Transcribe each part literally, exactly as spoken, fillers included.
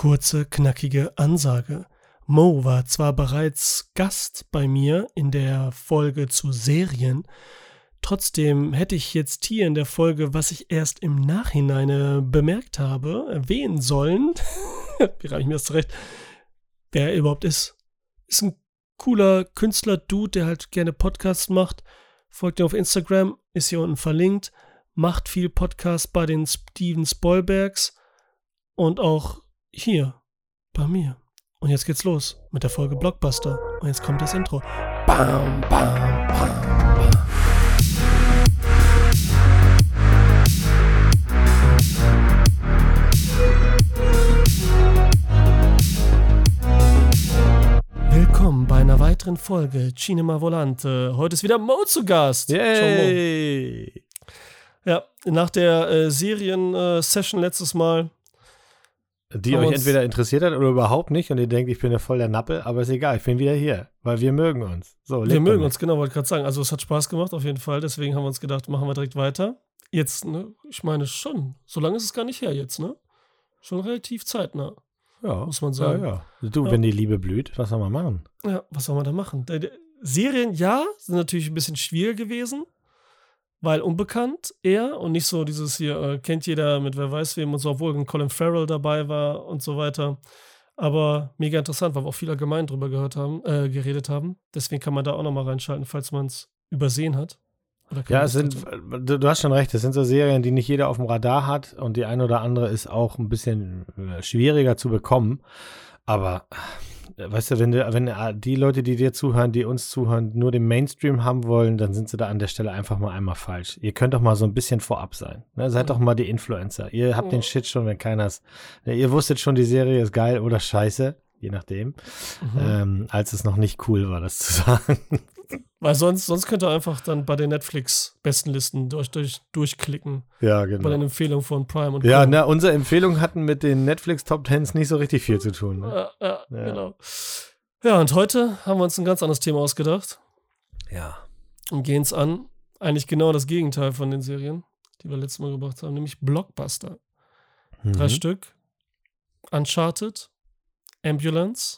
Kurze, knackige Ansage. Mo war zwar bereits Gast bei mir in der Folge zu Serien, trotzdem hätte ich jetzt hier in der Folge, was ich erst im Nachhinein äh, bemerkt habe, erwähnen sollen, wie reiche ich mir das zurecht, wer er überhaupt ist. Ist ein cooler Künstler-Dude, der halt gerne Podcasts macht. Folgt ihm auf Instagram, ist hier unten verlinkt. Macht viel Podcast bei den Steven Spielbergs und auch hier bei mir. Und jetzt geht's los mit der Folge Blockbuster. Und jetzt kommt das Intro. Bam, bam, bam, bam. Willkommen bei einer weiteren Folge Cinema Volante. Heute ist wieder Mo zu Gast. Yay! Ja, nach der äh, Serien-Session äh, letztes Mal. Die euch entweder interessiert hat oder überhaupt nicht und ihr denkt, ich bin ja voll der Nappe, aber ist egal, ich bin wieder hier, weil wir mögen uns. So, wir mögen uns, genau, wollte ich gerade sagen. Also es hat Spaß gemacht auf jeden Fall, deswegen haben wir uns gedacht, machen wir direkt weiter. Jetzt, ne, ich meine schon, so lange ist es gar nicht her jetzt, ne? Schon relativ zeitnah, ja, muss man sagen. Ja, ja. Du, ja. Wenn die Liebe blüht, was soll man machen? Ja, was soll man da machen? Serien, ja, sind natürlich ein bisschen schwieriger gewesen. Weil unbekannt eher und nicht so dieses hier, äh, kennt jeder mit wer weiß wem und so, obwohl ein Colin Farrell dabei war und so weiter. Aber mega interessant, weil wir auch viel allgemein drüber gehört haben, äh, geredet haben. Deswegen kann man da auch nochmal reinschalten, falls man es übersehen hat. Ja, es sind, du, du hast schon recht, es sind so Serien, die nicht jeder auf dem Radar hat und die eine oder andere ist auch ein bisschen schwieriger zu bekommen. Aber weißt du, wenn, du, wenn die Leute, die dir zuhören, die uns zuhören, nur den Mainstream haben wollen, dann sind sie da an der Stelle einfach mal einmal falsch. Ihr könnt doch mal so ein bisschen vorab sein. Ne? Seid doch mal die Influencer. Ihr habt den Shit schon, wenn keiner es. Ihr wusstet schon, die Serie ist geil oder scheiße, je nachdem, mhm. ähm, als es noch nicht cool war, das zu sagen. Weil sonst, sonst könnt ihr einfach dann bei den Netflix-Bestenlisten durch, durch, durchklicken. Ja, genau. Bei den Empfehlungen von Prime und Ja, na, unsere Empfehlungen hatten mit den Netflix-Top-Tens nicht so richtig viel zu tun. Ne? Ja, ja, ja, genau. Ja, und heute haben wir uns ein ganz anderes Thema ausgedacht. Ja. Und gehen es an. Eigentlich genau das Gegenteil von den Serien, die wir letztes Mal gebracht haben, nämlich Blockbuster. Mhm. Drei Stück. Uncharted, Ambulance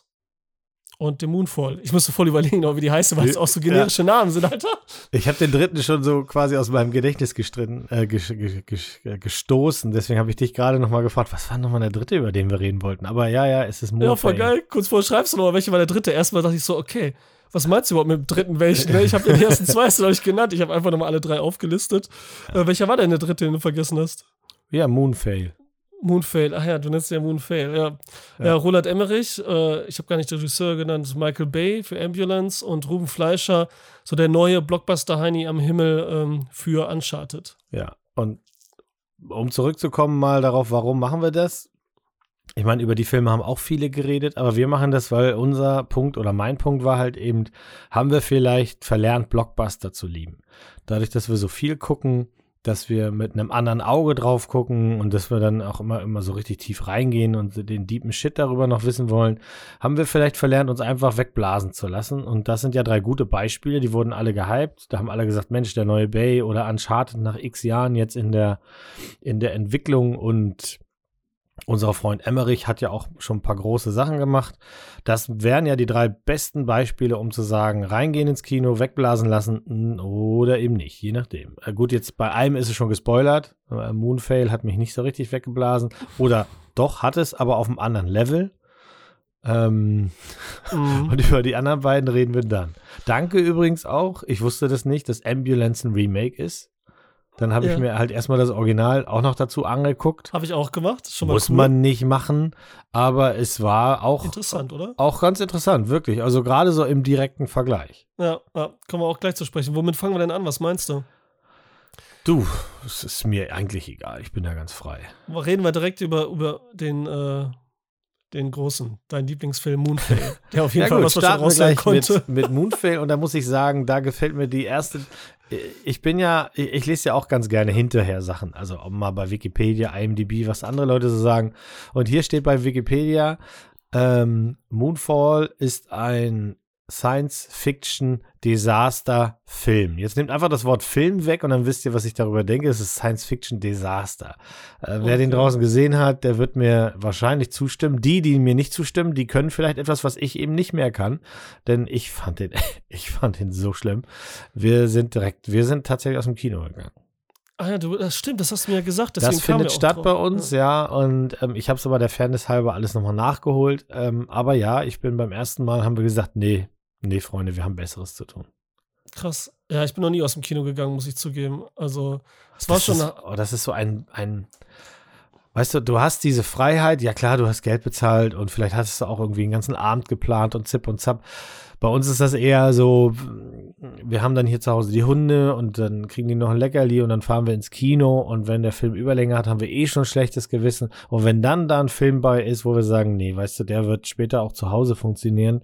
und The Moonfall. Ich musste voll überlegen, wie die heißen, weil es auch so generische ja. Namen sind, Alter. Ich habe den dritten schon so quasi aus meinem Gedächtnis gestritten, äh, ges- ges- ges- gestoßen. Deswegen habe ich dich gerade nochmal gefragt, was war nochmal der dritte, über den wir reden wollten? Aber ja, ja, es ist Moonfall. Ja, voll geil. Kurz vorher schreibst du noch, welcher war der dritte? Erstmal dachte ich so, okay, was meinst du überhaupt mit dem dritten welchen? Ich habe den ersten zwei noch nicht genannt. Ich habe einfach nochmal alle drei aufgelistet. Ja. Äh, welcher war denn der dritte, den du vergessen hast? Ja, Moonfall. Moonfall, ach ja, du nennst ja Moonfall, ja. Ja, ja Roland Emmerich, äh, ich habe gar nicht den Regisseur genannt, Michael Bay für Ambulance und Ruben Fleischer, so der neue Blockbuster-Heini am Himmel ähm, für Uncharted. Ja, und um zurückzukommen mal darauf, warum machen wir das? Ich meine, über die Filme haben auch viele geredet, aber wir machen das, weil unser Punkt oder mein Punkt war halt eben, haben wir vielleicht verlernt, Blockbuster zu lieben. Dadurch, dass wir so viel gucken, dass wir mit einem anderen Auge drauf gucken und dass wir dann auch immer, immer so richtig tief reingehen und den deepen Shit darüber noch wissen wollen, haben wir vielleicht verlernt, uns einfach wegblasen zu lassen. Und das sind ja drei gute Beispiele, die wurden alle gehypt. Da haben alle gesagt, Mensch, der neue Bay oder Uncharted nach x Jahren jetzt in der, in der Entwicklung und unser Freund Emmerich hat ja auch schon ein paar große Sachen gemacht. Das wären ja die drei besten Beispiele, um zu sagen, reingehen ins Kino, wegblasen lassen oder eben nicht, je nachdem. Äh, gut, jetzt bei einem ist es schon gespoilert. Äh, Moonfall hat mich nicht so richtig weggeblasen. Oder doch, hat es, aber auf einem anderen Level. Ähm, mhm. Und über die anderen beiden reden wir dann. Danke übrigens auch, ich wusste das nicht, dass Ambulance ein Remake ist. Dann habe ja. ich mir halt erstmal das Original auch noch dazu angeguckt. Habe ich auch gemacht. Schon mal Muss cool. man nicht machen, aber es war auch interessant, oder? Auch ganz interessant, wirklich. Also gerade so im direkten Vergleich. Ja, ja, kommen wir auch gleich zu sprechen. Womit fangen wir denn an? Was meinst du? Du, es ist mir eigentlich egal. Ich bin da ganz frei. Reden wir direkt über, über den, äh, den großen, dein Lieblingsfilm Moonfall. Der auf jeden ja, Fall gut, was starten wir gleich konnte. Mit, mit Moonfall und da muss ich sagen, da gefällt mir die erste. Ich bin ja, ich, ich lese ja auch ganz gerne hinterher Sachen, also auch mal bei Wikipedia, I M D B, was andere Leute so sagen. Und hier steht bei Wikipedia, ähm, Moonfall ist ein Science-Fiction-Desaster-Film. Jetzt nehmt einfach das Wort Film weg und dann wisst ihr, was ich darüber denke. Es ist Science-Fiction-Desaster. Äh, okay. Wer den draußen gesehen hat, der wird mir wahrscheinlich zustimmen. Die, die mir nicht zustimmen, die können vielleicht etwas, was ich eben nicht mehr kann. Denn ich fand den, ich fand den so schlimm. Wir sind direkt, wir sind tatsächlich aus dem Kino gegangen. Ah ja, du, das stimmt, das hast du mir ja gesagt. Das findet statt drauf. bei uns, ja, ja und ähm, ich habe es aber der Fairness halber alles nochmal nachgeholt. Ähm, aber ja, ich bin beim ersten Mal, haben wir gesagt, nee, nee, Freunde, wir haben Besseres zu tun. Krass. Ja, ich bin noch nie aus dem Kino gegangen, muss ich zugeben. Also, es war das schon. Ist, oh, das ist so ein, ein, weißt du, du hast diese Freiheit, ja klar, du hast Geld bezahlt und vielleicht hast du auch irgendwie einen ganzen Abend geplant und zip und zap. Bei uns ist das eher so, wir haben dann hier zu Hause die Hunde und dann kriegen die noch ein Leckerli und dann fahren wir ins Kino und wenn der Film Überlänge hat, haben wir eh schon schlechtes Gewissen. Und wenn dann da ein Film bei ist, wo wir sagen, nee, weißt du, der wird später auch zu Hause funktionieren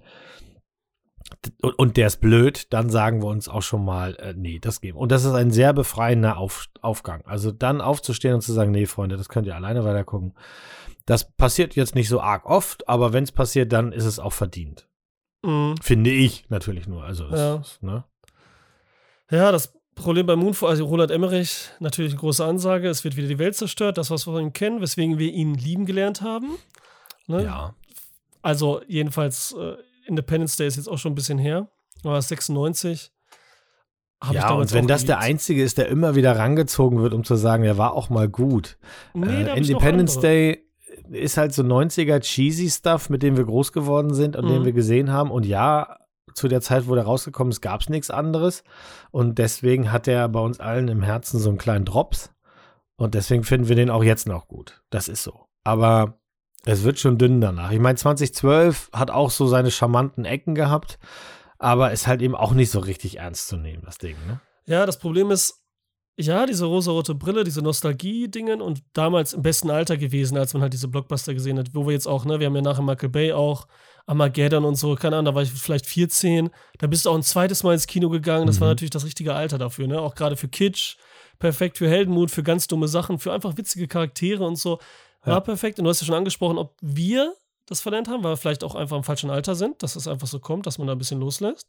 und, und der ist blöd, dann sagen wir uns auch schon mal, äh, nee, das geht. Und das ist ein sehr befreiender Auf, Aufgang. Also dann aufzustehen und zu sagen, nee, Freunde, das könnt ihr alleine weiter gucken. Das passiert jetzt nicht so arg oft, aber wenn es passiert, dann ist es auch verdient. Mhm. Finde ich natürlich nur. Also ja. Ist, ne? Ja, das Problem bei Moonfall, also Roland Emmerich, natürlich eine große Ansage, es wird wieder die Welt zerstört, das, was wir von ihm kennen, weswegen wir ihn lieben gelernt haben. Ne? Ja. Also jedenfalls äh, Independence Day ist jetzt auch schon ein bisschen her, war sechsundneunzig. Hab ja, und wenn das geliebt. Der Einzige ist, der immer wieder rangezogen wird, um zu sagen, der war auch mal gut. Nee, äh, Independence Day ist halt so neunziger cheesy Stuff, mit dem wir groß geworden sind und mhm. den wir gesehen haben. Und ja, zu der Zeit, wo der rausgekommen ist, gab es nichts anderes. Und deswegen hat er bei uns allen im Herzen so einen kleinen Drops. Und deswegen finden wir den auch jetzt noch gut. Das ist so. Aber es wird schon dünn danach. Ich meine, zwanzig zwölf hat auch so seine charmanten Ecken gehabt, aber ist halt eben auch nicht so richtig ernst zu nehmen, das Ding, ne? Ja, das Problem ist, ja, diese rosarote Brille, diese Nostalgie-Dingen und damals im besten Alter gewesen, als man halt diese Blockbuster gesehen hat, wo wir jetzt auch, ne, wir haben ja nachher Michael Bay auch, Armageddon und so, keine Ahnung, da war ich vielleicht vierzehn, da bist du auch ein zweites Mal ins Kino gegangen, das mhm. war natürlich das richtige Alter dafür, ne, auch gerade für Kitsch, perfekt für Heldenmut, für ganz dumme Sachen, für einfach witzige Charaktere und so, war ja. perfekt. Und du hast ja schon angesprochen, ob wir das verlernt haben, weil wir vielleicht auch einfach im falschen Alter sind, dass es einfach so kommt, dass man da ein bisschen loslässt.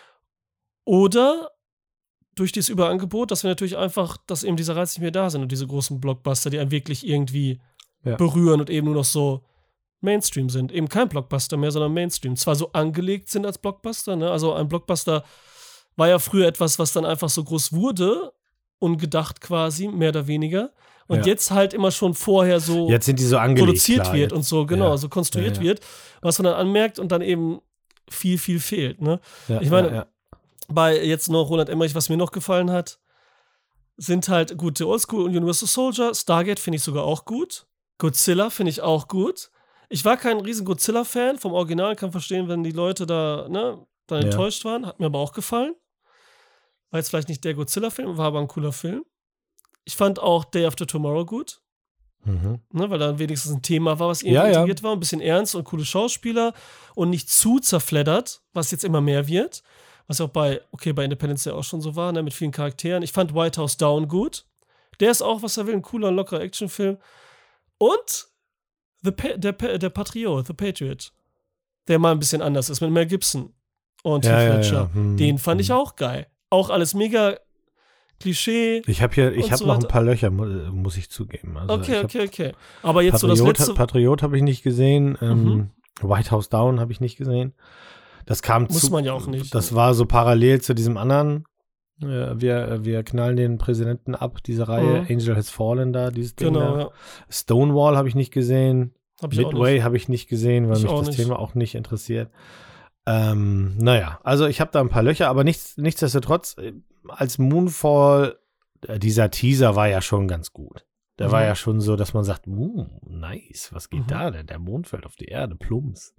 Oder durch dieses Überangebot, dass wir natürlich einfach, dass eben diese Reize nicht mehr da sind und diese großen Blockbuster, die einen wirklich irgendwie ja. berühren und eben nur noch so Mainstream sind. Eben kein Blockbuster mehr, sondern Mainstream. Zwar so angelegt sind als Blockbuster, ne? Also ein Blockbuster war ja früher etwas, was dann einfach so groß wurde, ungedacht quasi, mehr oder weniger. Und ja. jetzt halt immer schon vorher so jetzt sind die so angelegt, produziert klar, wird jetzt. Und so, genau, ja. so konstruiert ja, ja. wird, was man dann anmerkt und dann eben viel, viel fehlt. Ne? Ja, ich meine, ja, ja. bei jetzt noch Roland Emmerich, was mir noch gefallen hat, sind halt gute Oldschool und Universal Soldier. Stargate finde ich sogar auch gut. Godzilla finde ich auch gut. Ich war kein riesen Godzilla-Fan vom Original, kann verstehen, wenn die Leute da, ne, dann ja. enttäuscht waren. Hat mir aber auch gefallen. War jetzt vielleicht nicht der Godzilla-Film, war aber ein cooler Film. Ich fand auch Day After Tomorrow gut. Mhm. Ne, weil da wenigstens ein Thema war, was irgendwie ja, integriert ja. war. Ein bisschen ernst und coole Schauspieler und nicht zu zerfleddert, was jetzt immer mehr wird. Was ja auch bei, okay, bei Independence Day auch schon so war, ne, mit vielen Charakteren. Ich fand White House Down gut. Der ist auch, was er will, ein cooler, lockerer Actionfilm. Und The pa- der, pa- der Patriot, The Patriot, der mal ein bisschen anders ist, mit Mel Gibson und ja, Heath ja, Ledger. ja. Hm, Den fand hm. ich auch geil. Auch alles mega Klischee. Ich habe hier, ich habe so noch ein weiter. paar Löcher, muss ich zugeben. Also okay, ich okay, okay. Aber jetzt Patriot, so das letzte. Patriot habe ich nicht gesehen. Ähm, Mhm. White House Down habe ich nicht gesehen. Das kam Muss zu, man ja auch nicht. Das war so parallel zu diesem anderen. Äh, wir, wir knallen den Präsidenten ab, diese Reihe. Mhm. Angel Has Fallen da, dieses Ding Genau, da. ja. Stonewall habe ich nicht gesehen. Hab ich auch Midway nicht. habe ich nicht gesehen, weil Ich mich auch das nicht. Thema auch nicht interessiert. Ähm, naja, also ich habe da ein paar Löcher, aber nichts, nichtsdestotrotz, äh, als Moonfall, äh, dieser Teaser war ja schon ganz gut. Der Mhm. war ja schon so, dass man sagt, uh, nice, was geht Mhm. da denn? Der Mond fällt auf die Erde, plumps.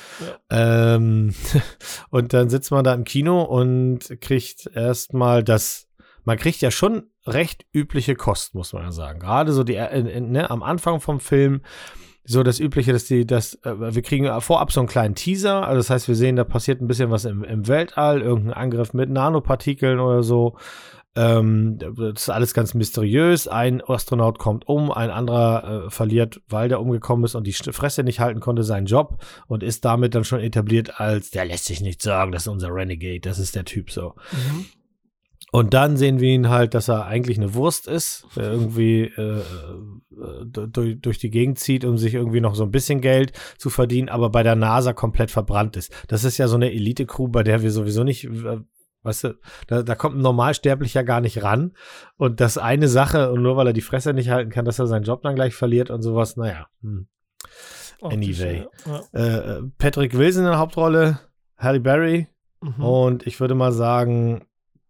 Ja. Ähm, und dann sitzt man da im Kino und kriegt erstmal das, man kriegt ja schon recht übliche Kost, muss man ja sagen. Gerade so die, äh, äh, ne, am Anfang vom Film, so das Übliche, dass die, das, äh, wir kriegen vorab so einen kleinen Teaser, also das heißt, wir sehen, da passiert ein bisschen was im, im Weltall, irgendein Angriff mit Nanopartikeln oder so. Ähm, das ist alles ganz mysteriös. Ein Astronaut kommt um, ein anderer äh, verliert, weil der umgekommen ist und die Fresse nicht halten konnte, seinen Job und ist damit dann schon etabliert als, der lässt sich nicht sagen, das ist unser Renegade, das ist der Typ so. Mhm. Und dann sehen wir ihn halt, dass er eigentlich eine Wurst ist, der irgendwie äh, durch, durch die Gegend zieht, um sich irgendwie noch so ein bisschen Geld zu verdienen, aber bei der NASA komplett verbrannt ist. Das ist ja so eine Elite-Crew, bei der wir sowieso nicht, äh, weißt du, da, da kommt ein Normalsterblicher gar nicht ran. Und das eine Sache, und nur weil er die Fresse nicht halten kann, dass er seinen Job dann gleich verliert und sowas, naja. Hm. Anyway. Ja. Äh, Patrick Wilson in der Hauptrolle, Halle Berry mhm. und ich würde mal sagen,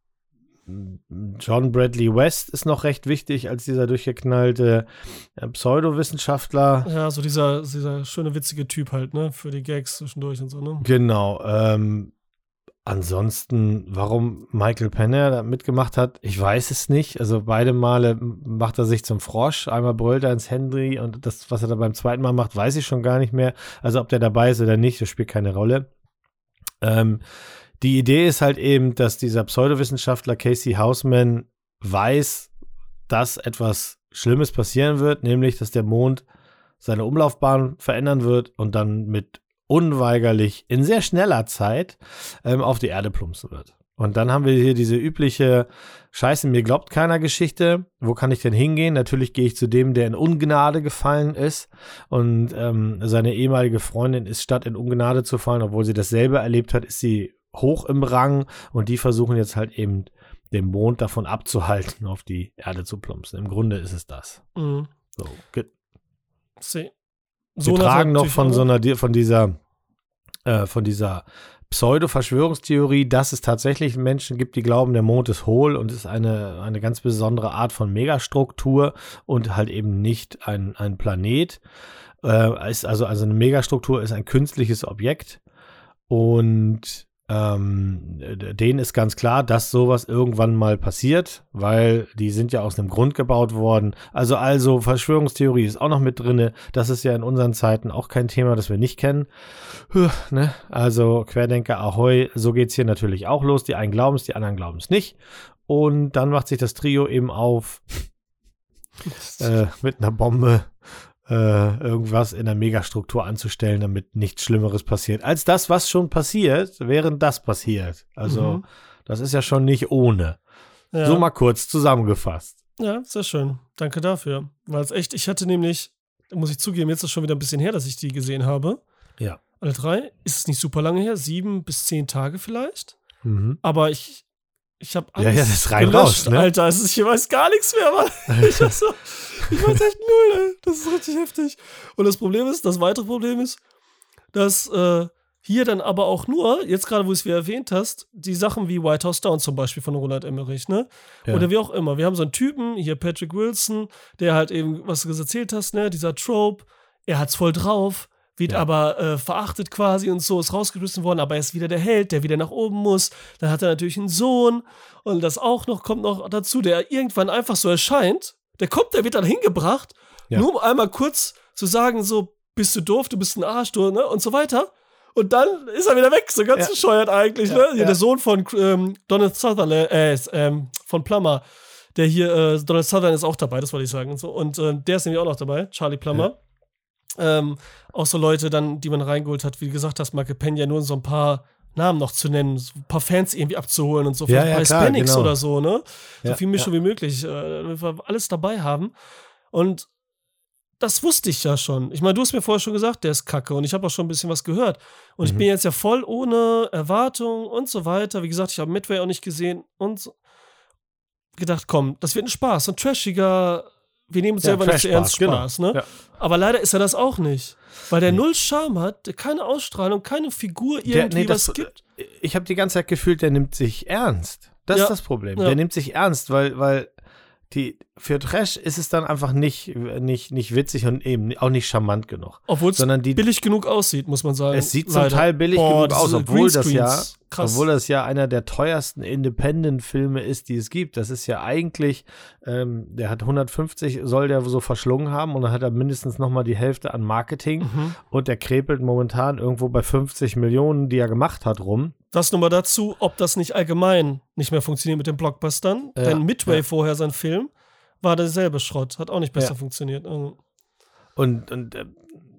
John Bradley West ist noch recht wichtig als dieser durchgeknallte äh, Pseudowissenschaftler. Ja, so dieser, dieser schöne, witzige Typ halt, ne, für die Gags zwischendurch und so, ne? Genau. Ähm, ansonsten, warum Michael Penner da mitgemacht hat, ich weiß es nicht. Also beide Male macht er sich zum Frosch. Einmal brüllt er ins Handy und das, was er da beim zweiten Mal macht, weiß ich schon gar nicht mehr. Also ob der dabei ist oder nicht, das spielt keine Rolle. Ähm, Die Idee ist halt eben, dass dieser Pseudowissenschaftler Casey Houseman weiß, dass etwas Schlimmes passieren wird, nämlich, dass der Mond seine Umlaufbahn verändern wird und dann mit unweigerlich in sehr schneller Zeit ähm, auf die Erde plumpsen wird. Und dann haben wir hier diese übliche Scheiße, mir glaubt keiner Geschichte. Wo kann ich denn hingehen? Natürlich gehe ich zu dem, der in Ungnade gefallen ist. Und ähm, seine ehemalige Freundin ist, statt in Ungnade zu fallen, obwohl sie dasselbe erlebt hat, ist sie hoch im Rang und die versuchen jetzt halt eben den Mond davon abzuhalten, auf die Erde zu plumpsen. Im Grunde ist es das. Mhm. So, ge- Sie so tragen noch von so einer, von dieser, äh, von dieser Pseudo-Verschwörungstheorie, dass es tatsächlich Menschen gibt, die glauben, der Mond ist hohl und ist eine, eine ganz besondere Art von Megastruktur und halt eben nicht ein, ein Planet. Äh, ist also, also eine Megastruktur ist ein künstliches Objekt und Ähm, denen ist ganz klar, dass sowas irgendwann mal passiert, weil die sind ja aus einem Grund gebaut worden. Also, also Verschwörungstheorie ist auch noch mit drin. Das ist ja in unseren Zeiten auch kein Thema, das wir nicht kennen. Puh, ne? Also Querdenker, ahoi, so geht's hier natürlich auch los. Die einen glauben es, die anderen glauben es nicht. Und dann macht sich das Trio eben auf äh, mit einer Bombe Äh, irgendwas in der Megastruktur anzustellen, damit nichts Schlimmeres passiert, als das, was schon passiert, während das passiert. Also, mhm. das ist ja schon nicht ohne. Ja. So mal kurz zusammengefasst. Ja, sehr schön. Danke dafür. Weil es echt, ich hatte nämlich, muss ich zugeben, jetzt ist schon wieder ein bisschen her, dass ich die gesehen habe. Ja. Alle drei. Ist es nicht super lange her? Sieben bis zehn Tage vielleicht? Mhm. Aber ich Ich hab alles ja, ja, das ist rein gelöscht, raus, ne? Alter. Es ist, ich weiß gar nichts mehr, Mann. Ich weiß, so, ich weiß echt null, ey. Das ist richtig heftig. Und das Problem ist, das weitere Problem ist, dass äh, hier dann aber auch nur, jetzt gerade, wo du es wieder erwähnt hast, die Sachen wie White House Down zum Beispiel von Roland Emmerich, ne? Ja. Oder wie auch immer. Wir haben so einen Typen, hier Patrick Wilson, der halt eben, was du erzählt hast, ne? Dieser Trope, er hat's voll drauf. Wird ja. aber äh, verachtet quasi und so, ist rausgeschmissen worden, aber er ist wieder der Held, der wieder nach oben muss. Dann hat er natürlich einen Sohn und das auch noch, kommt noch dazu, der irgendwann einfach so erscheint. Der kommt, der wird dann hingebracht, ja. nur um einmal kurz zu sagen, so, bist du doof, du bist ein Arsch, du, ne, und so weiter. Und dann ist er wieder weg, so ganz ja. bescheuert eigentlich, ja. ne? Hier ja. der Sohn von ähm, Donald Sutherland, äh, ähm, von Plummer, der hier, äh, Donald Sutherland ist auch dabei, das wollte ich sagen und so. Und äh, der ist nämlich auch noch dabei, Charlie Plummer. Ja. Ähm, auch so Leute dann, die man reingeholt hat, wie du gesagt hast, Michael Penn ja nur so ein paar Namen noch zu nennen, so ein paar Fans irgendwie abzuholen und so, ja, ein ja, paar Hispanics genau. oder so, ne? So ja, viel Mischung ja. wie möglich, äh, alles dabei haben. Und das wusste ich ja schon. Ich meine, du hast mir vorher schon gesagt, der ist kacke und ich habe auch schon ein bisschen was gehört. Und mhm. ich bin jetzt ja voll ohne Erwartung und so weiter. Wie gesagt, ich habe Midway auch nicht gesehen und so. Gedacht, komm, das wird ein Spaß, so ein trashiger. Wir nehmen uns ja, selber nicht zu ernst Spaß, genau. ne? Ja. Aber leider ist er das auch nicht. Weil der nee. null Charme hat, der keine Ausstrahlung, keine Figur irgendwie der, nee, das, was gibt. Ich habe die ganze Zeit gefühlt, der nimmt sich ernst. Das ja. ist das Problem. Ja. Der nimmt sich ernst, weil, weil die, für Trash ist es dann einfach nicht, nicht, nicht witzig und eben auch nicht charmant genug. Obwohl es billig genug aussieht, muss man sagen. Es sieht leider. zum Teil billig Boah, genug aus, obwohl das, ja, obwohl das ja einer der teuersten Independent-Filme ist, die es gibt. Das ist ja eigentlich, ähm, der hat hundertfünfzig, soll der so verschlungen haben und dann hat er mindestens noch mal die Hälfte an Marketing mhm. und der krepelt momentan irgendwo bei fünfzig Millionen, die er gemacht hat, rum. Das nur mal dazu, ob das nicht allgemein nicht mehr funktioniert mit den Blockbustern. Ja, Denn Midway ja. vorher, sein Film, war derselbe Schrott. Hat auch nicht besser Ja. funktioniert. Also, Und, und äh,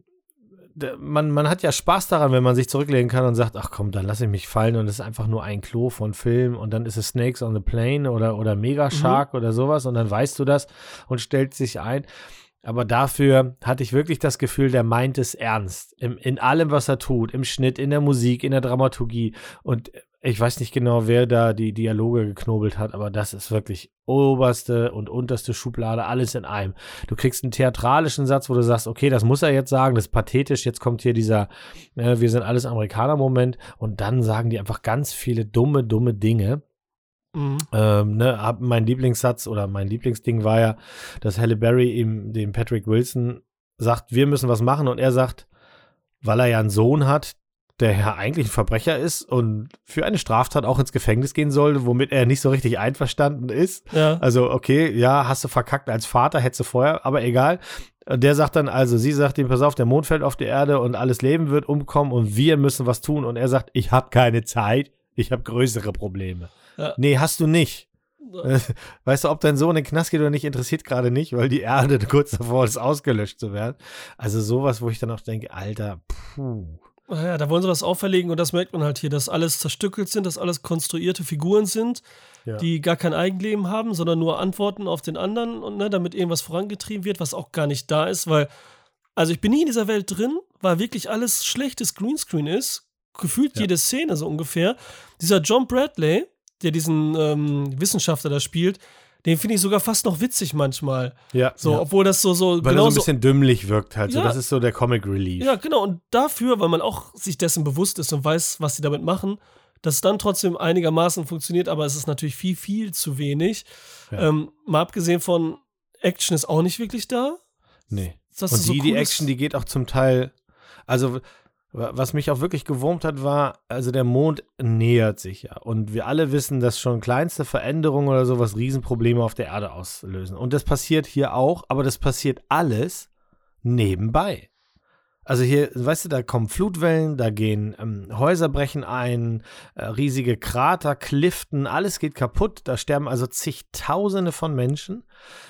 d- man, man hat ja Spaß daran, wenn man sich zurücklegen kann und sagt, ach komm, dann lasse ich mich fallen und es ist einfach nur ein Klo von Film und dann ist es Snakes on the Plane oder, oder Mega Shark oder sowas und dann weißt du das und stellt sich ein. Aber dafür hatte ich wirklich das Gefühl, der meint es ernst. Im, in allem, was er tut, im Schnitt, in der Musik, in der Dramaturgie. Und ich weiß nicht genau, wer da die Dialoge geknobelt hat, aber das ist wirklich oberste und unterste Schublade, alles in einem. Du kriegst einen theatralischen Satz, wo du sagst, okay, das muss er jetzt sagen, das ist pathetisch, jetzt kommt hier dieser äh, wir sind alles Amerikaner-Moment und dann sagen die einfach ganz viele dumme, dumme Dinge. mhm. Ähm, ne, hab, mein Lieblingssatz oder mein Lieblingsding war ja, dass Halle Berry ihm, dem Patrick Wilson, sagt, wir müssen was machen und er sagt, weil er ja einen Sohn hat, der ja eigentlich ein Verbrecher ist und für eine Straftat auch ins Gefängnis gehen sollte, womit er nicht so richtig einverstanden ist. Ja. Also, okay, ja, hast du verkackt als Vater, hättest du vorher, aber egal. Und der sagt dann also, sie sagt ihm, pass auf, der Mond fällt auf die Erde und alles Leben wird umkommen und wir müssen was tun. Und er sagt, ich habe keine Zeit, ich habe größere Probleme. Ja. Nee, hast du nicht. Weißt du, ob dein Sohn in den Knast geht oder nicht, interessiert gerade nicht, weil die Erde kurz davor ist, ausgelöscht zu werden. Also sowas, wo ich dann auch denke, Alter, puh. Ja, da wollen sie das auferlegen und das merkt man halt hier, dass alles zerstückelt sind, dass alles konstruierte Figuren sind, Ja. die gar kein Eigenleben haben, sondern nur Antworten auf den anderen und ne, damit irgendwas vorangetrieben wird, was auch gar nicht da ist, weil, also ich bin nie in dieser Welt drin, weil wirklich alles schlechtes Greenscreen ist, gefühlt Ja. jede Szene so ungefähr. Dieser John Bradley, der diesen ähm, Wissenschaftler da spielt, den finde ich sogar fast noch witzig manchmal. Ja, So, ja. obwohl das so, so Weil er so genauso ein bisschen dümmlich wirkt halt. So. Ja. Das ist so der Comic Relief. Ja, genau. Und dafür, weil man auch sich dessen bewusst ist und weiß, was sie damit machen, dass es dann trotzdem einigermaßen funktioniert, aber es ist natürlich viel, viel zu wenig. Ja. Ähm, mal abgesehen von Action ist auch nicht wirklich da. Nee. Das Und ist so die, die cooles- Action, die geht auch zum Teil, also wa- was mich auch wirklich gewurmt hat, war, also der Mond nähert sich ja. Und wir alle wissen, dass schon kleinste Veränderungen oder sowas Riesenprobleme auf der Erde auslösen. Und das passiert hier auch, aber das passiert alles nebenbei. Also hier, weißt du, da kommen Flutwellen, da gehen ähm, Häuser brechen ein, äh, riesige Krater, Kliften, alles geht kaputt. Da sterben also zigtausende von Menschen.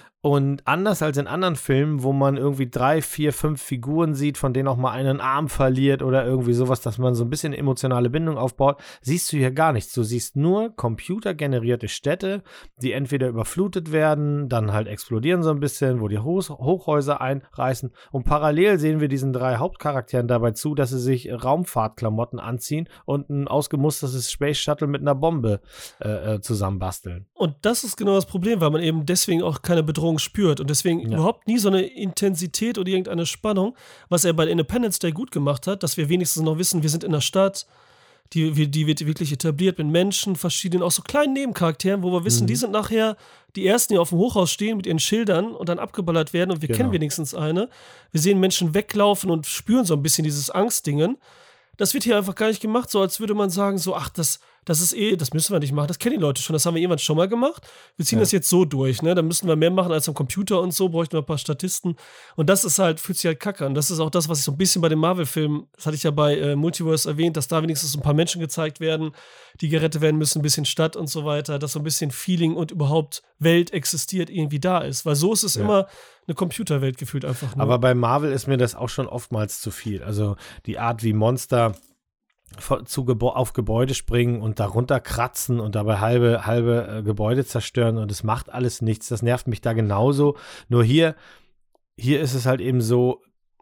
Und anders als in anderen Filmen, wo man irgendwie drei, vier, fünf Figuren sieht, von denen auch mal einen Arm verliert oder irgendwie sowas, dass man so ein bisschen emotionale Bindung aufbaut, siehst du hier gar nichts. Du siehst nur computergenerierte Städte, die entweder überflutet werden, dann halt explodieren so ein bisschen, wo die Hoch- Hochhäuser einreißen. Und parallel sehen wir diesen drei Hauptcharakteren dabei zu, dass sie sich Raumfahrtklamotten anziehen und ein ausgemustertes Space Shuttle mit einer Bombe äh, äh, zusammenbasteln. Und das ist genau das Problem, weil man eben deswegen auch keine Bedrohung spürt und deswegen Ja. überhaupt nie so eine Intensität oder irgendeine Spannung, was er bei Independence Day gut gemacht hat, dass wir wenigstens noch wissen, wir sind in der Stadt, die, die wird wirklich etabliert mit Menschen, verschiedenen, auch so kleinen Nebencharakteren, wo wir wissen, Mhm. die sind nachher die Ersten, die auf dem Hochhaus stehen mit ihren Schildern und dann abgeballert werden und wir Genau. kennen wenigstens eine. Wir sehen Menschen weglaufen und spüren so ein bisschen dieses Angstdingen. Das wird hier einfach gar nicht gemacht, so als würde man sagen, so, ach, das, das ist eh, das müssen wir nicht machen, das kennen die Leute schon, das haben wir irgendwann schon mal gemacht. Wir ziehen Ja. das jetzt so durch, ne? Da müssten wir mehr machen als am Computer und so, bräuchten wir ein paar Statisten. Und das ist halt, fühlt sich halt kacke an. Das ist auch das, was ich so ein bisschen bei den Marvel-Filmen, das hatte ich ja bei äh, Multiverse erwähnt, dass da wenigstens so ein paar Menschen gezeigt werden, die gerettet werden müssen, ein bisschen Stadt und so weiter, dass so ein bisschen Feeling und überhaupt Welt existiert, irgendwie da ist. Weil so ist es Ja. immer eine Computerwelt gefühlt einfach nur. Aber bei Marvel ist mir das auch schon oftmals zu viel. Also die Art, wie Monster vor- zu Gebo- auf Gebäude springen und darunter kratzen und dabei halbe, halbe äh, Gebäude zerstören und es macht alles nichts. Das nervt mich da genauso. Nur hier, hier ist es halt eben so,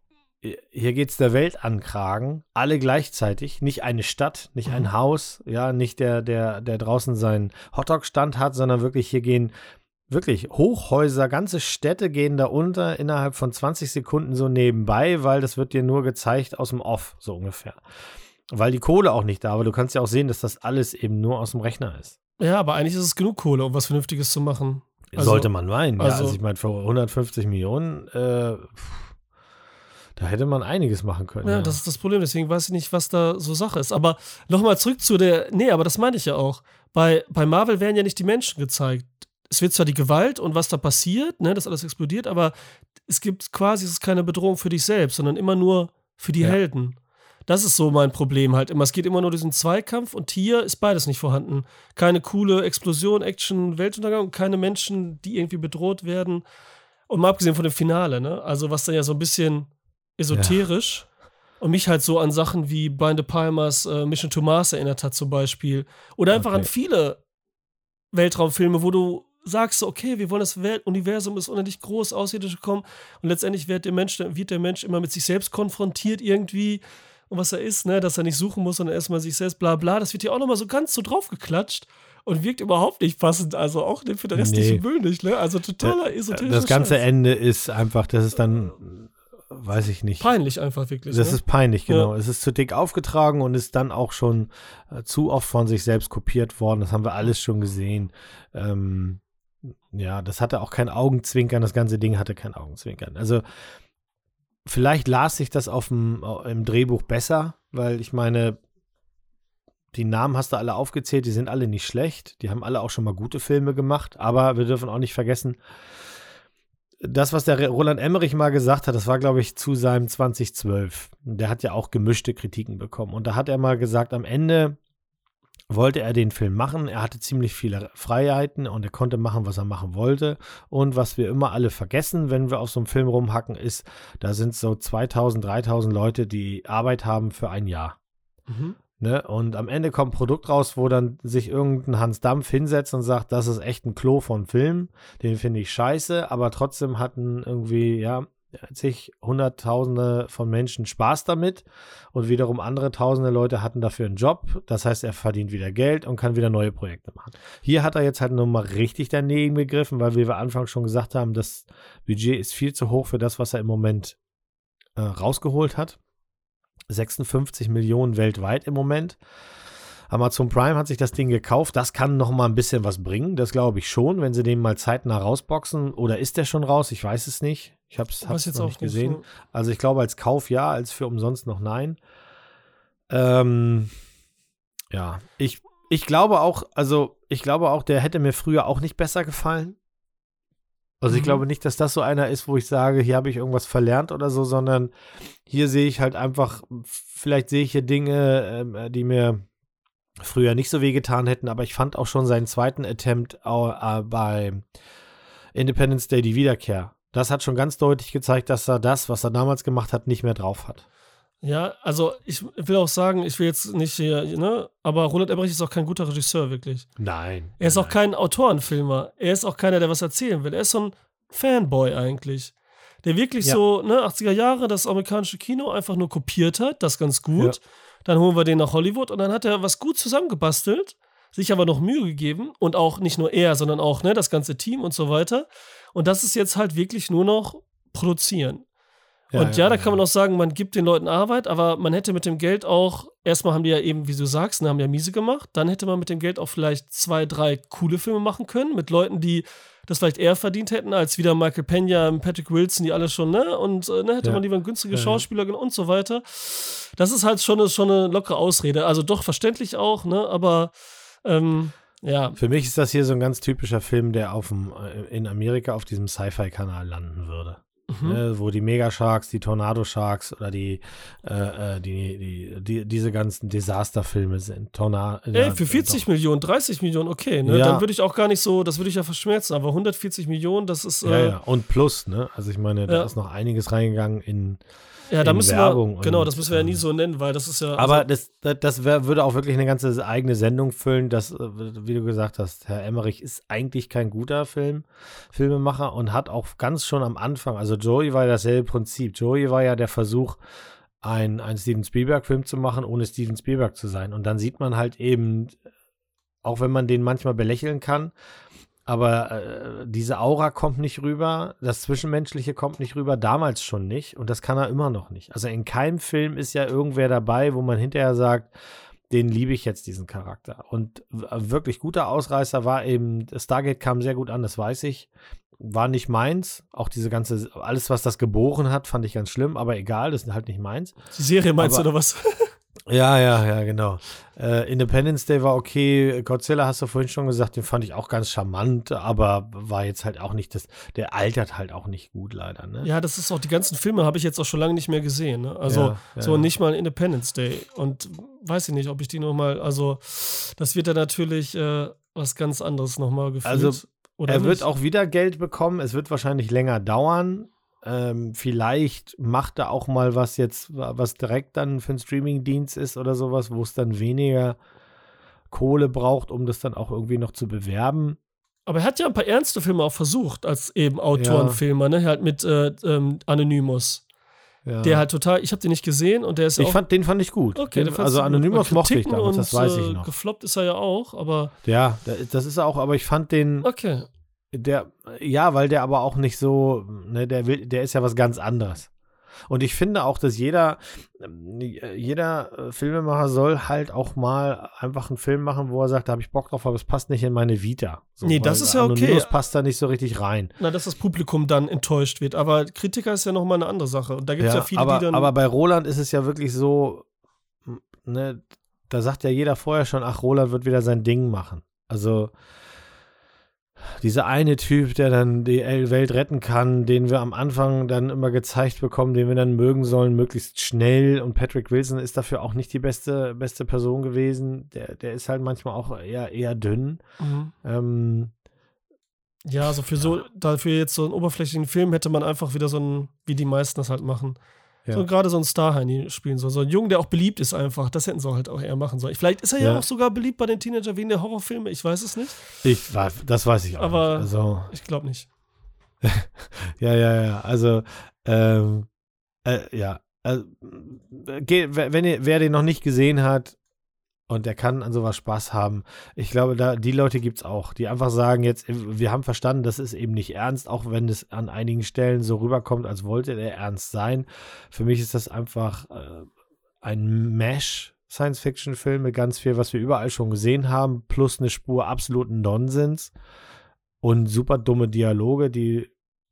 hier geht es der Welt an den Kragen, alle gleichzeitig, nicht eine Stadt, nicht ein Mhm. Haus, ja, nicht der, der, der draußen seinen Hotdog-Stand hat, sondern wirklich hier gehen wirklich Hochhäuser, ganze Städte gehen da unter innerhalb von zwanzig Sekunden so nebenbei, weil das wird dir nur gezeigt aus dem Off, so ungefähr. Weil die Kohle auch nicht da war. Du kannst ja auch sehen, dass das alles eben nur aus dem Rechner ist. Ja, aber eigentlich ist es genug Kohle, um was Vernünftiges zu machen. Also- Sollte man meinen. Ja, also- also ich meine, für hundertfünfzig Millionen, äh, pff, da hätte man einiges machen können. Ja, Ja, das ist das Problem, deswegen weiß ich nicht, was da so Sache ist. Aber nochmal zurück zu der, nee, aber das meine ich ja auch. Bei, bei Marvel werden ja nicht die Menschen gezeigt. Es wird zwar die Gewalt und was da passiert, ne, dass alles explodiert, aber es gibt quasi, es ist keine Bedrohung für dich selbst, sondern immer nur für die Ja. Helden. Das ist so mein Problem halt immer. Es geht immer nur diesen Zweikampf und hier ist beides nicht vorhanden. Keine coole Explosion, Action, Weltuntergang und keine Menschen, die irgendwie bedroht werden. Und mal abgesehen von dem Finale, ne? Also was dann ja so ein bisschen esoterisch ja. und mich halt so an Sachen wie Brian De Palmas äh, Mission to Mars erinnert hat zum Beispiel. Oder einfach okay. an viele Weltraumfilme, wo du sagst, okay, wir wollen das Welt- Universum ist unendlich groß, Außerirdische kommen und letztendlich wird der Mensch, wird der Mensch immer mit sich selbst konfrontiert irgendwie. Und was er ist, ne, dass er nicht suchen muss, sondern erstmal sich selbst, bla bla, das wird ja auch nochmal so ganz so draufgeklatscht und wirkt überhaupt nicht passend, also auch für den restlichen nee. Müll nicht, ne, also totaler esoterischer Das ganze Scheiß. Ende ist einfach, das ist dann, weiß ich nicht. Peinlich einfach wirklich. Das ne? ist peinlich, genau. Ja. Es ist zu dick aufgetragen und ist dann auch schon äh, zu oft von sich selbst kopiert worden, das haben wir alles schon gesehen. Ähm, ja, das hatte auch kein Augenzwinkern, das ganze Ding hatte kein Augenzwinkern, also vielleicht las sich das auf dem, im Drehbuch besser, weil ich meine, die Namen hast du alle aufgezählt, die sind alle nicht schlecht, die haben alle auch schon mal gute Filme gemacht, aber wir dürfen auch nicht vergessen, das, was der Roland Emmerich mal gesagt hat, das war, glaube ich, zu seinem zwanzig zwölf. Der hat ja auch gemischte Kritiken bekommen und da hat er mal gesagt, am Ende wollte er den Film machen, er hatte ziemlich viele Freiheiten und er konnte machen, was er machen wollte und was wir immer alle vergessen, wenn wir auf so einem Film rumhacken, ist, da sind so zweitausend, dreitausend Leute, die Arbeit haben für ein Jahr. Mhm. Ne? Und am Ende kommt ein Produkt raus, wo dann sich irgendein Hans Dampf hinsetzt und sagt, das ist echt ein Klo von Film, den finde ich scheiße, aber trotzdem hatten irgendwie, ja, zig Hunderttausende von Menschen Spaß damit und wiederum andere tausende Leute hatten dafür einen Job, das heißt, er verdient wieder Geld und kann wieder neue Projekte machen. Hier hat er jetzt halt nochmal richtig daneben gegriffen, weil wie wir anfangs schon gesagt haben, das Budget ist viel zu hoch für das, was er im Moment äh, rausgeholt hat. sechsundfünfzig Millionen weltweit im Moment. Amazon Prime hat sich das Ding gekauft. Das kann noch mal ein bisschen was bringen. Das glaube ich schon, wenn sie den mal zeitnah rausboxen. Oder ist der schon raus? Ich weiß es nicht. Ich habe es jetzt noch nicht gesehen. Nicht. Also ich glaube, als Kauf ja, als für umsonst noch nein. Ähm, ja, ich, ich glaube auch, also ich glaube auch, der hätte mir früher auch nicht besser gefallen. Also ich mhm. glaube nicht, dass das so einer ist, wo ich sage, hier habe ich irgendwas verlernt oder so, sondern hier sehe ich halt einfach, vielleicht sehe ich hier Dinge, äh, die mir früher nicht so wehgetan hätten, aber ich fand auch schon seinen zweiten Attempt äh, bei Independence Day, die Wiederkehr. Das hat schon ganz deutlich gezeigt, dass er das, was er damals gemacht hat, nicht mehr drauf hat. Ja, also ich will auch sagen, ich will jetzt nicht hier, ne, aber Roland Emmerich ist auch kein guter Regisseur, wirklich. Nein. Er ist nein. auch kein Autorenfilmer. Er ist auch keiner, der was erzählen will. Er ist so ein Fanboy eigentlich. Der wirklich ja. so, ne, achtziger Jahre das amerikanische Kino einfach nur kopiert hat, das ganz gut. Ja. Dann holen wir den nach Hollywood und dann hat er was gut zusammengebastelt, sich aber noch Mühe gegeben und auch nicht nur er, sondern auch, ne, das ganze Team und so weiter. Und das ist jetzt halt wirklich nur noch produzieren. Ja, und ja, ja, da kann man auch sagen, man gibt den Leuten Arbeit, aber man hätte mit dem Geld auch, erstmal haben die ja eben, wie du sagst, ne, haben ja miese gemacht, dann hätte man mit dem Geld auch vielleicht zwei, drei coole Filme machen können, mit Leuten, die das vielleicht eher verdient hätten, als wieder Michael Peña, Patrick Wilson, die alle schon, ne, und äh, ne, hätte ja. man lieber günstige ja, Schauspieler ja. und so weiter. Das ist halt schon, schon eine lockere Ausrede, also doch verständlich auch, ne, aber ähm, ja. Für mich ist das hier so ein ganz typischer Film, der auf dem, in Amerika auf diesem Sci-Fi-Kanal landen würde. Mhm. Ne, wo die Mega-Sharks, die Tornado-Sharks oder die, äh, die, die, die, diese ganzen Desaster-Filme sind. Tornado. Ey, ja, für vierzig doch. Millionen, dreißig Millionen, okay, ne? Ja. Dann würde ich auch gar nicht so, das würde ich ja verschmerzen, aber hundertvierzig Millionen, das ist. Äh, ja, ja, und plus, ne? Also ich meine, da ja. ist noch einiges reingegangen in. Ja, da müssen Werbung wir, genau, und, das müssen wir ja nie so nennen, weil das ist ja. Aber also, das, das, das wär, würde auch wirklich eine ganze eigene Sendung füllen, dass, wie du gesagt hast, Herr Emmerich ist eigentlich kein guter Film, Filmemacher und hat auch ganz schon am Anfang, also Joey war ja dasselbe Prinzip. Joey war ja der Versuch, ein, ein Steven Spielberg-Film zu machen, ohne Steven Spielberg zu sein. Und dann sieht man halt eben, auch wenn man den manchmal belächeln kann, aber äh, diese Aura kommt nicht rüber, das Zwischenmenschliche kommt nicht rüber, damals schon nicht und das kann er immer noch nicht. Also in keinem Film ist ja irgendwer dabei, wo man hinterher sagt, den liebe ich jetzt, diesen Charakter. Und wirklich guter Ausreißer war eben, Stargate kam sehr gut an, das weiß ich, war nicht meins, auch diese ganze, alles was das geboren hat, fand ich ganz schlimm, aber egal, das ist halt nicht meins. Die Serie meinst aber, du oder was? Ja, ja, ja, genau. Äh, Independence Day war okay. Godzilla hast du vorhin schon gesagt, den fand ich auch ganz charmant, aber war jetzt halt auch nicht das, der altert halt auch nicht gut leider, ne? Ja, das ist auch, die ganzen Filme habe ich jetzt auch schon lange nicht mehr gesehen, ne? Also Ja, ja, so ja. nicht mal Independence Day und weiß ich nicht, ob ich die nochmal, also das wird dann natürlich äh, was ganz anderes nochmal gefühlt. Also, oder Er nicht? wird auch wieder Geld bekommen. Es wird wahrscheinlich länger dauern. Ähm, vielleicht macht er auch mal was jetzt, was direkt dann für einen Streamingdienst ist oder sowas, wo es dann weniger Kohle braucht, um das dann auch irgendwie noch zu bewerben. Aber er hat ja ein paar ernste Filme auch versucht, als eben Autorenfilmer, ne? Halt mit äh, ähm, Anonymous. Ja. Der halt total, ich habe den nicht gesehen und der ist ja ich auch. fand, den fand ich gut. Okay, den, den fandst also du gut. Anonymous Und mochte ich Kritiken damals, das weiß und, ich äh, noch. Gefloppt ist er ja auch, aber. Ja, das ist er auch, aber ich fand den, Okay. der, ja, weil der aber auch nicht so, ne, der will, der ist ja was ganz anderes. Und ich finde auch, dass jeder, jeder Filmemacher soll halt auch mal einfach einen Film machen, wo er sagt, da habe ich Bock drauf, aber es passt nicht in meine Vita. So, Nee, das weil ist ja okay. Anonymous passt da nicht so richtig rein. Na, dass das Publikum dann enttäuscht wird. Aber Kritiker ist ja nochmal eine andere Sache. Und da gibt es ja, Ja, viele, aber, die dann. aber bei Roland ist es ja wirklich so, ne, da sagt ja jeder vorher schon, ach, Roland wird wieder sein Ding machen. Also dieser eine Typ, der dann die Welt retten kann, den wir am Anfang dann immer gezeigt bekommen, den wir dann mögen sollen, möglichst schnell. Und Patrick Wilson ist dafür auch nicht die beste, beste Person gewesen. Der, der ist halt manchmal auch eher, eher dünn. Mhm. Ähm, ja, also für so, dafür jetzt so einen oberflächlichen Film hätte man einfach wieder so einen, wie die meisten das halt machen. Ja. So gerade so einen Star-Heini spielen soll. So ein Jungen, der auch beliebt ist einfach. Das hätten sie halt auch eher machen sollen. Vielleicht ist er ja, Ja. auch sogar beliebt bei den Teenagern wegen der Horrorfilme. Ich weiß es nicht. ich, weiß- das weiß ich auch Aber- nicht. Also, Ich glaube nicht. ja, ja, ja. Also, ähm, äh, ja. Also, geh, wenn ihr, wer den noch nicht gesehen hat und der kann an sowas Spaß haben, ich glaube, da die Leute gibt es auch, die einfach sagen jetzt, wir haben verstanden, das ist eben nicht ernst, auch wenn es an einigen Stellen so rüberkommt, als wollte der ernst sein. Für mich ist das einfach äh, ein Mesh Science-Fiction-Film mit ganz viel, was wir überall schon gesehen haben, plus eine Spur absoluten Nonsens und super dumme Dialoge, die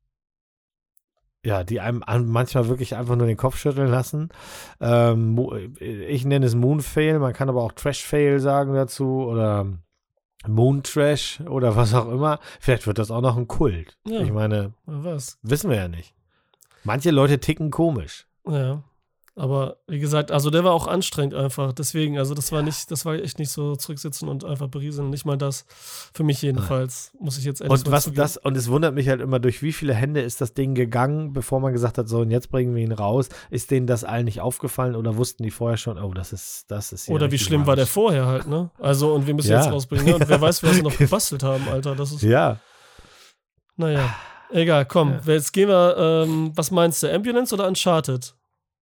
ja, die einem an- manchmal wirklich einfach nur den Kopf schütteln lassen. Ähm, Mo- ich nenne es Moon-Fail, man kann aber auch Trash-Fail sagen dazu oder Moon-Trash oder was auch immer. Vielleicht wird das auch noch ein Kult. Ja. Ich meine, Was? wissen wir ja nicht. Manche Leute ticken komisch. Ja. Aber wie gesagt, also der war auch anstrengend einfach. Deswegen, also das war nicht, das war echt nicht so zurücksitzen und einfach berieseln. Nicht mal das. Für mich jedenfalls, muss ich jetzt ehrlich Und mal was zugeben. das, und es wundert mich halt immer, durch wie viele Hände ist das Ding gegangen, bevor man gesagt hat, so, und jetzt bringen wir ihn raus. Ist denen das allen nicht aufgefallen oder wussten die vorher schon, oh, das ist, das ist hier Oder wie richtig schlimm war der hart. vorher halt, ne? Also, und wir müssen Ja. jetzt rausbringen, ne? Und wer weiß, was sie noch gebastelt haben, Alter. Das ist, Ja. naja. Egal, komm. Ja. Jetzt gehen wir, ähm, was meinst du, Ambulance oder Uncharted?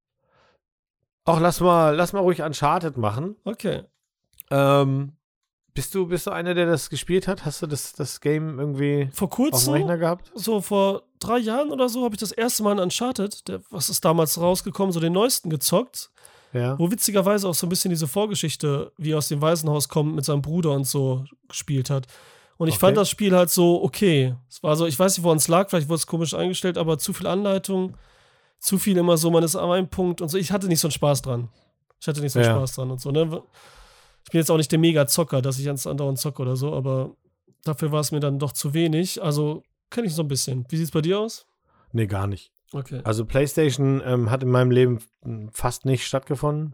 Ach, lass mal, lass mal ruhig Uncharted machen. Okay. Ähm, bist du, bist du einer, der das gespielt hat? Hast du das, das Game irgendwie Vor auf dem kurzem, Rechner gehabt? so vor drei Jahren oder so, habe ich das erste Mal in Uncharted, der, was ist damals rausgekommen, so den neuesten gezockt, Ja. wo witzigerweise auch so ein bisschen diese Vorgeschichte, wie er aus dem Waisenhaus kommt, mit seinem Bruder und so gespielt hat. Und ich Okay. fand das Spiel halt so okay. Es war so, ich weiß nicht, woran es lag, vielleicht wurde es komisch eingestellt, aber zu viel Anleitung, zu viel immer so, man ist an einem Punkt und so. Ich hatte nicht so einen Spaß dran. Ich hatte nicht so einen Ja. Spaß dran und so, ne? Ich bin jetzt auch nicht der Mega-Zocker, dass ich ans andauernd zocke oder so, aber dafür war es mir dann doch zu wenig. Also kenne ich so ein bisschen. Wie sieht's bei dir aus? Nee, gar nicht. Okay. Also PlayStation ähm, hat in meinem Leben m, fast nicht stattgefunden.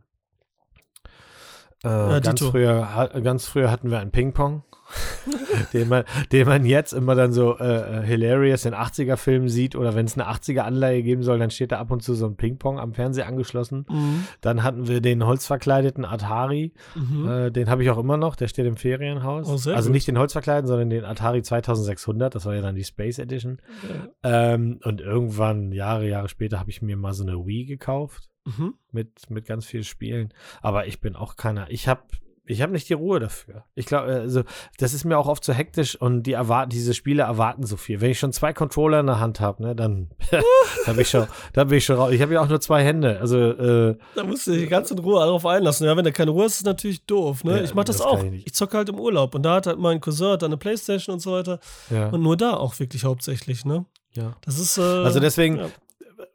Äh, Ja, ganz, Dito. früher, ha- ganz früher hatten wir einen Ping-Pong, den, man, den man jetzt immer dann so äh, hilarious in achtziger-Filmen sieht oder wenn es eine achtziger-Anleihe geben soll, dann steht da ab und zu so ein Ping-Pong am Fernseher angeschlossen. Mhm. Dann hatten wir den holzverkleideten Atari, Mhm. äh, den habe ich auch immer noch, der steht im Ferienhaus. Oh, sehr also gut. nicht den holzverkleideten, sondern den Atari zweitausendsechshundert, das war ja dann die Space Edition. Ja. Ähm, und irgendwann, Jahre, Jahre später, habe ich mir mal so eine Wii gekauft Mhm. mit, mit ganz vielen Spielen. Aber ich bin auch keiner. Ich habe ich hab nicht die Ruhe dafür. Ich glaube, also, das ist mir auch oft zu hektisch und die erwarten, diese Spiele erwarten so viel. Wenn ich schon zwei Controller in der Hand habe, ne, dann da bin ich schon, da bin ich schon raus. Ich habe ja auch nur zwei Hände. Also, äh, Da musst du dich ganz in Ruhe darauf einlassen. Ja, wenn du keine Ruhe hast, ist es natürlich doof. Ne? Ja, ich mach das, das auch. kann ich nicht. Ich zocke halt im Urlaub. Und da hat halt mein Cousin hat dann eine Playstation und so weiter. ja. Und nur da auch wirklich hauptsächlich. Ne? ja. Das ist. Äh, Also deswegen, ja.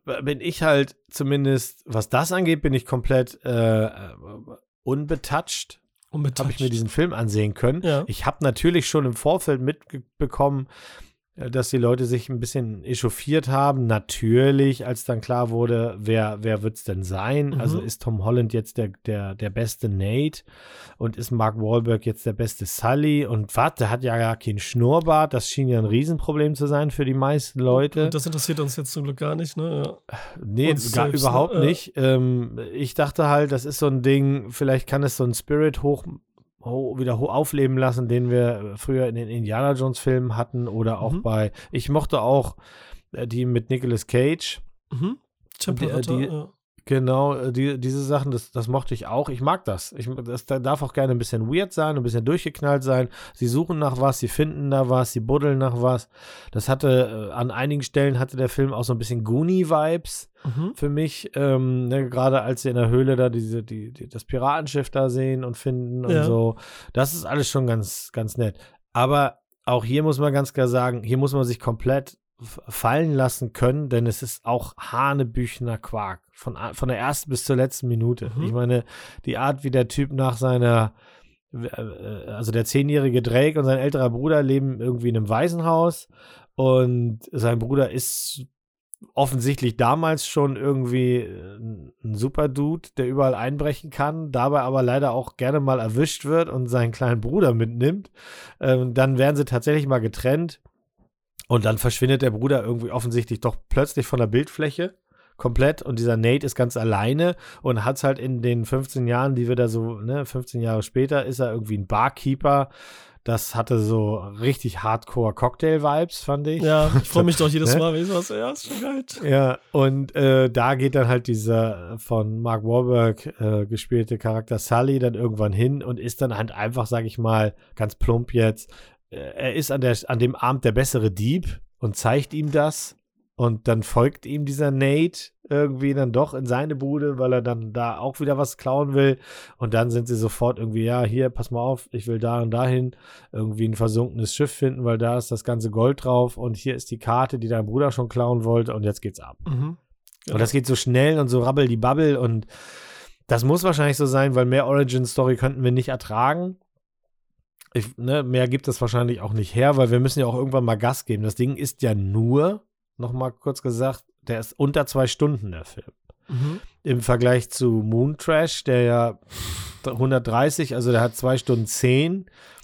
bin ich halt zumindest, was das angeht, bin ich komplett äh, unbetouched. Unbetouched. Habe ich mir diesen Film ansehen können. Ja. Ich habe natürlich schon im Vorfeld mitbekommen, dass die Leute sich ein bisschen echauffiert haben. Natürlich, als dann klar wurde, wer, wer wird es denn sein? Mhm. Also ist Tom Holland jetzt der, der, der beste Nate und ist Mark Wahlberg jetzt der beste Sully? Und was, der hat ja gar keinen Schnurrbart. Das schien ja ein Riesenproblem zu sein für die meisten Leute. Und das interessiert uns jetzt zum Glück gar nicht, ne? Ja. Nee, Uns gar selbst, überhaupt ne? nicht. Ähm, ich dachte halt, das ist so ein Ding, vielleicht kann es so ein Spirit hoch Ho- wieder ho- aufleben lassen, den wir früher in den Indiana Jones Filmen hatten oder auch Mhm. bei, ich mochte auch äh, die mit Nicolas Cage, Mhm. Temperatur, die- ja. genau, äh, die, diese Sachen, das, das mochte ich auch, ich mag das, ich, das da darf auch gerne ein bisschen weird sein, ein bisschen durchgeknallt sein, sie suchen nach was, sie finden da was, sie buddeln nach was, das hatte, äh, an einigen Stellen hatte der Film auch so ein bisschen Goonie-Vibes, Mhm. für mich, ähm, ne, gerade als sie in der Höhle da diese, die, die, das Piratenschiff da sehen und finden und Ja. so. Das ist alles schon ganz, ganz nett. Aber auch hier muss man ganz klar sagen, hier muss man sich komplett f- fallen lassen können, denn es ist auch hanebüchener Quark. Von, a- von der ersten bis zur letzten Minute. Mhm. Ich meine, die Art, wie der Typ nach seiner, äh, also der zehnjährige Drake und sein älterer Bruder leben irgendwie in einem Waisenhaus und sein Bruder ist offensichtlich damals schon irgendwie ein super Dude, der überall einbrechen kann, dabei aber leider auch gerne mal erwischt wird und seinen kleinen Bruder mitnimmt. Ähm, dann werden sie tatsächlich mal getrennt und dann verschwindet der Bruder irgendwie offensichtlich doch plötzlich von der Bildfläche komplett und dieser Nate ist ganz alleine und hat es halt in den fünfzehn Jahren, die wir da so, ne, fünfzehn Jahre später, ist er irgendwie ein Barkeeper. Das hatte so richtig Hardcore-Cocktail-Vibes, fand ich. Ja, ich freue mich doch jedes Ne? Mal, wenn ich sowas, ja, ist schon geil. Ja, und äh, da geht dann halt dieser von Mark Wahlberg äh, gespielte Charakter Sully dann irgendwann hin und ist dann halt einfach, sag ich mal, ganz plump jetzt, äh, er ist an, der, an dem Abend der bessere Dieb und zeigt ihm das und dann folgt ihm dieser Nate irgendwie dann doch in seine Bude, weil er dann da auch wieder was klauen will und dann sind sie sofort irgendwie, ja, hier, pass mal auf, ich will da und dahin irgendwie ein versunkenes Schiff finden, weil da ist das ganze Gold drauf und hier ist die Karte, die dein Bruder schon klauen wollte und jetzt geht's ab. Mhm. Genau. Und das geht so schnell und so rabbel die Babbel und das muss wahrscheinlich so sein, weil mehr Origin-Story könnten wir nicht ertragen. Ich, ne, mehr gibt es wahrscheinlich auch nicht her, weil wir müssen ja auch irgendwann mal Gas geben. Das Ding ist ja nur, nochmal kurz gesagt, der ist unter zwei Stunden, der Film. Mhm. Im Vergleich zu Moon Trash, der ja hundertdreißig, also der hat zwei Stunden zehn,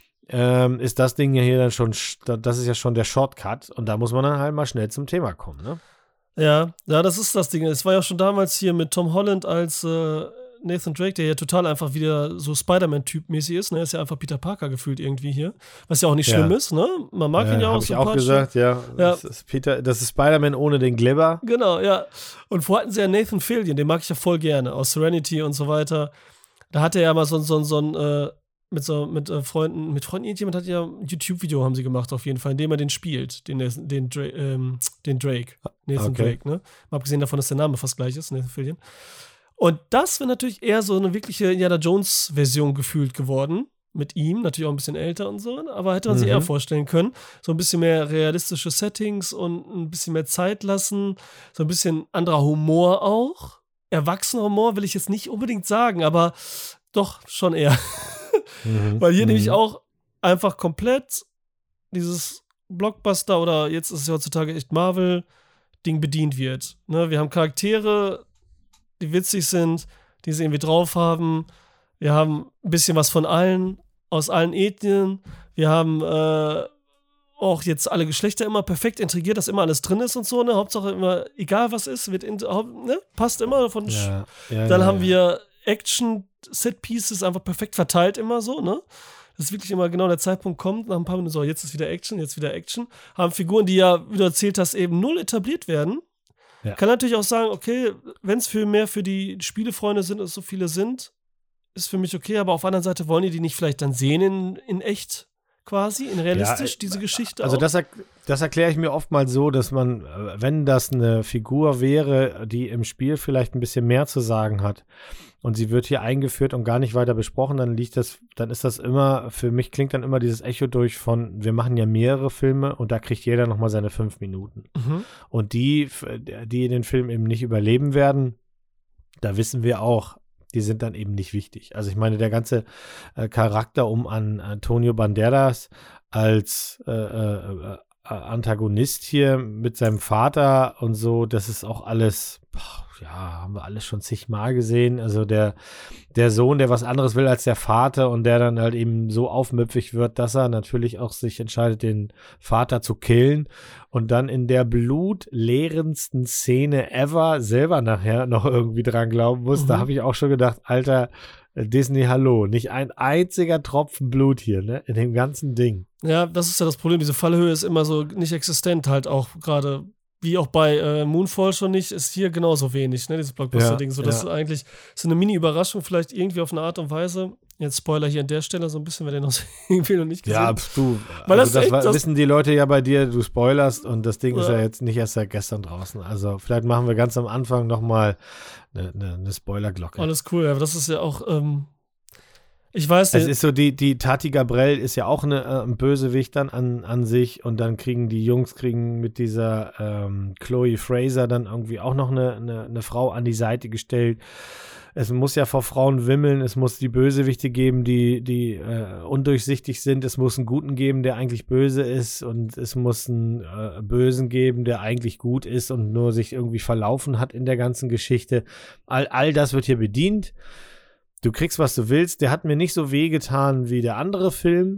ähm, ist das Ding ja hier dann schon, das ist ja schon der Shortcut und da muss man dann halt mal schnell zum Thema kommen, ne? Ja, ja, das ist das Ding. Es war ja schon damals hier mit Tom Holland als äh, Nathan Drake, der ja total einfach wieder so Spider-Man-Typ-mäßig ist. Ne? Er ist ja einfach Peter Parker gefühlt irgendwie hier. Was ja auch nicht Ja. schlimm ist, ne? Man mag ihn ja auch Hab ich auch sympathisch. gesagt, ja. Ja. Das ist Peter, das ist Spider-Man ohne den Glibber. Genau, ja. Und vorher hatten sie ja Nathan Fillion, den mag ich ja voll gerne, aus Serenity und so weiter. Da hatte er ja mal so, so, so ein, äh, mit so, mit äh, Freunden, mit Freunden, irgendjemand hat ja ein YouTube-Video haben sie gemacht auf jeden Fall, in dem er den spielt, den, den, Dra ähm, den Drake, Nathan Okay. Drake, ne? Mal abgesehen davon, dass der Name fast gleich ist, Nathan Fillion. Und das wäre natürlich eher so eine wirkliche Indiana Jones-Version gefühlt geworden. Mit ihm, natürlich auch ein bisschen älter und so, aber hätte man sich Mhm. eher vorstellen können. So ein bisschen mehr realistische Settings und ein bisschen mehr Zeit lassen. So ein bisschen anderer Humor auch. Erwachsener Humor will ich jetzt nicht unbedingt sagen, aber doch schon eher. Mhm. Weil hier Mhm. nämlich auch einfach komplett dieses Blockbuster oder jetzt ist es ja heutzutage echt Marvel-Ding bedient wird. Ne? Wir haben Charaktere, die witzig sind, die sie irgendwie drauf haben. Wir haben ein bisschen was von allen, aus allen Ethnien. Wir haben äh, auch jetzt alle Geschlechter immer perfekt integriert, dass immer alles drin ist und so. Ne? Hauptsache immer, egal was ist, wird in, ne? Passt immer. Von Ja, ja, Dann ja, haben ja. wir Action-Set-Pieces einfach perfekt verteilt immer so, ne? Das ist wirklich immer genau der Zeitpunkt kommt, nach ein paar Minuten so, jetzt ist wieder Action, jetzt wieder Action. Haben Figuren, die ja, wie du erzählt hast, eben null etabliert werden. Ja. Kann natürlich auch sagen, okay, wenn es für mehr für die Spielefreunde sind, es so viele sind, ist für mich okay, aber auf der anderen Seite wollen die die nicht vielleicht dann sehen in, in echt quasi, in realistisch, ja, diese Geschichte Also auch? das, er, das erkläre ich mir oft mal so, dass man, wenn das eine Figur wäre, die im Spiel vielleicht ein bisschen mehr zu sagen hat und sie wird hier eingeführt und gar nicht weiter besprochen, dann liegt das, dann ist das immer, für mich klingt dann immer dieses Echo durch von, wir machen ja mehrere Filme und da kriegt jeder nochmal seine fünf Minuten. Mhm. Und die, die in den Film eben nicht überleben werden, da wissen wir auch, die sind dann eben nicht wichtig. Also ich meine, der ganze äh, Charakter um an Antonio Banderas als äh, äh, Antagonist hier mit seinem Vater und so, das ist auch alles, boah, ja, haben wir alles schon zigmal gesehen. Also der, der Sohn, der was anderes will als der Vater und der dann halt eben so aufmüpfig wird, dass er natürlich auch sich entscheidet, den Vater zu killen und dann in der blutleerendsten Szene ever selber nachher noch irgendwie dran glauben muss. Mhm. Da habe ich auch schon gedacht, Alter, Disney, hallo, nicht ein einziger Tropfen Blut hier, ne, in dem ganzen Ding. Ja, das ist ja das Problem, diese Fallhöhe ist immer so nicht existent, halt auch gerade, wie auch bei äh, Moonfall schon nicht, ist hier genauso wenig, ne, dieses Blockbuster-Ding, so, das ja. ist eigentlich so eine Mini-Überraschung, vielleicht irgendwie auf eine Art und Weise, jetzt Spoiler hier an der Stelle so ein bisschen, wer den noch sehen will und nicht gesehen. Ja, du, Weil also das, das, echt, das wissen die Leute ja bei dir, du spoilerst und das Ding ja. ist ja jetzt nicht erst seit gestern draußen, also vielleicht machen wir ganz am Anfang nochmal eine, eine, eine Spoiler-Glocke. Alles cool, aber das ist ja auch, ähm, ich weiß nicht. Es ist so, die, die Tati Gabrell ist ja auch eine, äh, ein Bösewicht dann an, an sich und dann kriegen die Jungs, kriegen mit dieser ähm, Chloe Fraser dann irgendwie auch noch eine, eine, eine Frau an die Seite gestellt. Es muss ja vor Frauen wimmeln, es muss die Bösewichte geben, die, die äh, undurchsichtig sind, es muss einen Guten geben, der eigentlich böse ist und es muss einen äh, Bösen geben, der eigentlich gut ist und nur sich irgendwie verlaufen hat in der ganzen Geschichte. All, all das wird hier bedient. Du kriegst, was du willst. Der hat mir nicht so wehgetan wie der andere Film,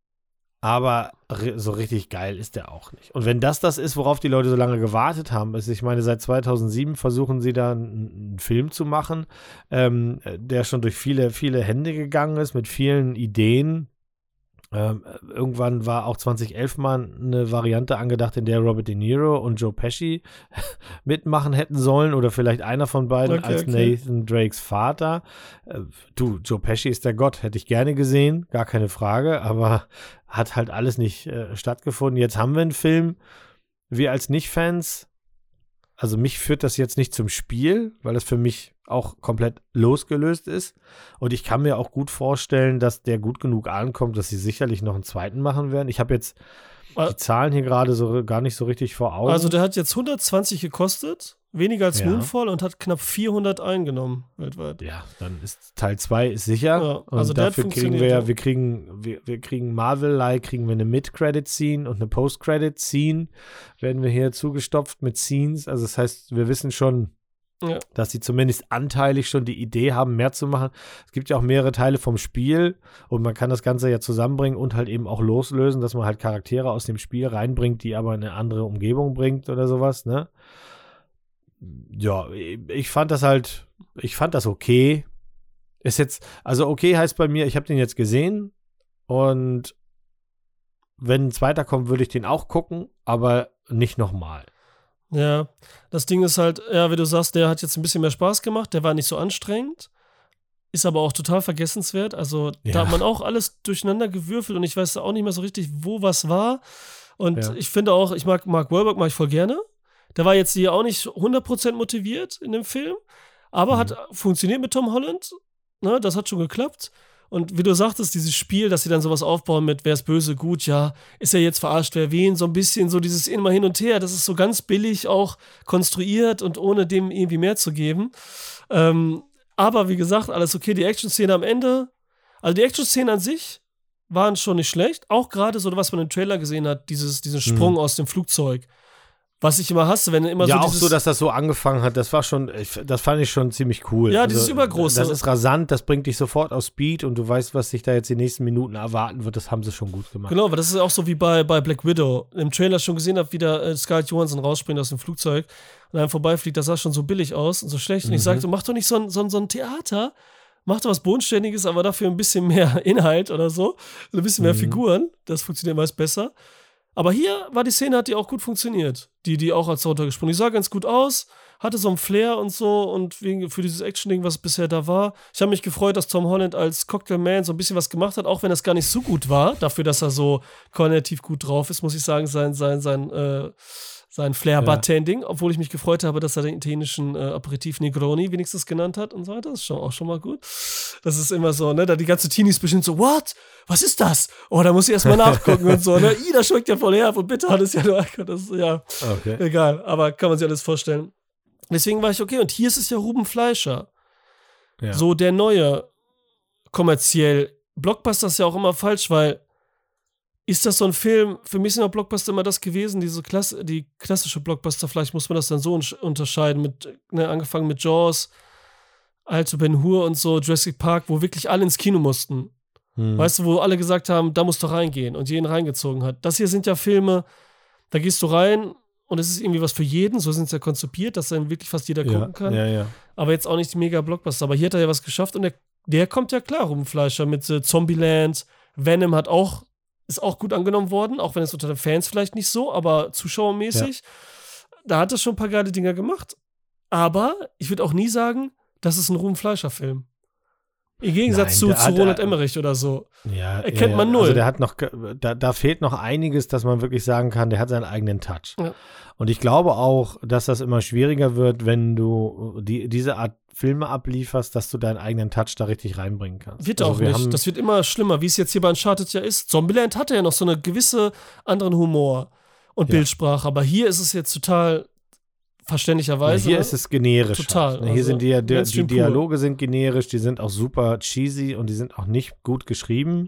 aber so richtig geil ist der auch nicht. Und wenn das das ist, worauf die Leute so lange gewartet haben, ist, ich meine, seit zweitausendsieben versuchen sie da einen, einen Film zu machen, ähm, der schon durch viele, viele Hände gegangen ist, mit vielen Ideen. Ähm, irgendwann war auch zweitausendelf mal eine Variante angedacht, in der Robert De Niro und Joe Pesci mitmachen hätten sollen oder vielleicht einer von beiden okay, als okay. Nathan Drakes Vater. Äh, du, Joe Pesci ist der Gott, hätte ich gerne gesehen, gar keine Frage, aber hat halt alles nicht äh, stattgefunden. Jetzt haben wir einen Film, wir als Nicht-Fans, also mich führt das jetzt nicht zum Spiel, weil das für mich auch komplett losgelöst ist. Und ich kann mir auch gut vorstellen, dass der gut genug ankommt, dass sie sicherlich noch einen zweiten machen werden. Ich habe jetzt die Zahlen hier gerade so gar nicht so richtig vor Augen. Also der hat jetzt hundertzwanzig gekostet, weniger als ja. Moonfall und hat knapp vierhundert eingenommen weltweit. Ja, dann ist Teil zwei ist sicher. Ja, also und der dafür kriegen wir ja, wir kriegen, wir, wir kriegen Marvel-like, kriegen wir eine Mid-Credit-Scene und eine Post-Credit-Scene, werden wir hier zugestopft mit Scenes. Also das heißt, wir wissen schon, ja. dass sie zumindest anteilig schon die Idee haben, mehr zu machen. Es gibt ja auch mehrere Teile vom Spiel und man kann das Ganze ja zusammenbringen und halt eben auch loslösen, dass man halt Charaktere aus dem Spiel reinbringt, die aber in eine andere Umgebung bringt oder sowas, ne? Ja, ich fand das halt, ich fand das okay. Ist jetzt, also okay heißt bei mir, ich habe den jetzt gesehen und wenn ein zweiter kommt, würde ich den auch gucken, aber nicht nochmal. Ja, das Ding ist halt, ja, wie du sagst, der hat jetzt ein bisschen mehr Spaß gemacht, der war nicht so anstrengend, ist aber auch total vergessenswert, also ja. da hat man auch alles durcheinander gewürfelt und ich weiß auch nicht mehr so richtig, wo was war und ja. ich finde auch, ich mag Mark Wahlberg, mag ich voll gerne, der war jetzt hier auch nicht hundert Prozent motiviert in dem Film, aber mhm. hat funktioniert mit Tom Holland, ne, das hat schon geklappt. Und wie du sagtest, dieses Spiel, dass sie dann sowas aufbauen mit, wer ist böse, gut, ja, ist ja jetzt verarscht, wer wen, so ein bisschen so dieses immer hin und her, das ist so ganz billig auch konstruiert und ohne dem irgendwie mehr zu geben. Ähm, aber wie gesagt, alles okay, die Action-Szene am Ende, also die Action-Szene an sich waren schon nicht schlecht, auch gerade so, was man im Trailer gesehen hat, dieses, diesen Sprung mhm. aus dem Flugzeug. Was ich immer hasse, wenn immer ja, so auch dieses so, dass das so angefangen hat, das war schon, das fand ich schon ziemlich cool. Ja, also, dieses Übergroße. Das ist rasant, das bringt dich sofort auf Speed und du weißt, was sich da jetzt die nächsten Minuten erwarten wird, das haben sie schon gut gemacht. Genau, aber das ist auch so wie bei, bei Black Widow. Im Trailer schon gesehen habe, wie da äh, Scarlett Johansson rausspringt aus dem Flugzeug und einem vorbeifliegt, das sah schon so billig aus und so schlecht. Und mhm. ich sagte, mach doch nicht so ein, so, ein, so ein Theater, mach doch was Bodenständiges, aber dafür ein bisschen mehr Inhalt oder so, ein bisschen mehr mhm. Figuren, das funktioniert meist besser. Aber hier war die Szene, hat die auch gut funktioniert. Die, die auch als runtergesprungen. Die sah ganz gut aus, hatte so einen Flair und so und wegen, für dieses Action-Ding, was bisher da war. Ich habe mich gefreut, dass Tom Holland als Cocktailman so ein bisschen was gemacht hat, auch wenn das gar nicht so gut war. Dafür, dass er so koordinativ gut drauf ist, muss ich sagen, sein, sein, sein, äh, sein Flair-Bartending. Obwohl ich mich gefreut habe, dass er den italienischen äh, Aperitif Negroni wenigstens genannt hat und so weiter. Das ist schon, auch schon mal gut. Das ist immer so, ne, da die ganze Teenies bestimmt so, what? Was ist das? Oh, da muss ich erstmal nachgucken und so, ne? I, das schmeckt ja voll herb und bitte hat es ja nur, das ist, ja, okay. Egal. Aber kann man sich alles vorstellen. Deswegen war ich okay. Und hier ist es ja Ruben Fleischer. Ja. So der neue kommerziell. Blockbuster ist ja auch immer falsch, weil ist das so ein Film, für mich sind auch Blockbuster immer das gewesen, diese Klasse, die klassische Blockbuster, vielleicht muss man das dann so un- unterscheiden, mit, ne, angefangen mit Jaws, Alte Ben Hur und so, Jurassic Park, wo wirklich alle ins Kino mussten. Hm. Weißt du, wo alle gesagt haben, da musst du reingehen und jeden reingezogen hat. Das hier sind ja Filme, da gehst du rein und es ist irgendwie was für jeden, so sind es ja konzipiert, dass dann wirklich fast jeder ja, gucken kann. Ja, ja. Aber jetzt auch nicht die mega Blockbuster. Aber hier hat er ja was geschafft und der, der kommt ja klar, Ruben Fleischer, mit äh, Zombieland. Venom hat auch, ist auch gut angenommen worden, auch wenn es unter den Fans vielleicht nicht so, aber zuschauermäßig. Ja. Da hat er schon ein paar geile Dinger gemacht. Aber ich würde auch nie sagen, das ist ein Ruben Fleischer-Film. Im Gegensatz Nein, zu, zu hat, Roland Emmerich oder so. Ja, Erkennt ja, man null. Also der hat noch, da, da fehlt noch einiges, dass man wirklich sagen kann, der hat seinen eigenen Touch. Ja. Und ich glaube auch, dass das immer schwieriger wird, wenn du die, diese Art Filme ablieferst, dass du deinen eigenen Touch da richtig reinbringen kannst. Wird also auch wir nicht. Haben, das wird immer schlimmer, wie es jetzt hier bei Uncharted ja ist. Zombieland hatte ja noch so eine gewisse anderen Humor und Ja. Bildsprache, aber hier ist es jetzt total verständlicherweise. hier ist es generisch. Total. Halt. Hier Also sind die, die, die Mainstream pur. Dialoge sind generisch, die sind auch super cheesy und die sind auch nicht gut geschrieben.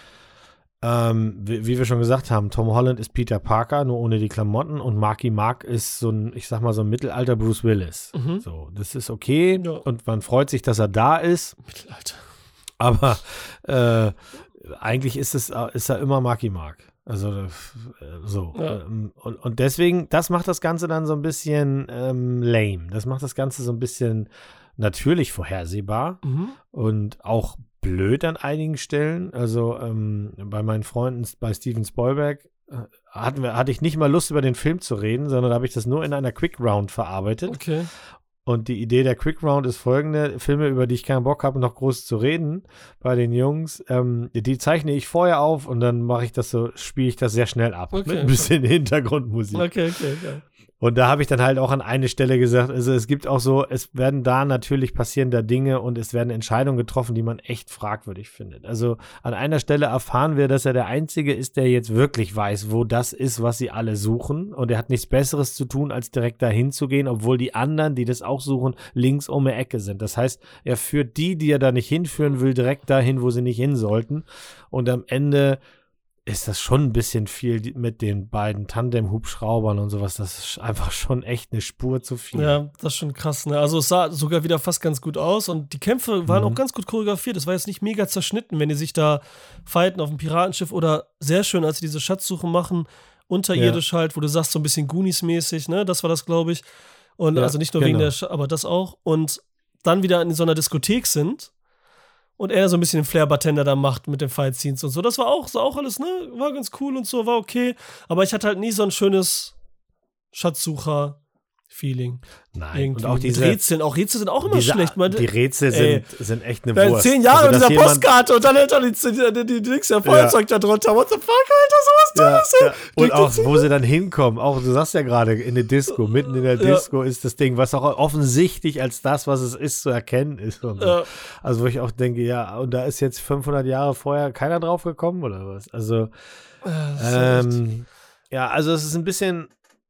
Ähm, wie, wie wir schon gesagt haben, Tom Holland ist Peter Parker, nur ohne die Klamotten, und Marky Mark ist so ein, ich sag mal, so ein Mittelalter Bruce Willis. Mhm. So, das ist okay Ja. und man freut sich, dass er da ist, Mittelalter. aber äh, eigentlich ist es ist er immer Marky Mark. Also äh, so. Ja. Ähm, und, und deswegen, das macht das Ganze dann so ein bisschen ähm, lame. Das macht das Ganze so ein bisschen natürlich vorhersehbar Mhm. und auch blöd an einigen Stellen. Also ähm, bei meinen Freunden, bei Steven Spielberg, äh, hatten wir, hatte ich nicht mal Lust, über den Film zu reden, sondern da habe ich das nur in einer Quick Round verarbeitet. Okay. Und die Idee der Quick Round ist folgende: Filme, über die ich keinen Bock habe, noch groß zu reden bei den Jungs, ähm, die zeichne ich vorher auf und dann mache ich das so, spiele ich das sehr schnell ab. Okay. Mit ein bisschen Hintergrundmusik. Okay, okay, okay. Und da habe ich dann halt auch an eine Stelle gesagt, also es gibt auch so, es werden da natürlich passieren da Dinge und es werden Entscheidungen getroffen, die man echt fragwürdig findet. Also an einer Stelle erfahren wir, dass er der Einzige ist, der jetzt wirklich weiß, wo das ist, was sie alle suchen. Und er hat nichts Besseres zu tun, als direkt dahin zu gehen, obwohl die anderen, die das auch suchen, links um die Ecke sind. Das heißt, er führt die, die er da nicht hinführen will, direkt dahin, wo sie nicht hin sollten. Und am Ende ist das schon ein bisschen viel mit den beiden Tandem-Hubschraubern und sowas. Das ist einfach schon echt eine Spur zu viel. Ja, das ist schon krass, ne? Also es sah sogar wieder fast ganz gut aus und die Kämpfe waren Mhm. auch ganz gut choreografiert. Es war jetzt nicht mega zerschnitten, wenn die sich da fighten auf dem Piratenschiff oder sehr schön, als sie diese Schatzsuche machen, unterirdisch halt, wo du sagst, so ein bisschen Goonies-mäßig, ne? Das war das, glaube ich. Und Ja, also nicht nur wegen genau. der, Sch- aber das auch. Und dann wieder in so einer Diskothek sind und er so ein bisschen den Flair-Bartender da macht mit den Fight-Scenes und so. Das war auch, so auch alles, ne? War ganz cool und so, war okay. Aber ich hatte halt nie so ein schönes Schatzsucher-Feeling. Nein, Irgendwie. und auch diese Mit Rätseln, auch Rätsel sind auch immer diese, schlecht. Man, die Rätsel ey, sind, sind echt eine da Wurst. zehn Jahre Also, mit dass dieser jemand- Postkarte und dann hält er die, die, die, die Dings, der Feuerzeug da drunter. What the fuck, Alter, sowas Ja, Tolles, ey. ja. Und Liegt auch, jetzt- wo sie dann hinkommen, auch du sagst ja gerade, in der Disco, mitten in der Ja. Disco ist das Ding, was auch offensichtlich als das, was es ist, zu erkennen ist. Und so. Ja. Also wo ich auch denke, ja, und da ist jetzt fünfhundert Jahre vorher keiner drauf gekommen oder was? Also, Das ist echt- ähm, ja, also es ist ein bisschen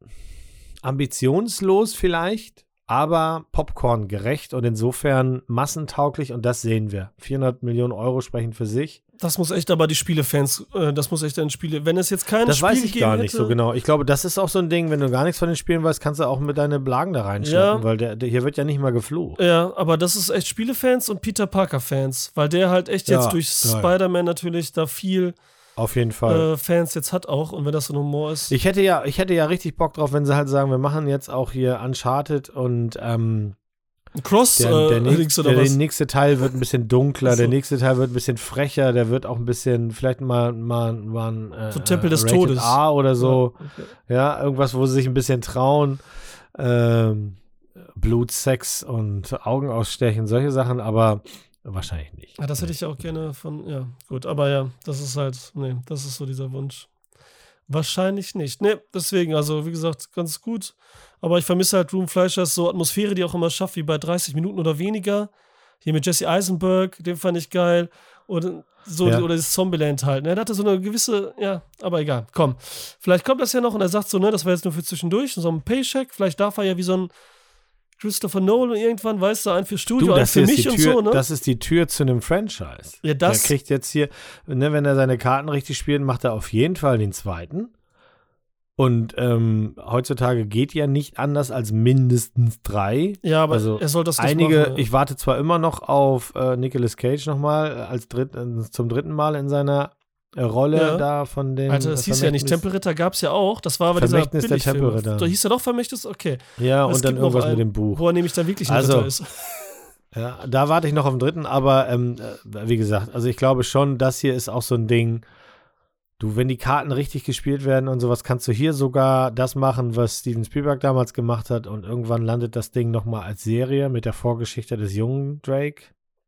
ambitionslos vielleicht, aber Popcorn-gerecht und insofern massentauglich, und das sehen wir. vierhundert Millionen Euro sprechen für sich. Das muss echt aber die Spielefans, äh, das muss echt ein Spiele, wenn es jetzt kein Das Spiel weiß ich gar gegeben nicht hätte, so genau. Ich glaube, das ist auch so ein Ding, wenn du gar nichts von den Spielen weißt, kannst du auch mit deinen Blagen da reinschleppen, Ja. weil der, der hier wird ja nicht mal geflucht. Ja, aber das ist echt Spielefans und Peter Parker-Fans, weil der halt echt Ja, jetzt durch ja. Spider-Man natürlich da viel Auf jeden Fall. äh, Fans jetzt hat auch und wenn das so ein Humor ist. Ich hätte ja, ich hätte ja richtig Bock drauf, wenn sie halt sagen, wir machen jetzt auch hier Uncharted und ähm, Ein Cross, der, äh, der, nächst, links oder der, was? der nächste Teil wird ein bisschen dunkler, So. der nächste Teil wird ein bisschen frecher, der wird auch ein bisschen, vielleicht mal, mal, mal ein äh, So Tempel des Rated Todes. A oder so. Ja, okay. Ja, irgendwas, wo sie sich ein bisschen trauen. Ähm, Blut, Sex und Augen ausstechen, solche Sachen, aber wahrscheinlich nicht. Ja, das hätte ich auch gerne von, ja, gut, aber ja, das ist halt, nee, das ist so dieser Wunsch. Wahrscheinlich nicht. Nee, deswegen, also wie gesagt, ganz gut. Aber ich vermisse halt Room Fleischers so Atmosphäre, die auch immer schafft, wie bei dreißig Minuten oder weniger. Hier mit Jesse Eisenberg, den fand ich geil. Oder so, Ja. oder das Zombieland halt. Ne? Der hatte so eine gewisse, ja, aber egal, komm. Vielleicht kommt das ja noch und er sagt so, ne, das war jetzt nur für zwischendurch, so ein Paycheck. Vielleicht darf er ja wie so ein Christopher Nolan irgendwann, weißt du, ein für Studio, Du, ein das für hier ist mich die und Tür, so, ne? das ist die Tür zu einem Franchise. Ja, das- Der kriegt jetzt hier, ne, wenn er seine Karten richtig spielt, macht er auf jeden Fall den zweiten. Und ähm, heutzutage geht ja nicht anders als mindestens drei. Ja, aber also er soll das nicht einige, machen. Ja. ich warte zwar immer noch auf äh, Nicolas Cage nochmal als dritt, äh, zum dritten Mal in seiner äh, Rolle Ja. da von den Alter, das hieß ja nicht, Vermächtnis- Tempelritter gab es ja auch. Das war aber dieser Vermächtnis der Billigfilm. Tempelritter. Da hieß er doch Vermächtnis, okay. Ja, Aber es und dann gibt noch irgendwas einen, mit dem Buch. Wo er nämlich dann wirklich ein Also, Ritter ist. Ja, da warte ich noch auf den dritten, aber ähm, äh, wie gesagt, also ich glaube schon, das hier ist auch so ein Ding, du, wenn die Karten richtig gespielt werden und sowas, kannst du hier sogar das machen, was Steven Spielberg damals gemacht hat und irgendwann landet das Ding nochmal als Serie mit der Vorgeschichte des jungen Drake.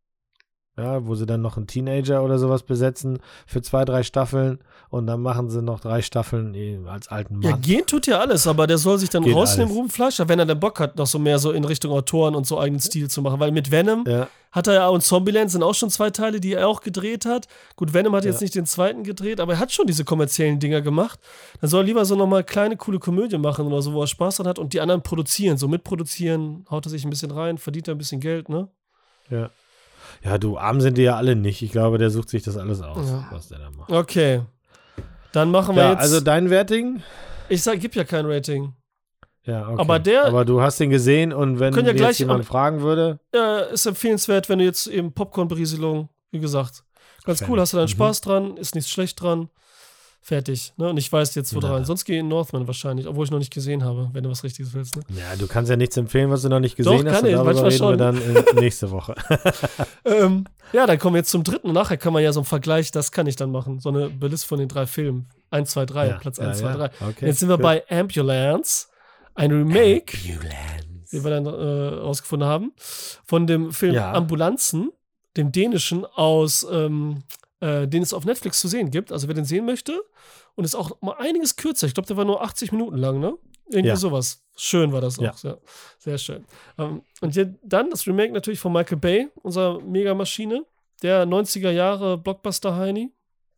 Ja, wo sie dann noch einen Teenager oder sowas besetzen für zwei, drei Staffeln und dann machen sie noch drei Staffeln eben als alten Mann. Ja, gehen tut ja alles, aber der soll sich dann Geht rausnehmen, alles. Ruben Fleischer, wenn er dann Bock hat, noch so mehr so in Richtung Autoren und so eigenen Stil zu machen. Weil mit Venom Ja, hat er ja, und Zombieland sind auch schon zwei Teile, die er auch gedreht hat. Gut, Venom hat jetzt Ja. nicht den zweiten gedreht, aber er hat schon diese kommerziellen Dinger gemacht. Dann soll er lieber so nochmal kleine, coole Komödie machen oder so, wo er Spaß dran hat und die anderen produzieren, so mitproduzieren, haut er sich ein bisschen rein, verdient er ein bisschen Geld, ne? ja. Ja, du, arm sind die ja alle nicht. Ich glaube, der sucht sich das alles aus, Ja. was der da macht. Okay. Dann machen wir Ja, jetzt. also dein Werting? ich sag, gib ja kein Rating. Ja, okay. Aber der- Aber du hast den gesehen und wenn Können ja jetzt gleich jemand am- fragen würde, Ja, ist empfehlenswert, wenn du jetzt eben Popcorn-Berieselung, wie gesagt, ganz Fan. cool, hast du deinen Mhm. Spaß dran, ist nichts schlecht dran. Fertig. Ne? Und ich weiß jetzt, wo Na. rein. Sonst gehe ich in Northman wahrscheinlich, obwohl ich noch nicht gesehen habe, wenn du was Richtiges willst. Ne? ja, du kannst ja nichts empfehlen, was du noch nicht gesehen Doch, hast. kann und ich, darüber manchmal reden wir schon. dann in, nächste Woche. Ähm, ja, dann kommen wir jetzt zum dritten. Und nachher kann man ja so einen Vergleich, das kann ich dann machen. So eine Belist von den drei Filmen. eins, zwei, drei, Ja, Platz ja, eins, zwei, ja. drei. Okay, Jetzt sind wir gut. bei Ambulance, ein Remake, Ambulance. den wir dann äh, rausgefunden haben, von dem Film Ja. Ambulanzen, dem dänischen aus, ähm, äh, den es auf Netflix zu sehen gibt. Also wer den sehen möchte. Und ist auch mal einiges kürzer. Ich glaube, der war nur achtzig Minuten lang, ne? Irgendwie Ja. sowas. Schön war das auch. Ja. Ja. Sehr schön. Ähm, und hier, dann das Remake natürlich von Michael Bay, unserer Megamaschine, der neunziger Jahre Blockbuster-Heini.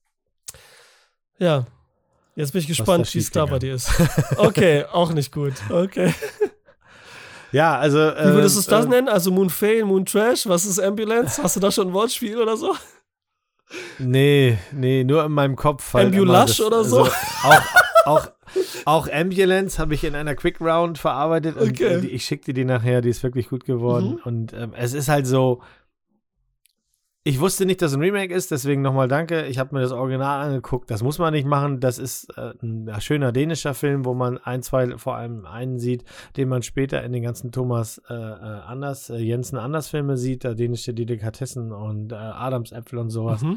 Ja. Jetzt bin ich gespannt, da wie es da bei schiefgegangen? dir ist. Okay, auch nicht gut. Okay. Ja, also. Wie würdest du es das ähm, nennen? Also Moon Fail, Moon Trash? Was ist Ambulance? Hast du da schon ein Wortspiel oder so? Nee, nee, nur in meinem Kopf. Halt Ambulash immer das- oder so? Also, auch, auch, auch Ambulance habe ich in einer Quick Round verarbeitet. Und Okay. äh, die, ich schicke dir die nachher, die ist wirklich gut geworden. Mhm. Und ähm, es ist halt so. Ich wusste nicht, dass es ein Remake ist, deswegen nochmal danke. Ich habe mir das Original angeguckt. Das muss man nicht machen. Das ist äh, ein ja, schöner dänischer Film, wo man ein, zwei, vor allem einen sieht, den man später in den ganzen Thomas äh, äh, Anders, äh, Jensen Anders Filme sieht, äh, dänische Delikatessen und äh, Adamsäpfel und sowas. Mhm.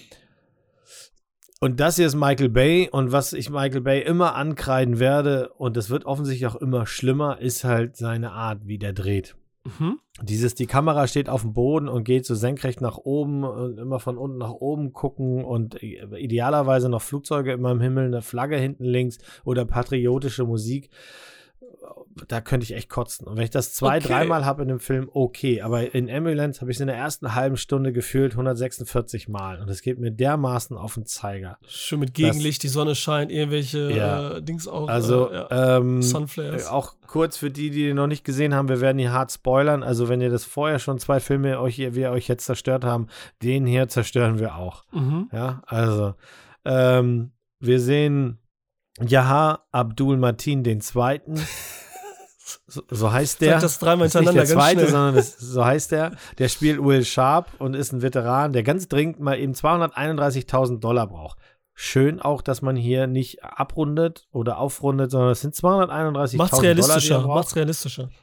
Und das hier ist Michael Bay und was ich Michael Bay immer ankreiden werde, und das wird offensichtlich auch immer schlimmer, ist halt seine Art, wie der dreht. Mhm. Dieses, die Kamera steht auf dem Boden und geht so senkrecht nach oben und immer von unten nach oben gucken und idealerweise noch Flugzeuge immer im Himmel, eine Flagge hinten links oder patriotische Musik. Da könnte ich echt kotzen. Und wenn ich das zwei, Okay. dreimal habe in dem Film, okay. Aber in Ambulance habe ich es in der ersten halben Stunde gefühlt hundertsechsundvierzig Mal. Und es geht mir dermaßen auf den Zeiger. Schön mit Gegenlicht, die Sonne scheint, irgendwelche Ja. äh, Dings auch. Also, äh, ja. ähm, Sunflares. auch kurz für die, die den noch nicht gesehen haben, wir werden hier hart spoilern. Also, wenn ihr das vorher schon zwei Filme euch, wir euch jetzt zerstört haben, den hier zerstören wir auch. Mhm. Ja, also, ähm, wir sehen Yahya Abdul Mateen den Zweiten. So, so heißt der. Sag das dreimal ist nicht hintereinander, der ganz Zweite, schnell. sondern das, so heißt der. Der spielt Will Sharp und ist ein Veteran, der ganz dringend mal eben zweihunderteinunddreißigtausend Dollar braucht. Schön auch, dass man hier nicht abrundet oder aufrundet, sondern es sind zweihunderteinunddreißigtausend Macht's Dollar, die er realistischer. braucht. Macht's realistischer.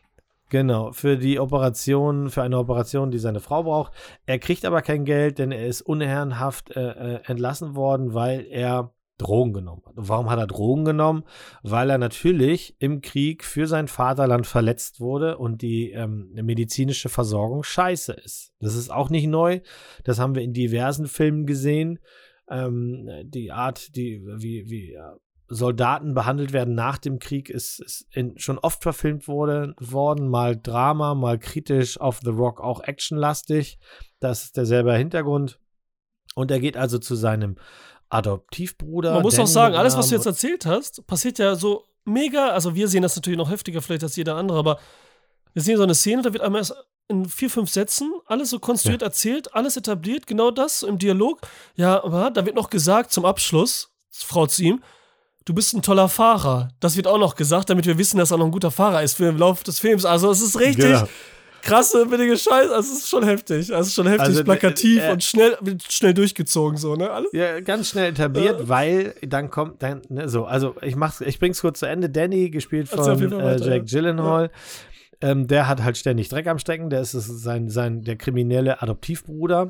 Genau, für die Operation, für eine Operation, die seine Frau braucht. Er kriegt aber kein Geld, denn er ist unehrenhaft äh, äh, entlassen worden, weil er Drogen genommen hat. Und warum hat er Drogen genommen? Weil er natürlich im Krieg für sein Vaterland verletzt wurde und die ähm, medizinische Versorgung scheiße ist. Das ist auch nicht neu. Das haben wir in diversen Filmen gesehen. Ähm, die Art, die, wie, wie ja, Soldaten behandelt werden nach dem Krieg, ist, ist in, schon oft verfilmt wurde, worden. Mal Drama, mal kritisch, auf The Rock auch actionlastig. Das ist derselbe Hintergrund. Und er geht also zu seinem Adoptivbruder. Man muss Danny auch sagen, alles, Namen. was du jetzt erzählt hast, passiert ja so mega, also wir sehen das natürlich noch heftiger vielleicht als jeder andere, aber wir sehen so eine Szene, da wird einmal erst in vier, fünf Sätzen alles so konstruiert Ja. erzählt, alles etabliert, genau das im Dialog. Ja, aber da wird noch gesagt zum Abschluss, Frau zu ihm, du bist ein toller Fahrer. Das wird auch noch gesagt, damit wir wissen, dass er noch ein guter Fahrer ist für den Lauf des Films. Also es ist richtig Genau. krasse, billige Scheiße. Also es ist schon heftig. Also es ist schon heftig, Also, plakativ äh, äh, und schnell, wird schnell durchgezogen, so, ne? Alles. Ja, ganz schnell etabliert, äh. weil dann kommt dann, ne, so, also ich mach's, ich bring's kurz zu Ende. Danny, gespielt von äh, weiter, Jake ja. Gyllenhaal, ja. ähm, der hat halt ständig Dreck am Stecken, der ist sein, sein, der kriminelle Adoptivbruder.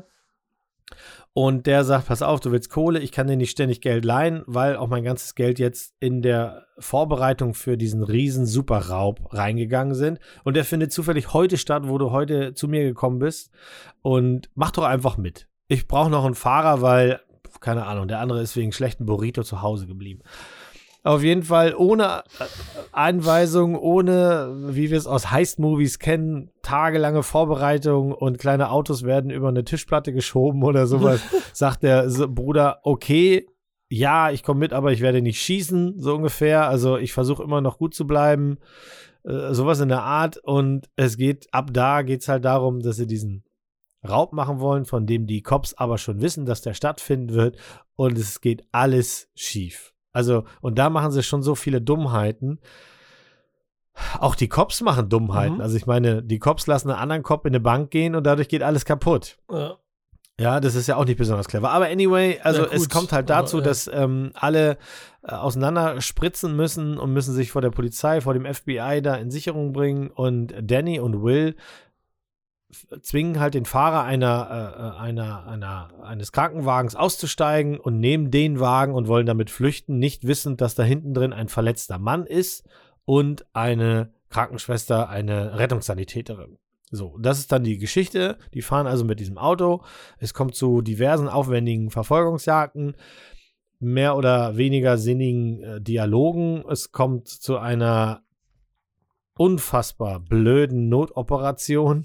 Und der sagt, pass auf, du willst Kohle, ich kann dir nicht ständig Geld leihen, weil auch mein ganzes Geld jetzt in der Vorbereitung für diesen riesen Superraub reingegangen sind. Und der findet zufällig heute statt, wo du heute zu mir gekommen bist. Und mach doch einfach mit. Ich brauche noch einen Fahrer, weil, keine Ahnung, der andere ist wegen schlechten Burrito zu Hause geblieben. Auf jeden Fall ohne Einweisung, ohne, wie wir es aus Heist-Movies kennen, tagelange Vorbereitung und kleine Autos werden über eine Tischplatte geschoben oder sowas, sagt der Bruder, okay, ja, ich komme mit, aber ich werde nicht schießen, so ungefähr. Also ich versuche immer noch gut zu bleiben, äh, sowas in der Art. Und es geht, ab da geht es halt darum, dass sie diesen Raub machen wollen, von dem die Cops aber schon wissen, dass der stattfinden wird. Und es geht alles schief. Also, und da machen sie schon so viele Dummheiten. Auch die Cops machen Dummheiten. Mhm. Also ich meine, die Cops lassen einen anderen Cop in eine Bank gehen und dadurch geht alles kaputt. Ja. Ja, das ist ja auch nicht besonders clever. Aber anyway, also ja, es kommt halt dazu, aber, ja. dass ähm, alle äh, auseinander spritzen müssen und müssen sich vor der Polizei, vor dem F B I da in Sicherung bringen. Und Danny und Will zwingen halt den Fahrer einer, äh, einer, einer, eines Krankenwagens auszusteigen und nehmen den Wagen und wollen damit flüchten, nicht wissend, dass da hinten drin ein verletzter Mann ist und eine Krankenschwester, eine Rettungssanitäterin. So, das ist dann die Geschichte. Die fahren also mit diesem Auto. Es kommt zu diversen aufwendigen Verfolgungsjagden, mehr oder weniger sinnigen äh, Dialogen. Es kommt zu einer unfassbar blöden Notoperation,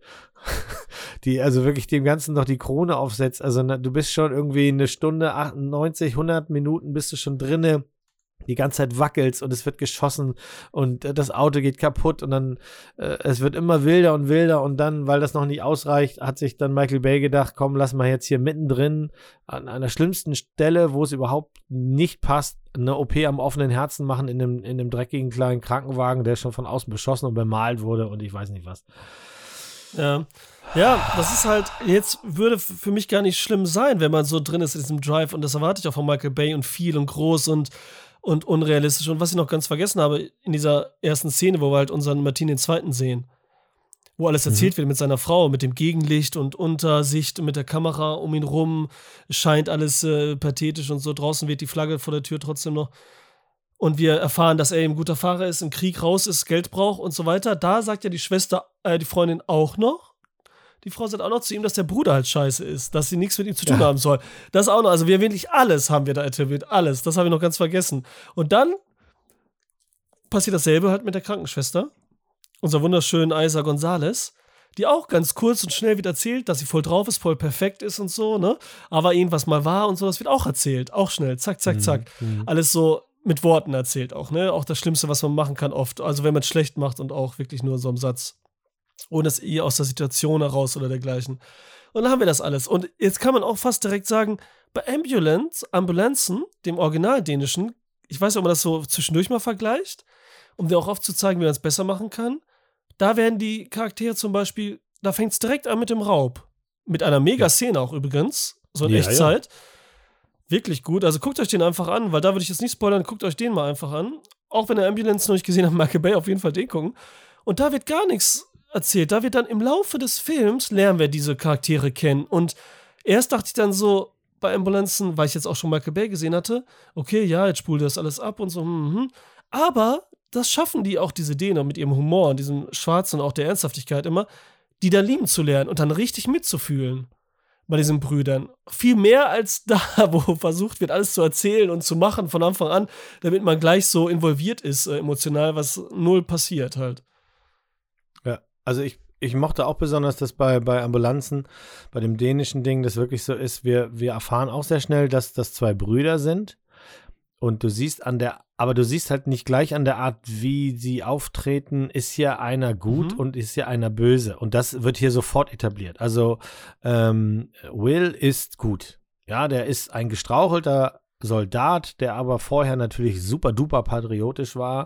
die also wirklich dem Ganzen noch die Krone aufsetzt. Also na, du bist schon irgendwie eine Stunde, achtundneunzig, hundert Minuten bist du schon drinne, die ganze Zeit wackelst und es wird geschossen und äh, das Auto geht kaputt und dann äh, es wird immer wilder und wilder und dann, weil das noch nicht ausreicht, hat sich dann Michael Bay gedacht, komm, lass mal jetzt hier mittendrin an einer schlimmsten Stelle, wo es überhaupt nicht passt, eine O P am offenen Herzen machen in einem, in einem dreckigen kleinen Krankenwagen, der schon von außen beschossen und bemalt wurde und ich weiß nicht was. Ja. Ja, das ist halt, jetzt würde für mich gar nicht schlimm sein, wenn man so drin ist in diesem Drive und das erwarte ich auch von Michael Bay und viel und groß und, und unrealistisch. Und was ich noch ganz vergessen habe, in dieser ersten Szene, wo wir halt unseren Martin den Zweiten sehen, wo alles erzählt mhm. wird mit seiner Frau, mit dem Gegenlicht und Untersicht und mit der Kamera um ihn rum, scheint alles äh, pathetisch und so, draußen weht die Flagge vor der Tür trotzdem noch. Und wir erfahren, dass er eben ein guter Fahrer ist, im Krieg raus ist, Geld braucht und so weiter. Da sagt ja die Schwester, äh, die Freundin auch noch. Die Frau sagt auch noch zu ihm, dass der Bruder halt scheiße ist, dass sie nichts mit ihm zu tun ja. haben soll. Das auch noch. Also wir wirklich alles haben wir da etabliert. Alles. Das habe ich noch ganz vergessen. Und dann passiert dasselbe halt mit der Krankenschwester. Unser wunderschönen Isa Gonzalez, die auch ganz kurz und schnell wieder erzählt, dass sie voll drauf ist, voll perfekt ist und so, ne? Aber irgendwas mal war und so, das wird auch erzählt. Auch schnell. Zack, zack, zack. Mhm. Alles so mit Worten erzählt auch, ne? Auch das Schlimmste, was man machen kann oft. Also wenn man es schlecht macht und auch wirklich nur so im Satz. Ohne es eh aus der Situation heraus oder dergleichen. Und dann haben wir das alles. Und jetzt kann man auch fast direkt sagen, bei Ambulance, Ambulanzen, dem Original-Dänischen, ich weiß nicht, ob man das so zwischendurch mal vergleicht, um dir auch aufzuzeigen, wie man es besser machen kann, da werden die Charaktere zum Beispiel, da fängt es direkt an mit dem Raub. Mit einer Mega-Szene auch übrigens, so in ja, Echtzeit. Ja. Wirklich gut. Also guckt euch den einfach an, weil da würde ich jetzt nicht spoilern, guckt euch den mal einfach an. Auch wenn ihr Ambulance noch nicht gesehen habt, Michael Bay auf jeden Fall den gucken. Und da wird gar nichts erzählt. Da wird dann im Laufe des Films, lernen wir diese Charaktere kennen. Und erst dachte ich dann so, bei Ambulanzen, weil ich jetzt auch schon Michael Bay gesehen hatte, okay, ja, jetzt spult das alles ab und so, hm, hm. Aber das schaffen die auch, diese Däner mit ihrem Humor und diesem Schwarzen und auch der Ernsthaftigkeit immer, die dann lieben zu lernen und dann richtig mitzufühlen bei diesen Brüdern. Viel mehr als da, wo versucht wird, alles zu erzählen und zu machen von Anfang an, damit man gleich so involviert ist, äh, emotional, was null passiert halt. Ja, also ich, ich mochte auch besonders, dass bei, bei Ambulanzen, bei dem dänischen Ding, das wirklich so ist, wir, wir erfahren auch sehr schnell, dass das zwei Brüder sind. Und du siehst an der, aber du siehst halt nicht gleich an der Art, wie sie auftreten, ist hier einer gut mhm. und ist hier einer böse. Und das wird hier sofort etabliert. Also ähm, Will ist gut. Ja, der ist ein gestrauchelter Soldat, der aber vorher natürlich super duper patriotisch war.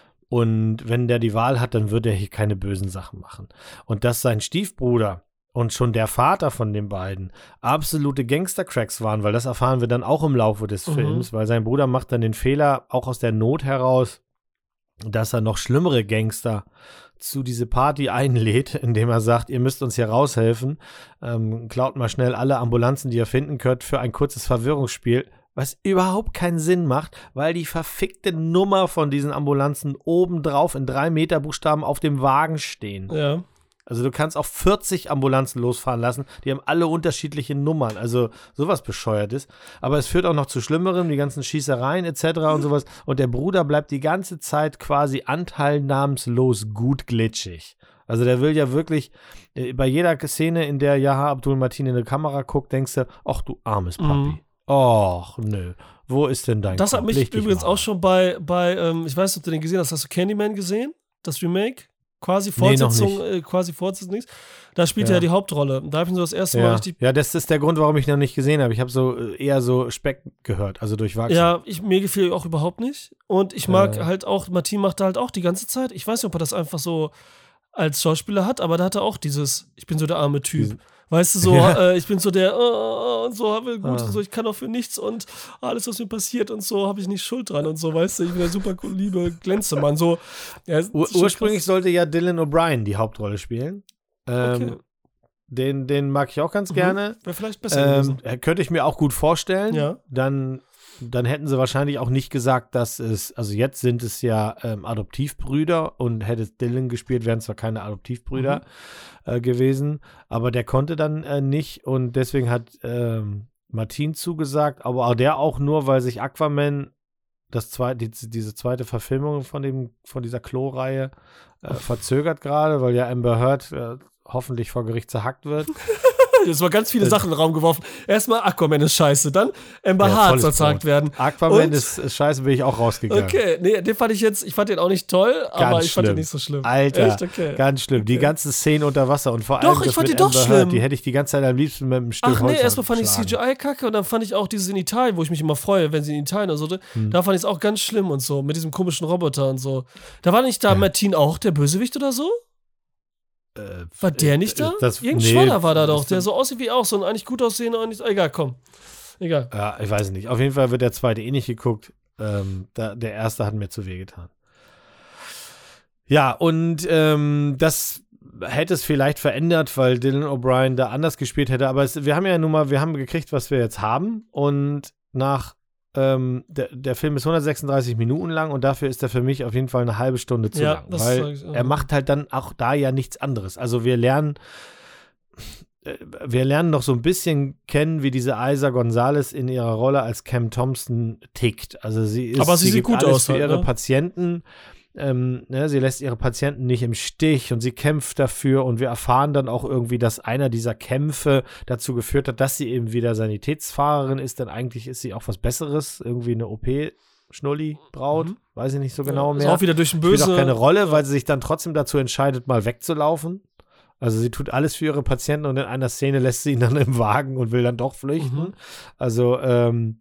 Und wenn der die Wahl hat, dann wird er hier keine bösen Sachen machen. Und dass sein Stiefbruder und schon der Vater von den beiden absolute Gangster-Cracks waren, weil das erfahren wir dann auch im Laufe des mhm. Films, weil sein Bruder macht dann den Fehler, auch aus der Not heraus, dass er noch schlimmere Gangster zu diese Party einlädt, indem er sagt, ihr müsst uns hier raushelfen, ähm, klaut mal schnell alle Ambulanzen, die ihr finden könnt, für ein kurzes Verwirrungsspiel, was überhaupt keinen Sinn macht, weil die verfickte Nummer von diesen Ambulanzen obendrauf in drei Meter Buchstaben auf dem Wagen stehen. Ja. Also du kannst auch vierzig Ambulanzen losfahren lassen, die haben alle unterschiedliche Nummern, also sowas Bescheuertes. Aber es führt auch noch zu Schlimmerem, die ganzen Schießereien et cetera und sowas. Und der Bruder bleibt die ganze Zeit quasi anteilnahmslos gut glitschig. Also der will ja wirklich, äh, bei jeder Szene, in der Yahya Abdul-Mateen in die Kamera guckt, denkst du, ach du armes Papi. Mhm. Och, nö. Wo ist denn dein Das Kopf? hat mich Leg dich übrigens mal. auch schon bei, bei ähm, ich weiß nicht, ob du den gesehen hast, hast du Candyman gesehen? Das Remake? Quasi Fortsetzung, nee, äh, quasi Fortsetzung nichts. Da spielt ja. er ja die Hauptrolle. Da habe ich ihn so das erste ja. Mal richtig. Ja, das ist der Grund, warum ich ihn noch nicht gesehen habe. Ich habe so äh, eher so Speck gehört, also durchwachsen. Ja, ich, mir gefiel auch überhaupt nicht. Und ich mag äh. halt auch, Mateen macht da halt auch die ganze Zeit. Ich weiß nicht, ob er das einfach so als Schauspieler hat, aber da hat er auch dieses, ich bin so der arme Typ. Diesen Weißt du, so, ja. äh, ich bin so der, uh, und so, habe gut, ah. und so, ich kann auch für nichts und alles, was mir passiert und so, habe ich nicht Schuld dran und so, weißt du, ich bin der super liebe Glänzemann, so. Ja, Ur- ursprünglich krass. Sollte ja Dylan O'Brien die Hauptrolle spielen. Ähm, okay. den, den mag ich auch ganz mhm. gerne. Wäre vielleicht besser ähm, könnte ich mir auch gut vorstellen. Ja. Dann, dann hätten sie wahrscheinlich auch nicht gesagt, dass es, also jetzt sind es ja ähm, Adoptivbrüder und hätte es Dylan gespielt, wären zwar keine Adoptivbrüder mhm. äh, gewesen, aber der konnte dann äh, nicht und deswegen hat ähm, Mateen zugesagt, aber auch der auch nur, weil sich Aquaman, das zweite, die, diese zweite Verfilmung von, dem, von dieser Klo-Reihe äh, verzögert gerade, weil ja Amber Heard äh, hoffentlich vor Gericht zerhackt wird. Es war ganz viele das Sachen in den Raum geworfen. Erstmal Aquaman ist scheiße, dann Amber Heard ja, soll zerhackt werden. Aquaman ist, ist scheiße, bin ich auch rausgegangen. Okay, nee, den fand ich jetzt, ich fand den auch nicht toll, ganz aber ich schlimm. fand den nicht so schlimm. Alter, Echt? Okay. Ganz schlimm. Die okay. ganzen Szenen unter Wasser und vor doch, allem ich das fand mit die Amber doch Heard, schlimm. die hätte ich die ganze Zeit am liebsten mit einem Stück Ach Holz nee, erstmal fand ich schlagen. C G I kacke und dann fand ich auch dieses in Italien, wo ich mich immer freue, wenn sie in Italien oder so, hm. da fand ich es auch ganz schlimm und so, mit diesem komischen Roboter und so. Da war nicht da ja. Mateen auch der Bösewicht oder so? War der nicht da? Das, Irgendein nee, Schwaller war da doch, der so aussieht wie auch so ein eigentlich gut aussehender und nicht. Egal, komm. Egal. Ja, ich weiß nicht. Auf jeden Fall wird der zweite eh nicht geguckt. Ähm, da, der erste hat mir zu weh getan. Ja, und ähm, das hätte es vielleicht verändert, weil Dylan O'Brien da anders gespielt hätte. Aber es, wir haben ja nun mal, wir haben gekriegt, was wir jetzt haben. Und nach Ähm, der, der Film ist hundertsechsunddreißig Minuten lang und dafür ist er für mich auf jeden Fall eine halbe Stunde zu ja, lang, das weil ich, er macht halt dann auch da ja nichts anderes. Also wir lernen äh, wir lernen noch so ein bisschen kennen, wie diese Eiza González in ihrer Rolle als Cam Thompson tickt. Also sie ist, aber sie, sie sieht gibt gut alles aus für halt, ihre ne? Patienten. Ähm, ne, sie lässt ihre Patienten nicht im Stich und sie kämpft dafür und wir erfahren dann auch irgendwie, dass einer dieser Kämpfe dazu geführt hat, dass sie eben wieder Sanitätsfahrerin ist, denn eigentlich ist sie auch was Besseres, irgendwie eine O P-Schnulli-Braut, mhm. weiß ich nicht so genau ja, mehr. Ist auch wieder durch ein Böse. Spielt auch keine Rolle, weil sie sich dann trotzdem dazu entscheidet, mal wegzulaufen. Also sie tut alles für ihre Patienten und in einer Szene lässt sie ihn dann im Wagen und will dann doch flüchten. Mhm. Also, ähm,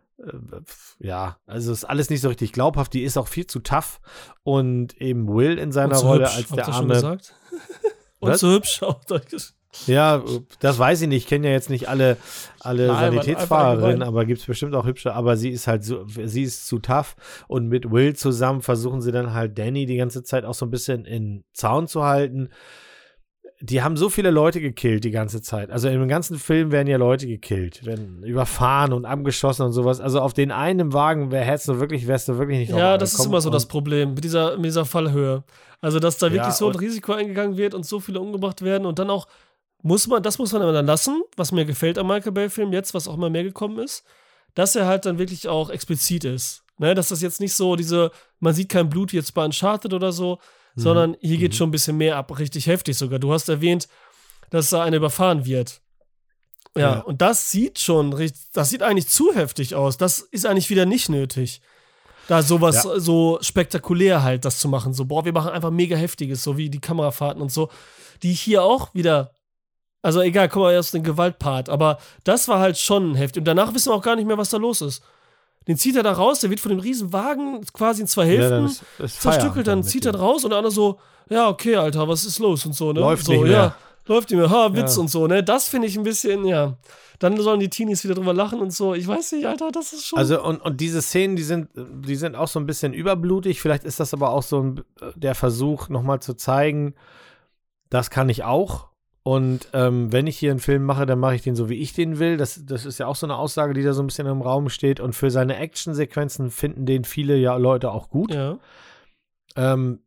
ja, also ist alles nicht so richtig glaubhaft, die ist auch viel zu tough und eben Will in seiner und so Rolle hübsch, als der schon arme gesagt? Und Was? so hübsch auch. Ja, das weiß ich nicht. Ich kenne ja jetzt nicht alle, alle Nein, Sanitätsfahrerinnen, aber gibt es bestimmt auch hübsche. Aber sie ist halt so, sie ist zu tough. Und mit Will zusammen versuchen sie dann halt Danny die ganze Zeit auch so ein bisschen in Zaun zu halten. Die haben so viele Leute gekillt die ganze Zeit. Also im ganzen Film werden ja Leute gekillt, werden überfahren und abgeschossen und sowas. Also auf den einen im Wagen wär, hättest du wirklich, wärst du wirklich nicht drauf Ja, das ist angekommen. immer so das Problem mit dieser, mit dieser Fallhöhe. Also, dass da wirklich Ja, so ein und- Risiko eingegangen wird und so viele umgebracht werden und dann auch muss man, das muss man immer dann lassen, was mir gefällt am Michael Bay-Film jetzt, was auch immer mehr gekommen ist, dass er halt dann wirklich auch explizit ist. Ne, dass das jetzt nicht so diese, man sieht kein Blut wie jetzt bei Uncharted oder so, Mhm. sondern hier geht Mhm. schon ein bisschen mehr ab, richtig heftig sogar. Du hast erwähnt, dass da einer überfahren wird. Ja, Ja. und das sieht schon, richtig, das sieht eigentlich zu heftig aus. Das ist eigentlich wieder nicht nötig. Da sowas Ja. so spektakulär halt, das zu machen. So, boah, wir machen einfach mega Heftiges, so wie die Kamerafahrten und so, die hier auch wieder, also egal, kommen wir erst den Gewaltpart, aber das war halt schon heftig. Und danach wissen wir auch gar nicht mehr, was da los ist. Den zieht er da raus, der wird von dem riesen Wagen quasi in zwei Ja, Hälften dann ist, ist zerstückelt, Feierabend dann mit zieht er dem. raus und der andere so, ja, okay, Alter, was ist los und so, ne? Läuft so, nicht mehr. Ja, läuft nicht mehr, ha, Witz Ja. und so, ne? Das finde ich ein bisschen, ja. Dann sollen die Teenies wieder drüber lachen und so. Ich weiß nicht, Alter, das ist schon. Also und, und diese Szenen, die sind, die sind auch so ein bisschen überblutig. Vielleicht ist das aber auch so ein, der Versuch, nochmal zu zeigen, das kann ich auch. Und ähm, wenn ich hier einen Film mache, dann mache ich den so, wie ich den will. Das, das ist ja auch so eine Aussage, die da so ein bisschen im Raum steht. Und für seine Actionsequenzen finden den viele ja Leute auch gut. ja. Ähm,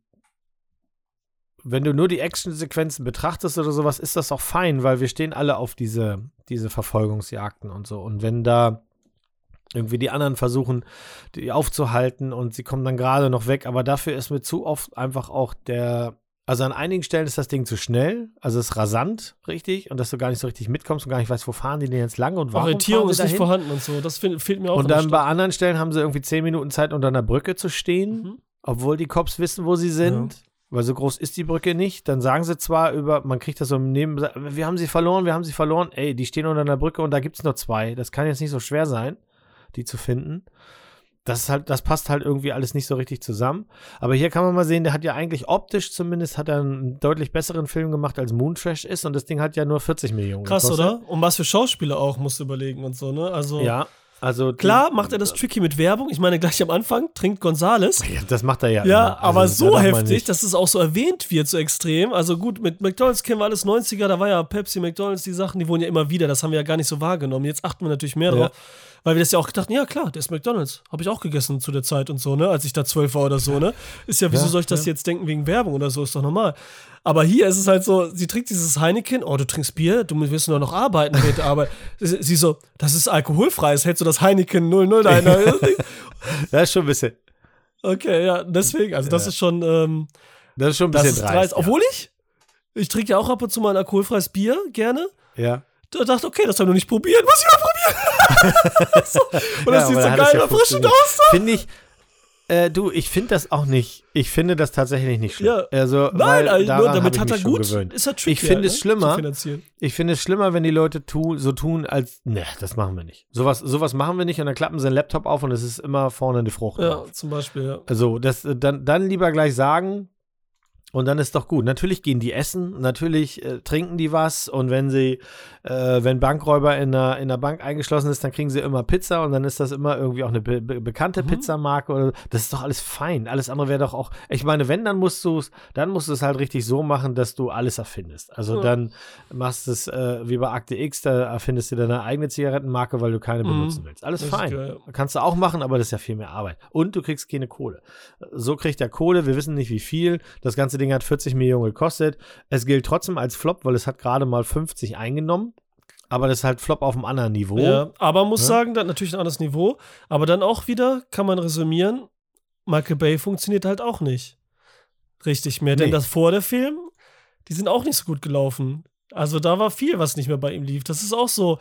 wenn du nur die Actionsequenzen betrachtest oder sowas, ist das auch fein, weil wir stehen alle auf diese, diese Verfolgungsjagden und so. Und wenn da irgendwie die anderen versuchen, die aufzuhalten und sie kommen dann gerade noch weg, aber dafür ist mir zu oft einfach auch der, also an einigen Stellen ist das Ding zu schnell, also es ist rasant, richtig, und dass du gar nicht so richtig mitkommst und gar nicht weißt, wo fahren die denn jetzt lang und warum Orientierung fahren ist sie nicht dahin? vorhanden und so. Das fehl, fehlt mir auch. Und in der dann bei Stadt. anderen Stellen haben sie irgendwie zehn Minuten Zeit, unter einer Brücke zu stehen, Mhm. obwohl die Cops wissen, wo sie sind. Weil so groß ist die Brücke nicht. Dann sagen sie zwar über, man kriegt das so im Neben, wir haben sie verloren, wir haben sie verloren. Ey, die stehen unter einer Brücke und da gibt es nur zwei. Das kann jetzt nicht so schwer sein, die zu finden. Das ist halt, das passt halt irgendwie alles nicht so richtig zusammen. Aber hier kann man mal sehen, der hat ja eigentlich optisch zumindest hat er einen deutlich besseren Film gemacht, als Moontrash ist. Und das Ding hat ja nur vierzig Millionen Krass, gekostet. oder? Und was für Schauspieler auch, musst du überlegen und so, ne? Also, Ja, also. klar die- macht er das tricky mit Werbung. Ich meine, gleich am Anfang trinkt Gonzales. Ja, das macht er ja. Ja, immer. aber Also, so da darf man heftig, nicht- dass es auch so erwähnt wird, so extrem. Also gut, mit McDonalds kennen wir alles neunziger, da war ja Pepsi, McDonalds, die Sachen, die wurden ja immer wieder, das haben wir ja gar nicht so wahrgenommen. Jetzt achten wir natürlich mehr Ja. drauf, weil wir das ja auch gedacht, ja klar, der ist McDonalds. Habe ich auch gegessen zu der Zeit und so, ne, als ich da zwölf war oder so, ne. Ist ja, wieso Ja, soll ich das ja. jetzt denken wegen Werbung oder so, ist doch normal. Aber hier ist es halt so, sie trinkt dieses Heineken, oh, du trinkst Bier, du wirst nur noch arbeiten mit der Arbeit. Sie sie so, das ist alkoholfrei, es hält so das Heineken null null da in der Das ist schon ein bisschen. Okay, ja, deswegen, also das Ja. ist schon, ähm, Das ist schon ein das bisschen ist dreist. dreist. ja. Obwohl ich, ich trinke ja auch ab und zu mal ein alkoholfreies Bier, gerne. Ja. Da dachte okay, das haben wir noch nicht probiert, muss ich mal probieren. so. Und das Ja, sieht aber so da hat geil es ja erfrischend funktioniert. aus. Finde ich, äh, du, ich finde das auch nicht, ich finde das tatsächlich nicht schlimm. Ja. Also, Nein, weil also, daran nur damit habe ich hat mich er schon gut, gewöhnt. ist er tricky. Ich finde halt, es ne, schlimmer. zu finanzieren. Ich finde es schlimmer, wenn die Leute tu, so tun, als, ne, das machen wir nicht. Sowas, sowas machen wir nicht und dann klappen sie den Laptop auf und es ist immer vorne eine Frucht Ja, drauf. zum Beispiel, ja. Also, das, dann, dann lieber gleich sagen, und dann ist doch gut. Natürlich gehen die essen, natürlich äh, trinken die was und wenn sie, äh, wenn Bankräuber in einer, in einer Bank eingeschlossen ist, dann kriegen sie immer Pizza und dann ist das immer irgendwie auch eine be be bekannte Mhm. Pizzamarke oder das ist doch alles fein. Alles andere wäre doch auch, ich meine, wenn, dann musst du es, dann musst du es halt richtig so machen, dass du alles erfindest. Also Ja. dann machst du es äh, wie bei Akte X, da erfindest du deine eigene Zigarettenmarke, weil du keine Mhm. benutzen willst. Alles Das ist fein. geil, ja. Kannst du auch machen, aber das ist ja viel mehr Arbeit. Und du kriegst keine Kohle. So kriegt er Kohle, wir wissen nicht wie viel. Das ganze Ding hat vierzig Millionen gekostet. Es gilt trotzdem als Flop, weil es hat gerade mal fünfzig eingenommen. Aber das ist halt Flop auf einem anderen Niveau. Ja, aber muss Ja. sagen, dann natürlich ein anderes Niveau. Aber dann auch wieder kann man resümieren, Michael Bay funktioniert halt auch nicht richtig mehr. Denn Nee. das vor der Film, die sind auch nicht so gut gelaufen. Also da war viel, was nicht mehr bei ihm lief. Das ist auch so,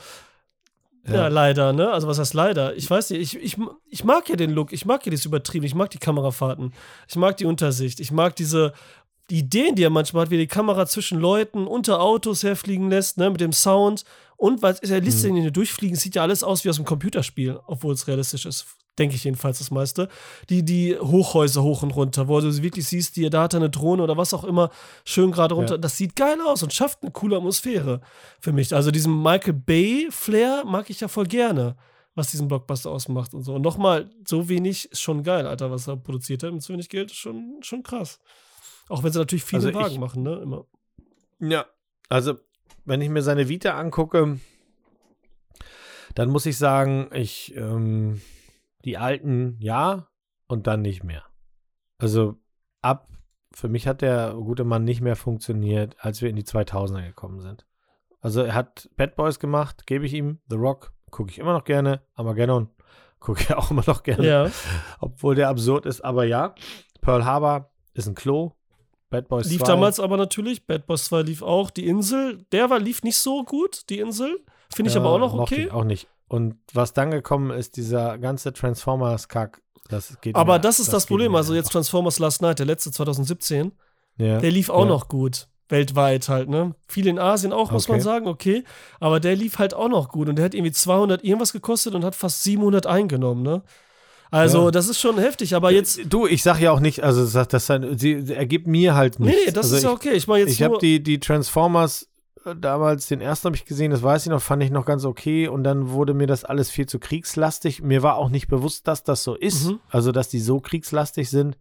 ja, Ja. leider, ne? Also was heißt leider? Ich weiß nicht, ich, ich, ich mag ja den Look, ich mag ja das Übertrieben, ich mag die Kamerafahrten, ich mag die Untersicht, ich mag diese die Ideen, die er manchmal hat, wie er die Kamera zwischen Leuten unter Autos herfliegen lässt, ne, mit dem Sound und weil er lässt Mhm. den hier durchfliegen, sieht ja alles aus wie aus einem Computerspiel, obwohl es realistisch ist. denke ich jedenfalls das meiste, die, die Hochhäuser hoch und runter, wo du wirklich siehst, die, da hat er eine Drohne oder was auch immer, schön gerade runter. Ja. Das sieht geil aus und schafft eine coole Atmosphäre für mich. Also diesen Michael Bay-Flair mag ich ja voll gerne, was diesen Blockbuster ausmacht und so. Und nochmal, so wenig ist schon geil, Alter, was er produziert hat mit so wenig Geld, ist schon, schon krass. Auch wenn sie natürlich viele also Wagen ich, machen, ne, immer. Ja, also wenn ich mir seine Vita angucke, dann muss ich sagen, ich, ähm, die alten, ja, und dann nicht mehr. Also ab, für mich hat der gute Mann nicht mehr funktioniert, als wir in die zweitausender gekommen sind. Also er hat Bad Boys gemacht, gebe ich ihm, The Rock, gucke ich immer noch gerne, Armageddon gucke ich auch immer noch gerne, ja. Obwohl der absurd ist, aber ja, Pearl Harbor ist ein Klo, Bad Boys lief zwei. damals aber natürlich, Bad Boys zwei lief auch, Die Insel, der war, lief nicht so gut, Die Insel, finde ich ja, aber auch noch okay. Ich auch nicht. Und was dann gekommen ist, dieser ganze Transformers-Kack, das geht Aber mir, das ist das, das Problem, also jetzt Transformers Last Night, der letzte zwanzig siebzehn, ja. der lief auch ja. noch gut, weltweit halt, ne? Viel in Asien auch, muss okay. man sagen, okay, aber der lief halt auch noch gut und der hat irgendwie zweihundert irgendwas gekostet und hat fast siebenhundert eingenommen, ne? Also, ja. das ist schon heftig, aber jetzt. Du, ich sag ja auch nicht, also, das, das, das sie ergibt mir halt nichts. Nee, nee, das also ist ja okay. Ich meine jetzt. Ich habe die, die Transformers damals, den ersten habe ich gesehen, das weiß ich noch, fand ich noch ganz okay und dann wurde mir das alles viel zu kriegslastig. Mir war auch nicht bewusst, dass das so ist, mhm. also dass die so kriegslastig sind.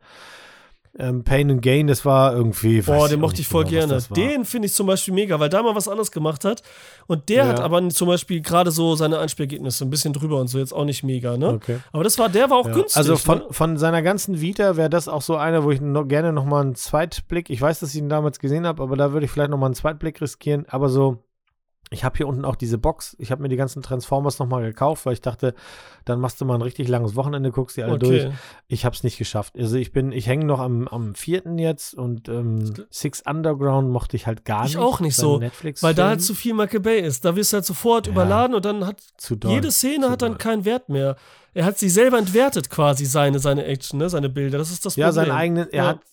Ähm, Pain and Gain, das war irgendwie. Boah, den mochte ich voll genau, gerne. Den finde ich zum Beispiel mega, weil da mal was anderes gemacht hat. Und der ja. hat aber zum Beispiel gerade so seine Einspielergebnisse ein bisschen drüber und so, jetzt auch nicht mega, ne? Okay. Aber das war, der war auch ja. günstig. Also von, ne? von seiner ganzen Vita wäre das auch so einer, wo ich noch gerne nochmal einen Zweitblick, ich weiß, dass ich ihn damals gesehen habe, aber da würde ich vielleicht nochmal einen Zweitblick riskieren, aber so. Ich habe hier unten auch diese Box. Ich habe mir die ganzen Transformers nochmal gekauft, weil ich dachte, dann machst du mal ein richtig langes Wochenende, guckst die alle okay. durch. Ich habe es nicht geschafft. Also ich bin, ich hänge noch am, am vierten jetzt und ähm, Six Underground mochte ich halt gar ich nicht. Ich auch nicht so, weil da halt zu viel Michael Bay ist. Da wirst du halt sofort ja, überladen und dann hat jede Szene hat dann doll. keinen Wert mehr. Er hat sich selber entwertet quasi, seine, seine Action, ne, seine Bilder. Das ist das Problem. Ja, seinen eigenen, er ja. hat,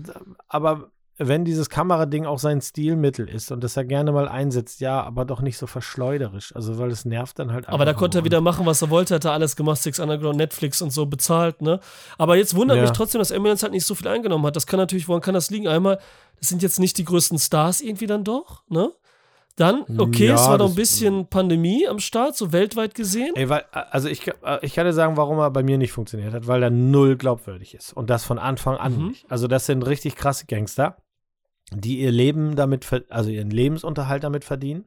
aber wenn dieses Kamerading auch sein Stilmittel ist und das er gerne mal einsetzt, ja, aber doch nicht so verschleuderisch, also weil es nervt dann halt einfach. Aber da konnte er wieder machen, was er wollte, hat er alles gemacht, Six Underground, Netflix und so bezahlt, ne? Aber jetzt wundert ja. mich trotzdem, dass Ambulance halt nicht so viel eingenommen hat. Das kann natürlich, woran kann das liegen? Einmal, das sind jetzt nicht die größten Stars irgendwie dann doch, ne? Dann, okay, ja, es war doch ein bisschen Pandemie am Start, so weltweit gesehen. Ey, weil, also ich, ich kann dir sagen, warum er bei mir nicht funktioniert hat, weil er null glaubwürdig ist. Und das von Anfang an mhm. nicht. Also das sind richtig krasse Gangster, die ihr Leben damit, also ihren Lebensunterhalt damit verdienen.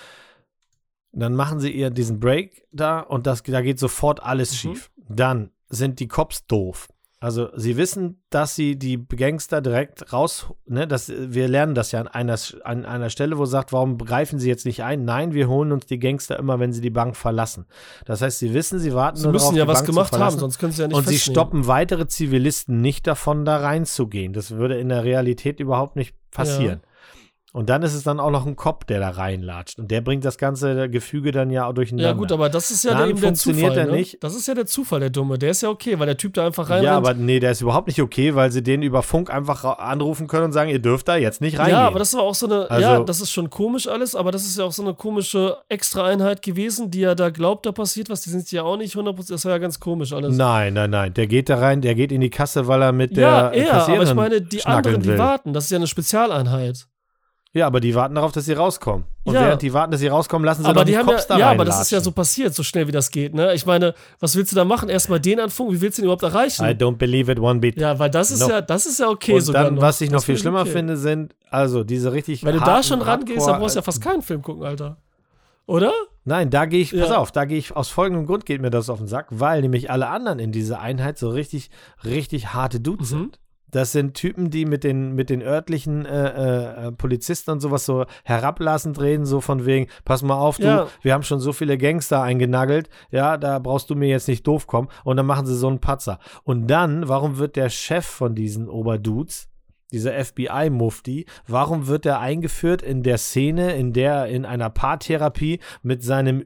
Dann machen sie ihr diesen Break da und das, da geht sofort alles mhm. schief. Dann sind die Cops doof. Also sie wissen, dass sie die Gangster direkt raus, ne, das, wir lernen das ja an einer, an einer Stelle, wo sagt, warum greifen sie jetzt nicht ein? Nein, wir holen uns die Gangster immer, wenn sie die Bank verlassen. Das heißt, sie wissen, sie warten sie nur darauf, die Bank zu verlassen. Sie müssen ja was gemacht haben, sonst können sie ja nicht Und festnehmen. Sie stoppen weitere Zivilisten nicht davon, da reinzugehen. Das würde in der Realität überhaupt nicht passieren. Ja. Und dann ist es dann auch noch ein Cop, der da reinlatscht. Und der bringt das ganze Gefüge dann ja auch durcheinander. Ja gut, aber das ist ja der, eben der Zufall, er ne? nicht. Das ist ja der Zufall, der Dumme. Der ist ja okay, weil der Typ da einfach reinrennt. Ja, aber nee, der ist überhaupt nicht okay, weil sie den über Funk einfach anrufen können und sagen, ihr dürft da jetzt nicht reingehen. Ja, aber das war auch so eine, also, ja, das ist schon komisch alles, aber das ist ja auch so eine komische Extra-Einheit gewesen, die ja da glaubt, da passiert was. Die sind ja auch nicht hundert Prozent, das war ja ganz komisch alles. Nein, nein, nein, der geht da rein, der geht in die Kasse, weil er mit ja, der Ja, aber ich meine, die anderen, die will. warten, das ist ja eine Spezialeinheit. Ja, aber die warten darauf, dass sie rauskommen. Und ja. während die warten, dass sie rauskommen, lassen sie aber noch die, die Cops ja, da Ja, aber das ist ja latschen. so passiert, so schnell wie das geht, ne? Ich meine, was willst du da machen? Erstmal den anfunken, wie willst du den überhaupt erreichen? I don't believe it one bit. Ja, weil das ist no. ja, das ist ja okay Und sogar dann, noch. was ich noch das viel schlimmer okay. finde, sind, also diese richtig Wenn du harten, da schon rangehst, Hardcore, dann brauchst du ja fast keinen Film gucken, Alter. Oder? Nein, da gehe ich, ja. pass auf, da gehe ich, aus folgendem Grund geht mir das auf den Sack, weil nämlich alle anderen in dieser Einheit so richtig, richtig harte Dudes mhm. sind. Das sind Typen, die mit den, mit den örtlichen äh, äh, Polizisten und sowas so herablassend reden, so von wegen, pass mal auf, du, ja. wir haben schon so viele Gangster eingenagelt, ja, da brauchst du mir jetzt nicht doof kommen. Und dann machen sie so einen Patzer. Und dann, warum wird der Chef von diesen Oberdudes, dieser F B I-Mufti, warum wird er eingeführt in der Szene, in der in einer Paartherapie mit seinem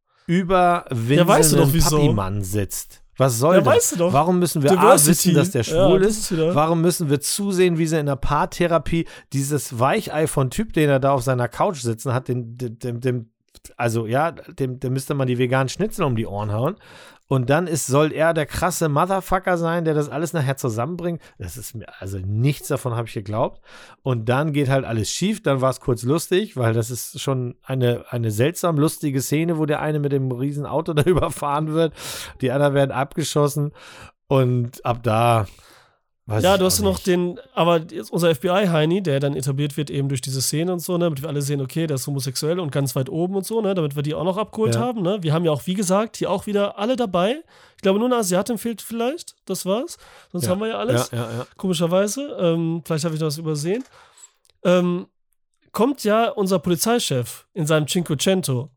überwinselnden ja, Papi-Mann sitzt? Was soll ja, das? Weißt du doch. Warum müssen wir A, wissen, dass der schwul ja, ist? ist Warum müssen wir zusehen, wie sie in der Paartherapie dieses Weichei von Typ, den er da auf seiner Couch sitzen hat, den, dem, dem also ja, dem, dem müsste man die veganen Schnitzel um die Ohren hauen. Und dann ist, soll er der krasse Motherfucker sein, der das alles nachher zusammenbringt. Das ist mir, also nichts davon habe ich geglaubt. Und dann geht halt alles schief. Dann war es kurz lustig, weil das ist schon eine, eine seltsam lustige Szene, wo der eine mit dem riesen Auto da überfahren wird. Die anderen werden abgeschossen. Und ab da weiß Ja, ich du hast auch noch nicht. den, aber jetzt unser F B I-Heini, der dann etabliert wird eben durch diese Szene und so, ne, damit wir alle sehen, okay, der ist homosexuell und ganz weit oben und so, ne, damit wir die auch noch abgeholt Ja. haben, ne. Wir haben ja auch, wie gesagt, hier auch wieder alle dabei. Ich glaube, nur eine Asiatin fehlt vielleicht, das war's. Sonst Ja. haben wir ja alles, Ja, ja, ja. komischerweise. Ähm, vielleicht habe ich noch was übersehen. Ähm, kommt ja unser Polizeichef in seinem Cinquecento.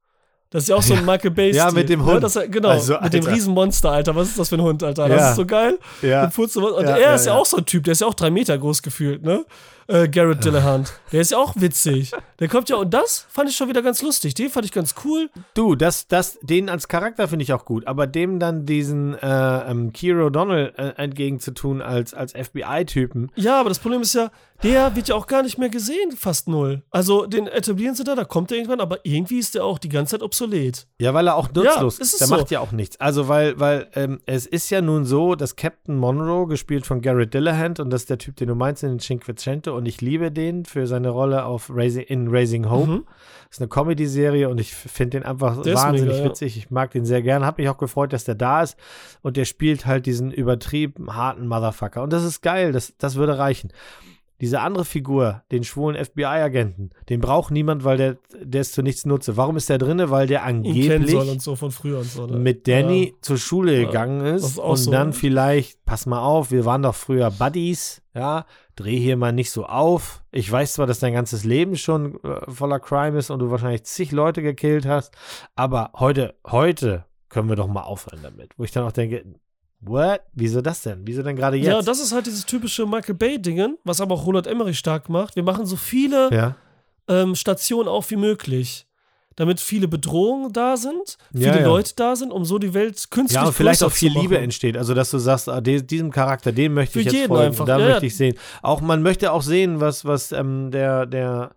Das ist ja auch so ein Michael Bay-Stil. Ja, mit dem ne, Hund. dass er, genau, Also, mit dem Alter. Riesenmonster, Alter. Was ist das für ein Hund, Alter? Das Ja. ist so geil. Ja. Mit Furzen- Und Ja, er ja, ist ja, ja. auch so ein Typ, der ist ja auch drei Meter groß gefühlt, ne? Äh, Garrett Dillahunt. Der ist ja auch witzig. Der kommt ja, und das fand ich schon wieder ganz lustig. Den fand ich ganz cool. Du, das, das, den als Charakter finde ich auch gut, aber dem dann diesen äh, ähm, Keira O'Donnell äh, entgegenzutun als, als F B I-Typen. Ja, aber das Problem ist ja, der wird ja auch gar nicht mehr gesehen, fast null. Also, den etablieren sie da, da kommt er irgendwann, aber irgendwie ist der auch die ganze Zeit obsolet. Ja, weil er auch nutzlos Ja, ist es Der so. macht ja auch nichts. Also, weil, weil ähm, es ist ja nun so, dass Captain Monroe, gespielt von Garrett Dillahunt, und das ist der Typ, den du meinst in den Cinquecento, und ich liebe den für seine Rolle auf Raising, in Raising Hope. Mhm. Das ist eine Comedy-Serie und ich finde den einfach Der ist wahnsinnig mega, ja. witzig. Ich mag den sehr gern. Hab mich auch gefreut, dass der da ist. Und der spielt halt diesen übertrieben harten Motherfucker. Und das ist geil. Das, das würde reichen. Diese andere Figur, den schwulen F B I-Agenten, den braucht niemand, weil der, der ist zu nichts nutze. Warum ist der drinne? Weil der Ihn kennen soll angeblich und so von früher und so. Ne? mit Danny Ja. zur Schule Ja, gegangen das ist ist auch und so, dann ne? vielleicht, pass mal auf, wir waren doch früher Buddies, ja, dreh hier mal nicht so auf. Ich weiß zwar, dass dein ganzes Leben schon äh, voller Crime ist und du wahrscheinlich zig Leute gekillt hast, aber heute, heute können wir doch mal aufhören damit. Wo ich dann auch denke, what? Wieso das denn? Wieso denn gerade jetzt? Ja, das ist halt dieses typische Michael Bay-Dingen, was aber auch Roland Emmerich stark macht. Wir machen so viele ja. ähm, Stationen auf wie möglich, damit viele Bedrohungen da sind, viele Ja, ja. Leute da sind, um so die Welt künstlich Ja, und vielleicht größer auch viel zu Liebe machen. entsteht. Also, dass du sagst, ah, de- diesem Charakter, den möchte Für ich jetzt jeden folgen. einfach, Da ja, möchte ja. ich sehen. Auch, man möchte auch sehen, was, was ähm, der, der,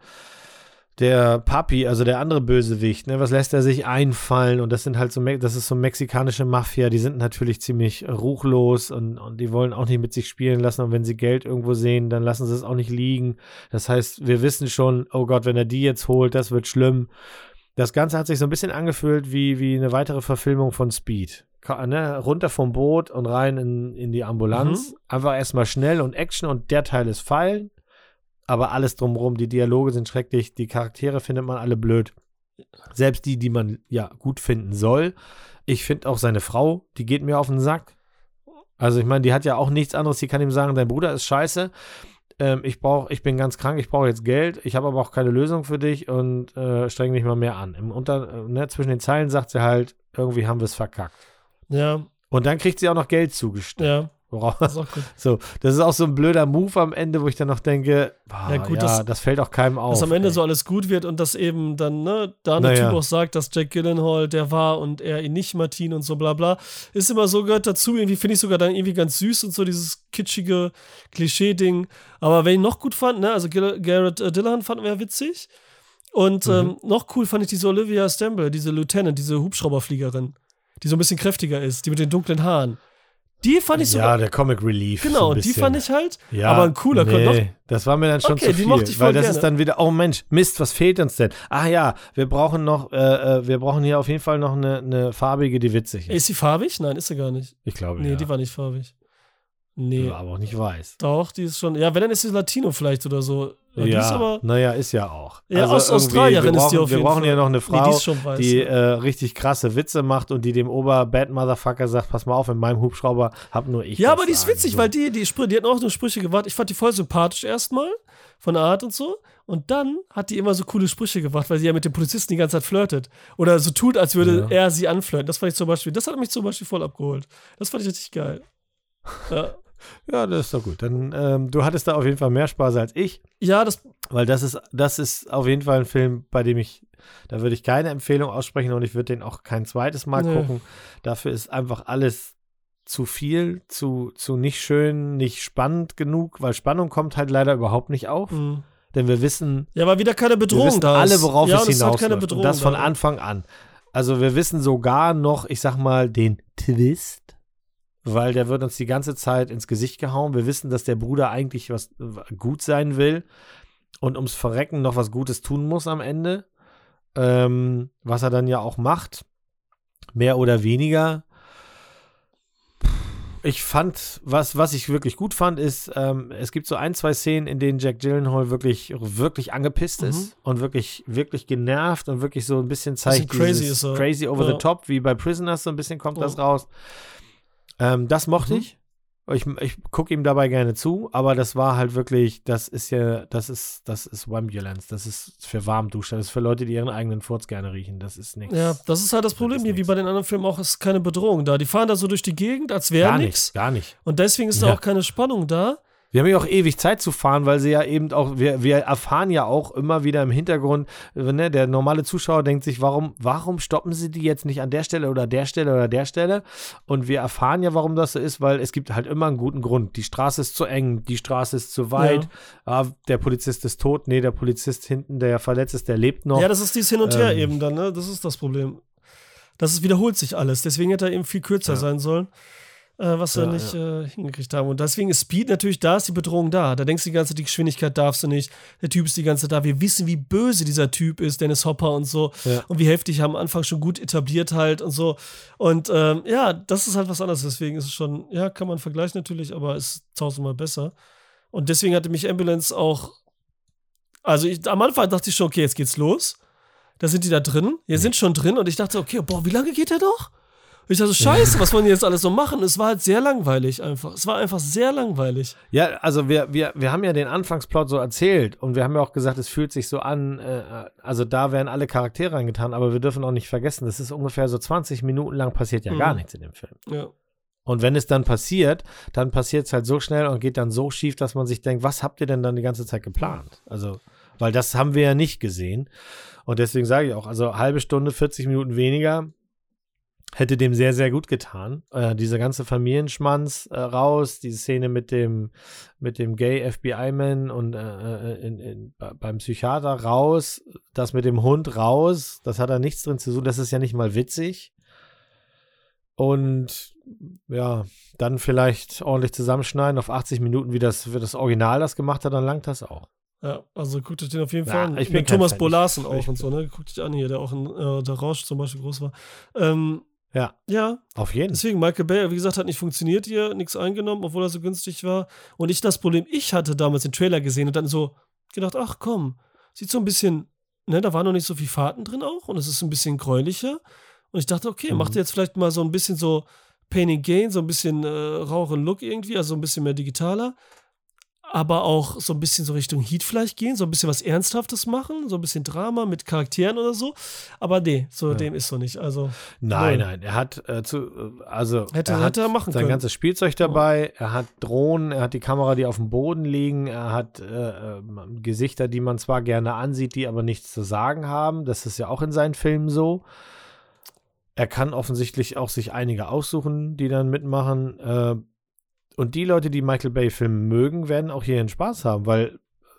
der Papi, also der andere Bösewicht, ne, was lässt er sich einfallen? Und das sind halt so, Me- das ist so mexikanische Mafia, die sind natürlich ziemlich ruchlos und, und die wollen auch nicht mit sich spielen lassen. Und wenn sie Geld irgendwo sehen, dann lassen sie es auch nicht liegen. Das heißt, wir wissen schon, oh Gott, wenn er die jetzt holt, das wird schlimm. Das Ganze hat sich so ein bisschen angefühlt wie, wie eine weitere Verfilmung von Speed. Ka- Ne? Runter vom Boot und rein in, in die Ambulanz. Mhm. Einfach erstmal schnell und Action und der Teil ist fein. Aber alles drumherum, die Dialoge sind schrecklich, die Charaktere findet man alle blöd. Selbst die, die man ja gut finden soll. Ich finde auch seine Frau, die geht mir auf den Sack. Also ich meine, die hat ja auch nichts anderes, die kann ihm sagen, dein Bruder ist scheiße. Ähm, ich brauche, ich bin ganz krank, ich brauche jetzt Geld, ich habe aber auch keine Lösung für dich und äh, streng dich mal mehr an. Im Unter, äh, ne, zwischen den Zeilen sagt sie halt, irgendwie haben wir es verkackt. Ja, Und dann kriegt sie auch noch Geld zugestellt. ja, Worauf, das ist auch gut. so, das ist auch so ein blöder Move am Ende, wo ich dann noch denke, boah, Ja, ja, gut, das, das- fällt auch keinem auf. Dass am Ende ey. so alles gut wird und dass eben dann, ne, da der Naja. Typ auch sagt, dass Jack Gyllenhaal der war und er ihn nicht, Martin und so bla bla, ist immer so, gehört dazu, irgendwie finde ich sogar dann irgendwie ganz süß und so, dieses kitschige Klischee-Ding. Aber wen ich noch gut fand, ne, also Gil- Garrett äh, Dillahunt fanden wir ja witzig. Und Mhm. ähm, noch cool fand ich diese Olivia Stamble, diese Lieutenant, diese Hubschrauberfliegerin, die so ein bisschen kräftiger ist, die mit den dunklen Haaren. Die fand ich ja, sogar, der Comic Relief. genau, so ein die bisschen. fand ich halt, Ja, aber ein cooler, nee, noch, das war mir dann schon Okay, zu die viel, mochte ich voll weil das gerne. ist dann wieder, oh Mensch, Mist, was fehlt uns denn? Ah ja, wir brauchen noch, äh, äh, wir brauchen hier auf jeden Fall noch eine, eine farbige, die witzig ist. ist sie farbig? Nein, ist sie gar nicht. Ich glaube, Nee, ja. die war nicht farbig. Nee. Die war aber auch nicht weiß. Doch, die ist schon. Ja, wenn, dann ist sie Latino vielleicht oder so. Ja, die ist Ja, aber. naja, ist ja auch. Ja, Also aus irgendwie, Australierin wir ist die brauchen- auf Wir jeden brauchen Fall. ja noch eine Nee, Frau, die ist schon weiß. die ja. äh, richtig krasse Witze macht und die dem Ober-Bad-Motherfucker sagt, pass mal auf, in meinem Hubschrauber hab nur ich ja, das aber die ist Sagen. witzig, So. weil die, die, Sprü- die hat auch nur Sprüche gebracht. Ich fand die voll sympathisch erstmal, von der Art und so. Und dann hat die immer so coole Sprüche gebracht, weil sie ja mit dem Polizisten die ganze Zeit flirtet. Oder so tut, als würde Ja. er sie anflirten. Das fand ich zum Beispiel, das hat mich zum Beispiel voll abgeholt. Das fand ich richtig geil. Ja, Ja, das ist doch gut. Dann, ähm, du hattest da auf jeden Fall mehr Spaß als ich. ja das. Weil das ist, das ist auf jeden Fall ein Film, bei dem ich, da würde ich keine Empfehlung aussprechen und ich würde den auch kein zweites Mal Nee. gucken. Dafür ist einfach alles zu viel, zu, zu nicht schön, nicht spannend genug, weil Spannung kommt halt leider überhaupt nicht auf. Mh. denn wir wissen, ja, weil wieder keine Bedrohung wir wissen da ist. alle, worauf ja, es und es hat keine hinausläuft. Bedrohung Und das von da. Anfang an. Also wir wissen sogar noch, ich sag mal, den Twist, weil der wird uns die ganze Zeit ins Gesicht gehauen. Wir wissen, dass der Bruder eigentlich was gut sein will und ums Verrecken noch was Gutes tun muss am Ende. Ähm, was er dann ja auch macht. Mehr oder weniger. Ich fand, was, was ich wirklich gut fand, ist, ähm, es gibt so ein, zwei Szenen, in denen Jack Gyllenhaal wirklich, wirklich angepisst Mhm. ist und wirklich, wirklich genervt und wirklich so ein bisschen zeigt, Bisschen crazy dieses ist er. crazy over Ja. the top, wie bei Prisoners, so ein bisschen kommt Ja. das raus. Ähm, das mochte Mhm. ich. Ich, ich gucke ihm dabei gerne zu, aber das war halt wirklich, das ist ja, das ist, das ist Wambulance, das ist für Warmduscher, das ist für Leute, die ihren eigenen Furz gerne riechen, das ist nichts. Ja, das ist halt das Problem ist hier, wie nix. bei den anderen Filmen auch, ist keine Bedrohung da. Die fahren da so durch die Gegend, als wäre Gar nichts. nicht, gar nicht. Und deswegen ist da Ja. auch keine Spannung da. Wir haben ja auch ewig Zeit zu fahren, weil sie ja eben auch, wir, wir erfahren ja auch immer wieder im Hintergrund, äh, ne, der normale Zuschauer denkt sich, warum, warum stoppen sie die jetzt nicht an der Stelle oder der Stelle oder der Stelle? Und wir erfahren ja, warum das so ist, weil es gibt halt immer einen guten Grund. Die Straße ist zu eng, die Straße ist zu weit, ah, der Polizist ist tot, nee, der Polizist hinten, der verletzt ist, der lebt noch. Ja, das ist dieses Hin und Her Ähm. eben dann, ne? Das ist das Problem. Das ist, wiederholt sich alles. Deswegen hätte er eben viel kürzer Ja. sein sollen, äh, was wir Ja, nicht Äh, hingekriegt haben. Und deswegen ist Speed natürlich, da ist die Bedrohung da. Da denkst du die ganze Zeit, die Geschwindigkeit darfst du nicht. Der Typ ist die ganze Zeit da. Wir wissen, wie böse dieser Typ ist, Dennis Hopper und so. Ja. Und wie heftig, haben am Anfang schon gut etabliert halt und so. Und ähm, ja, das ist halt was anderes. Deswegen ist es schon, ja, kann man vergleichen natürlich, aber es ist tausendmal besser. Und deswegen hatte mich Ambulance auch, also ich, am Anfang dachte ich schon, okay, jetzt geht's los. Da sind die da drin, wir sind schon drin und ich dachte, okay, boah, wie lange geht der noch? Und ich dachte, scheiße, was wollen die jetzt alles so machen? Es war halt sehr langweilig einfach. Es war einfach sehr langweilig. Ja, also wir, wir, wir haben ja den Anfangsplot so erzählt und wir haben ja auch gesagt, es fühlt sich so an, äh, also da werden alle Charaktere reingetan, aber wir dürfen auch nicht vergessen, das ist ungefähr so zwanzig Minuten lang passiert ja Mhm. gar nichts in dem Film. Ja. Und wenn es dann passiert, dann passiert es halt so schnell und geht dann so schief, dass man sich denkt, was habt ihr denn dann die ganze Zeit geplant? Also, weil das haben wir ja nicht gesehen. Und deswegen sage ich auch, also halbe Stunde, vierzig Minuten weniger hätte dem sehr, sehr gut getan. Äh, dieser ganze Familienschmanz äh, raus, die Szene mit dem, mit dem Gay-F B I-Man und äh, in, in, beim Psychiater raus, das mit dem Hund raus, das hat da nichts drin zu tun, das ist ja nicht mal witzig. Und ja, dann vielleicht ordentlich zusammenschneiden auf achtzig Minuten, wie das, wie das Original das gemacht hat, dann langt das auch. Ja, also guckt euch den auf jeden Ja, Fall an. ich bin Mit kein Thomas Fan. Bolarsen Ich- auch ich und so, ne? Guckt dich an hier, der auch in äh, Der Rausch zum Beispiel groß war. Ähm, Ja, ja, auf jeden Fall. deswegen, Michael Bay, wie gesagt, hat nicht funktioniert hier, nichts eingenommen, obwohl er so günstig war. Und ich das Problem, ich hatte damals den Trailer gesehen und dann so gedacht, ach komm, sieht so ein bisschen, ne, da waren noch nicht so viel Fahrten drin auch und es ist ein bisschen gräulicher. Und ich dachte, okay, Mhm. macht ihr jetzt vielleicht mal so ein bisschen so Pain and Gain, so ein bisschen äh, raueren Look irgendwie, also ein bisschen mehr digitaler. Aber auch so ein bisschen so Richtung Heat vielleicht gehen, so ein bisschen was Ernsthaftes machen, so ein bisschen Drama mit Charakteren oder so. Aber nee, so Ja. dem ist so nicht. Also Nein, null. nein, er hat äh, zu, äh, also Hätte- er hat hätte er machen sein können. ganzes Spielzeug dabei, er hat Drohnen, er hat die Kamera, die auf dem Boden liegen, er hat äh, äh, Gesichter, die man zwar gerne ansieht, die aber nichts zu sagen haben. Das ist ja auch in seinen Filmen so. Er kann offensichtlich auch sich einige aussuchen, die dann mitmachen. Äh, und die Leute, die Michael Bay-Filme mögen, werden auch hierhin Spaß haben, weil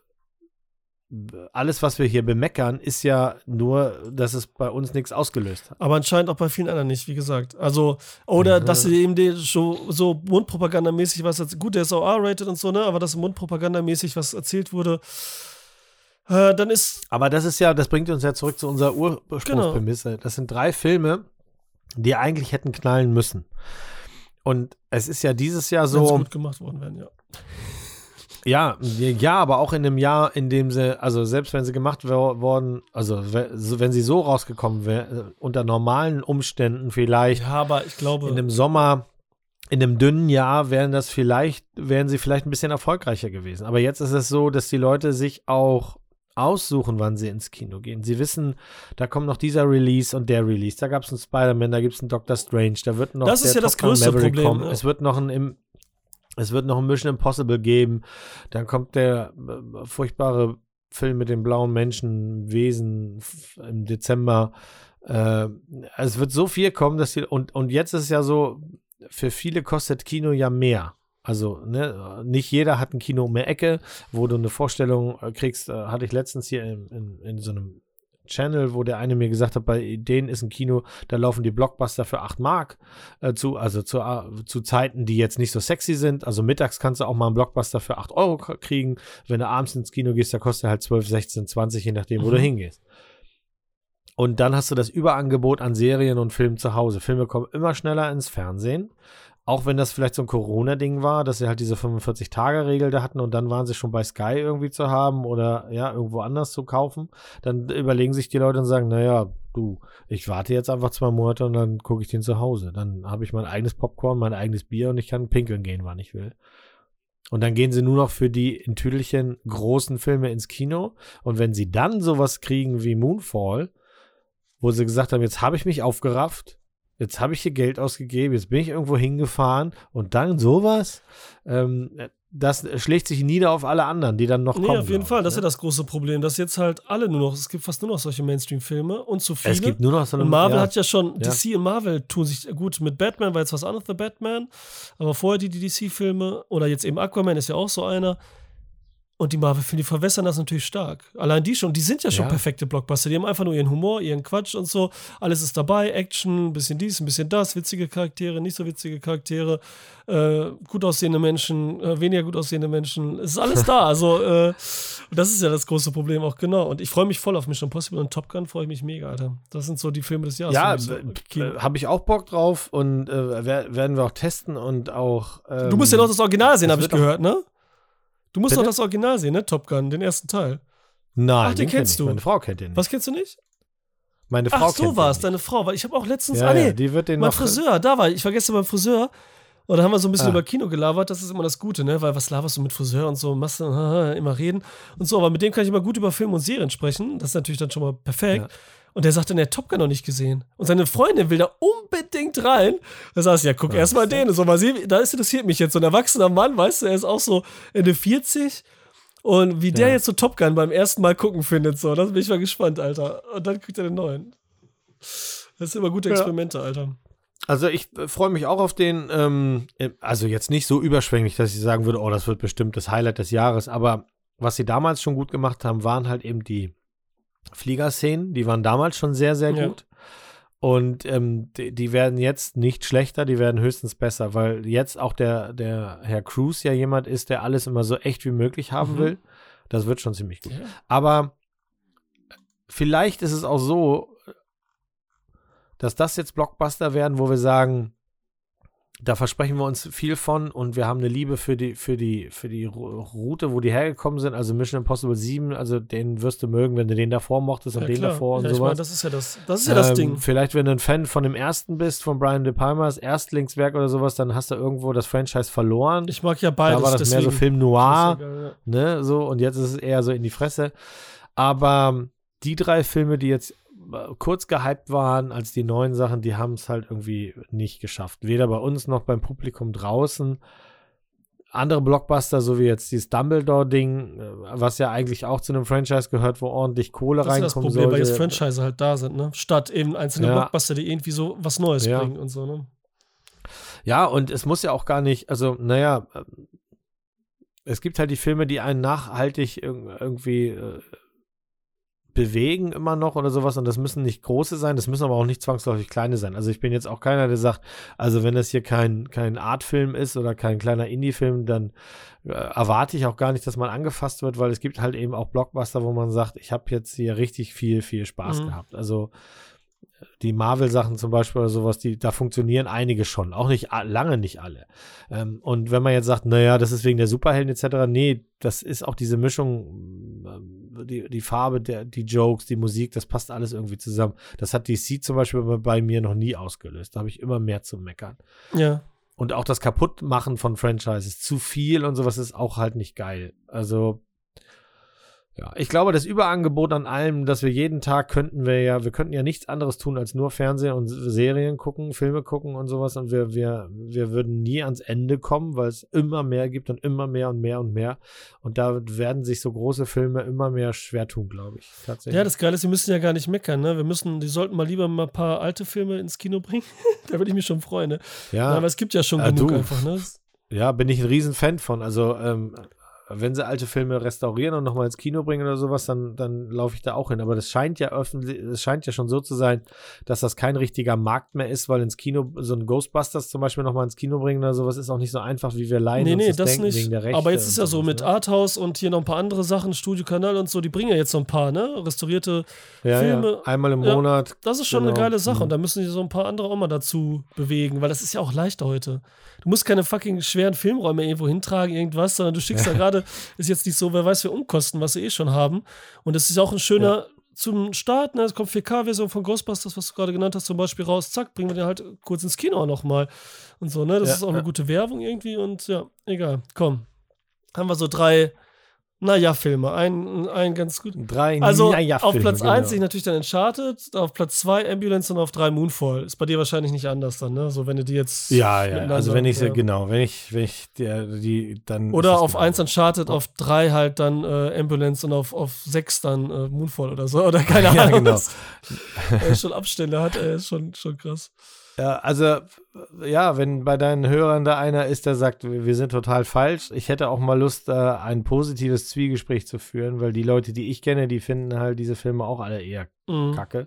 alles, was wir hier bemeckern, ist ja nur, dass es bei uns nichts ausgelöst hat. Aber anscheinend auch bei vielen anderen nicht, wie gesagt. Also, oder Mhm. dass sie eben die so, so mundpropagandamäßig was, erz- gut, der ist auch R-rated und so, ne, aber dass mundpropagandamäßig was erzählt wurde, äh, dann ist, Aber das ist ja, das bringt uns ja zurück zu unserer Ursprungsprämisse. Das sind drei Filme, die eigentlich hätten knallen müssen. Und es ist ja dieses Jahr wenn sie so, gut gemacht worden wären, ja. ja, ja, aber auch in einem Jahr, in dem sie, also selbst wenn sie gemacht wor- worden, also we- so- wenn sie so rausgekommen wären, unter normalen Umständen vielleicht Ja, aber ich glaube, in einem Sommer, in einem dünnen Jahr wären das vielleicht, wären sie vielleicht ein bisschen erfolgreicher gewesen. Aber jetzt ist es so, dass die Leute sich auch aussuchen, wann sie ins Kino gehen. Sie wissen, da kommt noch dieser Release und der Release. Da gab es einen Spider-Man, da gibt es einen Doctor Strange, da wird noch Das ist der ja das Top Gun größte Maverick Problem, kommen. ja. Es wird noch ein im Es wird noch ein Mission Impossible geben. Dann kommt der äh, furchtbare Film mit dem blauen Menschenwesen f- im Dezember. Äh, es wird so viel kommen, dass die, und, und jetzt ist es ja so, für viele kostet Kino ja mehr. Also, ne, nicht jeder hat ein Kino um die Ecke, wo du eine Vorstellung kriegst. Äh, hatte ich letztens hier in, in, in so einem Channel, wo der eine mir gesagt hat, bei denen ist ein Kino, da laufen die Blockbuster für acht Mark äh, zu, also zu, äh, zu Zeiten, die jetzt nicht so sexy sind. Also mittags kannst du auch mal einen Blockbuster für acht Euro k- kriegen. Wenn du abends ins Kino gehst, da kostet er halt zwölf, sechzehn, zwanzig, je nachdem, wo Mhm. du hingehst. Und dann hast du das Überangebot an Serien und Filmen zu Hause. Filme kommen immer schneller ins Fernsehen. Auch wenn das vielleicht so ein Corona-Ding war, dass sie halt diese fünfundvierzig-Tage-Regel da hatten und dann waren sie schon bei Sky irgendwie zu haben oder ja, irgendwo anders zu kaufen, dann überlegen sich die Leute und sagen, naja, du, ich warte jetzt einfach zwei Monate und dann gucke ich den zu Hause. Dann habe ich mein eigenes Popcorn, mein eigenes Bier und ich kann pinkeln gehen, wann ich will. Und dann gehen sie nur noch für die in Tüdelchen großen Filme ins Kino. Und wenn sie dann sowas kriegen wie Moonfall, wo sie gesagt haben, jetzt habe ich mich aufgerafft, jetzt habe ich hier Geld ausgegeben, jetzt bin ich irgendwo hingefahren und dann sowas, ähm, das schlägt sich nieder auf alle anderen, die dann noch Nee, kommen. auf jeden glaub Fall, ich, das ist ja ne? das große Problem, dass jetzt halt alle nur noch, es gibt fast nur noch solche Mainstream-Filme und zu viele. Es gibt nur noch so eine Und Marvel ja, hat ja schon, ja. D C und Marvel tun sich gut mit Batman, war jetzt was anderes, The Batman, aber vorher die, die D C-Filme oder jetzt eben Aquaman ist ja auch so einer. Und die Marvel-Filme, die verwässern das natürlich stark. Allein die schon, die sind ja schon Ja. perfekte Blockbuster. Die haben einfach nur ihren Humor, ihren Quatsch und so. Alles ist dabei, Action, ein bisschen dies, ein bisschen das, witzige Charaktere, nicht so witzige Charaktere, äh, gut aussehende Menschen, äh, weniger gut aussehende Menschen. Es ist alles da. Also, äh, das ist ja das große Problem auch, genau. Und ich freue mich voll auf Mission Impossible und Top Gun freue ich mich mega, Alter. Das sind so die Filme des Jahres. Ja, für mich so. äh, habe ich auch Bock drauf und äh, wer- werden wir auch testen und auch ähm, Du musst ja noch das Original sehen, das habe ich wird doch- gehört, ne? Du musst Bitte? doch das Original sehen, ne? Top Gun, den ersten Teil. Nein, Ach, den kenn kennst ich. du. Meine Frau kennt den nicht. Was kennst du nicht? Meine Frau Ach, kennt so war es, den deine Frau. Weil ich habe auch letztens, nicht. Ja, ah nee, ja, die wird den mein noch Friseur, da war ich. Ich war gestern beim Friseur und da haben wir so ein bisschen Ah. über Kino gelabert. Das ist immer das Gute, ne? Weil was laberst du mit Friseur und so, machst du haha, immer reden und so. Aber mit dem kann ich immer gut über Filme und Serien sprechen. Das ist natürlich dann schon mal perfekt. Ja. Und der sagte, der Top Gun noch nicht gesehen. Und seine Freundin will da unbedingt rein. Da sagst du, ja, guck Ja, erst mal ist ja- den. Und so, mal sehen, da ist interessiert mich jetzt so ein erwachsener Mann, weißt du, er ist auch so Ende vierzig. Und wie der Ja. jetzt so Top Gun beim ersten Mal gucken findet, so, das bin ich mal gespannt, Alter. Und dann kriegt er den neuen. Das sind immer gute Ja. Experimente, Alter. Also ich äh, freue mich auch auf den, ähm, äh, also jetzt nicht so überschwänglich, dass ich sagen würde, oh, das wird bestimmt das Highlight des Jahres, aber was sie damals schon gut gemacht haben, waren halt eben die Fliegerszenen, die waren damals schon sehr, sehr Ja. gut. Und ähm, die, die werden jetzt nicht schlechter, die werden höchstens besser, weil jetzt auch der, der Herr Cruise ja jemand ist, der alles immer so echt wie möglich haben Mhm. will. Das wird schon ziemlich gut. Ja. Aber vielleicht ist es auch so, dass das jetzt Blockbuster werden, wo wir sagen, da versprechen wir uns viel von und wir haben eine Liebe für die, für die, für die Ru- Route, wo die hergekommen sind. Also Mission Impossible sieben, also den wirst du mögen, wenn du den davor mochtest und Ja, den klar. davor und ja, ich sowas. meine, das ist ja das, das ist ja das Ähm, Ding. Vielleicht, wenn du ein Fan von dem ersten bist, von Brian De Palmas Erstlingswerk oder sowas, dann hast du irgendwo das Franchise verloren. Ich mag ja beides. da war das deswegen. mehr so Film Das Noir, ist ja geil, ne, so, und jetzt ist es eher so in die Fresse. Aber die drei Filme, die jetzt äh, kurz gehypt waren als die neuen Sachen, die haben es halt irgendwie nicht geschafft. Weder bei uns noch beim Publikum draußen. Andere Blockbuster, so wie jetzt dieses Dumbledore-Ding, äh, was ja eigentlich auch zu einem Franchise gehört, wo ordentlich Kohle ja. Das ist ja das reinkommen Problem, weil jetzt sollte. Franchise halt da sind, ne? Statt eben einzelne Ja. Blockbuster, die irgendwie so was Neues Ja. bringen und so, ne? Ja, und es muss ja auch gar nicht, also, naja, ähm, es gibt halt die Filme, die einen nachhaltig irg- irgendwie äh, bewegen immer noch oder sowas und das müssen nicht große sein, das müssen aber auch nicht zwangsläufig kleine sein. Also ich bin jetzt auch keiner, der sagt, also wenn das hier kein, kein Artfilm ist oder kein kleiner Indie-Film, dann äh, erwarte ich auch gar nicht, dass man angefasst wird, weil es gibt halt eben auch Blockbuster, wo man sagt, ich habe jetzt hier richtig viel, viel Spaß Mhm. gehabt. Also die Marvel-Sachen zum Beispiel oder sowas, die, da funktionieren einige schon, auch nicht a- lange nicht alle. Ähm, und wenn man jetzt sagt, naja, das ist wegen der Superhelden et cetera, nee, das ist auch diese Mischung, ähm, die, die Farbe, der, die Jokes, die Musik, das passt alles irgendwie zusammen. Das hat D C zum Beispiel bei- bei mir noch nie ausgelöst. Da habe ich immer mehr zu meckern. Ja. Und auch das Kaputtmachen von Franchises, zu viel und sowas ist auch halt nicht geil. Also ja, ich glaube, das Überangebot an allem, dass wir jeden Tag könnten wir ja, wir könnten ja nichts anderes tun, als nur Fernsehen und Serien gucken, Filme gucken und sowas und wir, wir, wir würden nie ans Ende kommen, weil es immer mehr gibt und immer mehr und mehr und mehr und da werden sich so große Filme immer mehr schwer tun, glaube ich, tatsächlich. Ja, das Geile ist, wir müssen ja gar nicht meckern, ne? Wir müssen, die sollten mal lieber mal ein paar alte Filme ins Kino bringen. Da würde ich mich schon freuen, ne? ja, Ja, aber es gibt ja schon äh, genug du. einfach, ne? ja, bin ich ein Riesenfan von. Also, ähm, wenn sie alte Filme restaurieren und nochmal ins Kino bringen oder sowas, dann, dann laufe ich da auch hin. Aber das scheint ja öffentlich, es scheint ja schon so zu sein, dass das kein richtiger Markt mehr ist, weil ins Kino, so ein Ghostbusters zum Beispiel nochmal ins Kino bringen oder sowas, ist auch nicht so einfach, wie wir leihen Nee, uns nee, das, das denken, nicht. wegen der Rechte. Aber jetzt ist ja so sowas, mit ne? Arthouse und hier noch ein paar andere Sachen, Studiokanal und so, die bringen ja jetzt so ein paar, ne? Restaurierte ja, Filme. Ja. Einmal im Ja, Monat. Das ist schon genau. eine geile Sache. Mhm. Und da müssen die so ein paar andere auch mal dazu bewegen, weil das ist ja auch leichter heute. Du musst keine fucking schweren Filmräume irgendwo hintragen, irgendwas, sondern du schickst da gerade, ist jetzt nicht so, wer weiß, für Umkosten, was sie eh schon haben. Und das ist auch ein schöner, ja. zum Start, ne? Es kommt vier K-Version von Ghostbusters, was du gerade genannt hast, zum Beispiel raus, zack, bringen wir den halt kurz ins Kino nochmal. Und so, ne? Das Ja, ist auch ja. eine gute Werbung irgendwie und ja, egal. Komm. Haben wir so drei, naja, Filme. Ein, ein ganz gut. Drei Also naja, auf Filme, Platz genau. eins sehe ich natürlich dann Uncharted, auf Platz zwei Ambulance und auf drei Moonfall. Ist bei dir wahrscheinlich nicht anders dann, ne? So, wenn du die jetzt. Ja, ja, miteinander- also wenn ich, ja. genau, wenn ich, wenn ich die, die dann. Oder ist das auf genau. eins Uncharted, auf drei halt dann äh, Ambulance und auf, auf sechs dann äh, Moonfall oder so. Oder keine Ja, Ahnung. genau. was er schon Abstände hat, ey, ist schon, schon krass. Ja, also, ja, wenn bei deinen Hörern da einer ist, der sagt, wir wir sind total falsch, ich hätte auch mal Lust, äh, ein positives Zwiegespräch zu führen, weil die Leute, die ich kenne, die finden halt diese Filme auch alle eher Mhm. kacke.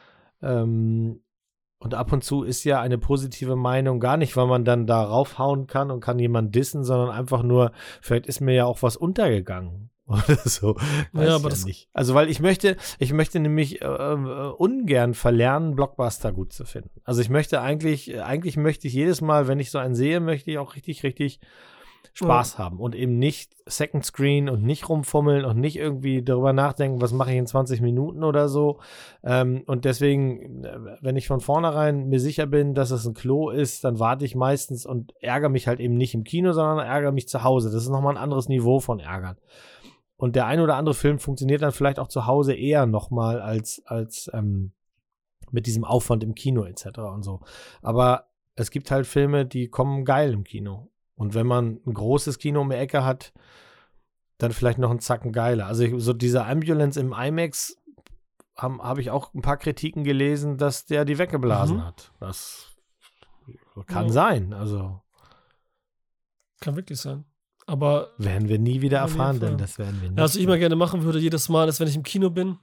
Ähm, und ab und zu ist ja eine positive Meinung gar nicht, weil man dann da raufhauen kann und kann jemanden dissen, sondern einfach nur, vielleicht ist mir ja auch was untergegangen. Oder so. Weiß Ja, ich aber ja das- nicht. Also, weil ich möchte, ich möchte nämlich äh, äh, ungern verlernen, Blockbuster gut zu finden. Also ich möchte eigentlich, eigentlich möchte ich jedes Mal, wenn ich so einen sehe, möchte ich auch richtig, richtig Spaß haben und eben nicht Second Screen und nicht rumfummeln und nicht irgendwie darüber nachdenken, was mache ich in zwanzig Minuten oder so. Ähm, und deswegen, äh, wenn ich von vornherein mir sicher bin, dass es ein Klo ist, dann warte ich meistens und ärgere mich halt eben nicht im Kino, sondern ärgere mich zu Hause. Das ist nochmal ein anderes Niveau von Ärgern. Und der ein oder andere Film funktioniert dann vielleicht auch zu Hause eher nochmal als, als ähm, mit diesem Aufwand im Kino et cetera und so. Aber es gibt halt Filme, die kommen geil im Kino. Und wenn man ein großes Kino um die Ecke hat, dann vielleicht noch einen Zacken geiler. Also ich, so dieser Ambulance im IMAX habe hab ich auch ein paar Kritiken gelesen, dass der die weggeblasen Mhm. hat. Das kann Ja. sein. Also Kann wirklich sein. Aber werden wir nie wieder Auf jeden erfahren, denn Fall. das werden wir nicht. ja, was ich immer gerne machen würde, jedes Mal, ist, wenn ich im Kino bin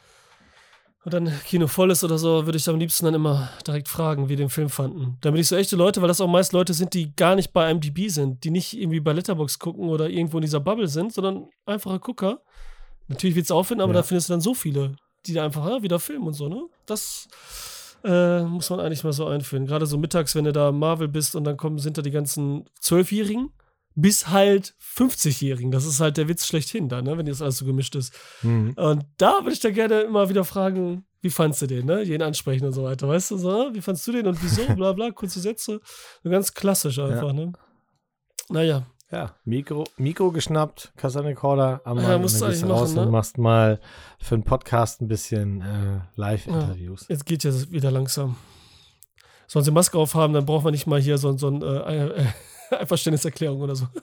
und dann Kino voll ist oder so, würde ich am liebsten dann immer direkt fragen, wie die den Film fanden. Damit ich so echte Leute, weil das auch meist Leute sind, die gar nicht bei I M D B sind, die nicht irgendwie bei Letterboxd gucken oder irgendwo in dieser Bubble sind, sondern einfache Gucker. Natürlich willst du auffinden, aber Ja. da findest du dann so viele, die da einfach ja, wieder filmen und so, ne? Das äh, muss man eigentlich mal so einführen. Gerade so mittags, wenn du da Marvel bist und dann kommen, sind da die ganzen Zwölfjährigen bis halt fünfzigjährigen. Das ist halt der Witz schlechthin da, ne? Wenn das alles so gemischt ist. Mhm. Und da würde ich da gerne immer wieder fragen, wie fandst du den, ne? Jeden ansprechen und so weiter, weißt du, so, wie fandst du den und wieso, bla bla, kurze Sätze. So ganz klassisch einfach, Ja. ne? Naja, Ja, Mikro, Mikro geschnappt, Kassettenrekorder am Ja, Mann, musst und du dann gehst du eigentlich raus machen, und ne? machst mal für einen Podcast ein bisschen äh, Live-Interviews. jetzt geht ja wieder langsam. Sollen sie Maske aufhaben, dann braucht man nicht mal hier so, so ein äh, äh, Einverständniserklärung oder so.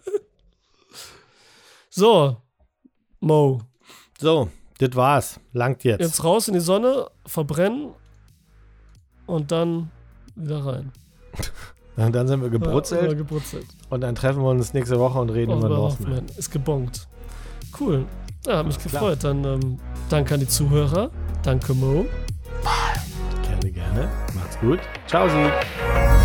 So, Mo, So, das war's. Langt jetzt. jetzt raus in die Sonne, verbrennen und dann wieder rein. Und dann sind wir gebrutzelt Ja, gebrutzelt. und dann treffen wir uns nächste Woche und reden Oh, über über Northman. Northman. Ist gebongt. Cool. Ja, hat mich Alles gefreut. Dann ähm, danke an die Zuhörer. Danke, Mo. Gerne, gerne. Macht's gut. Ciao, Sie.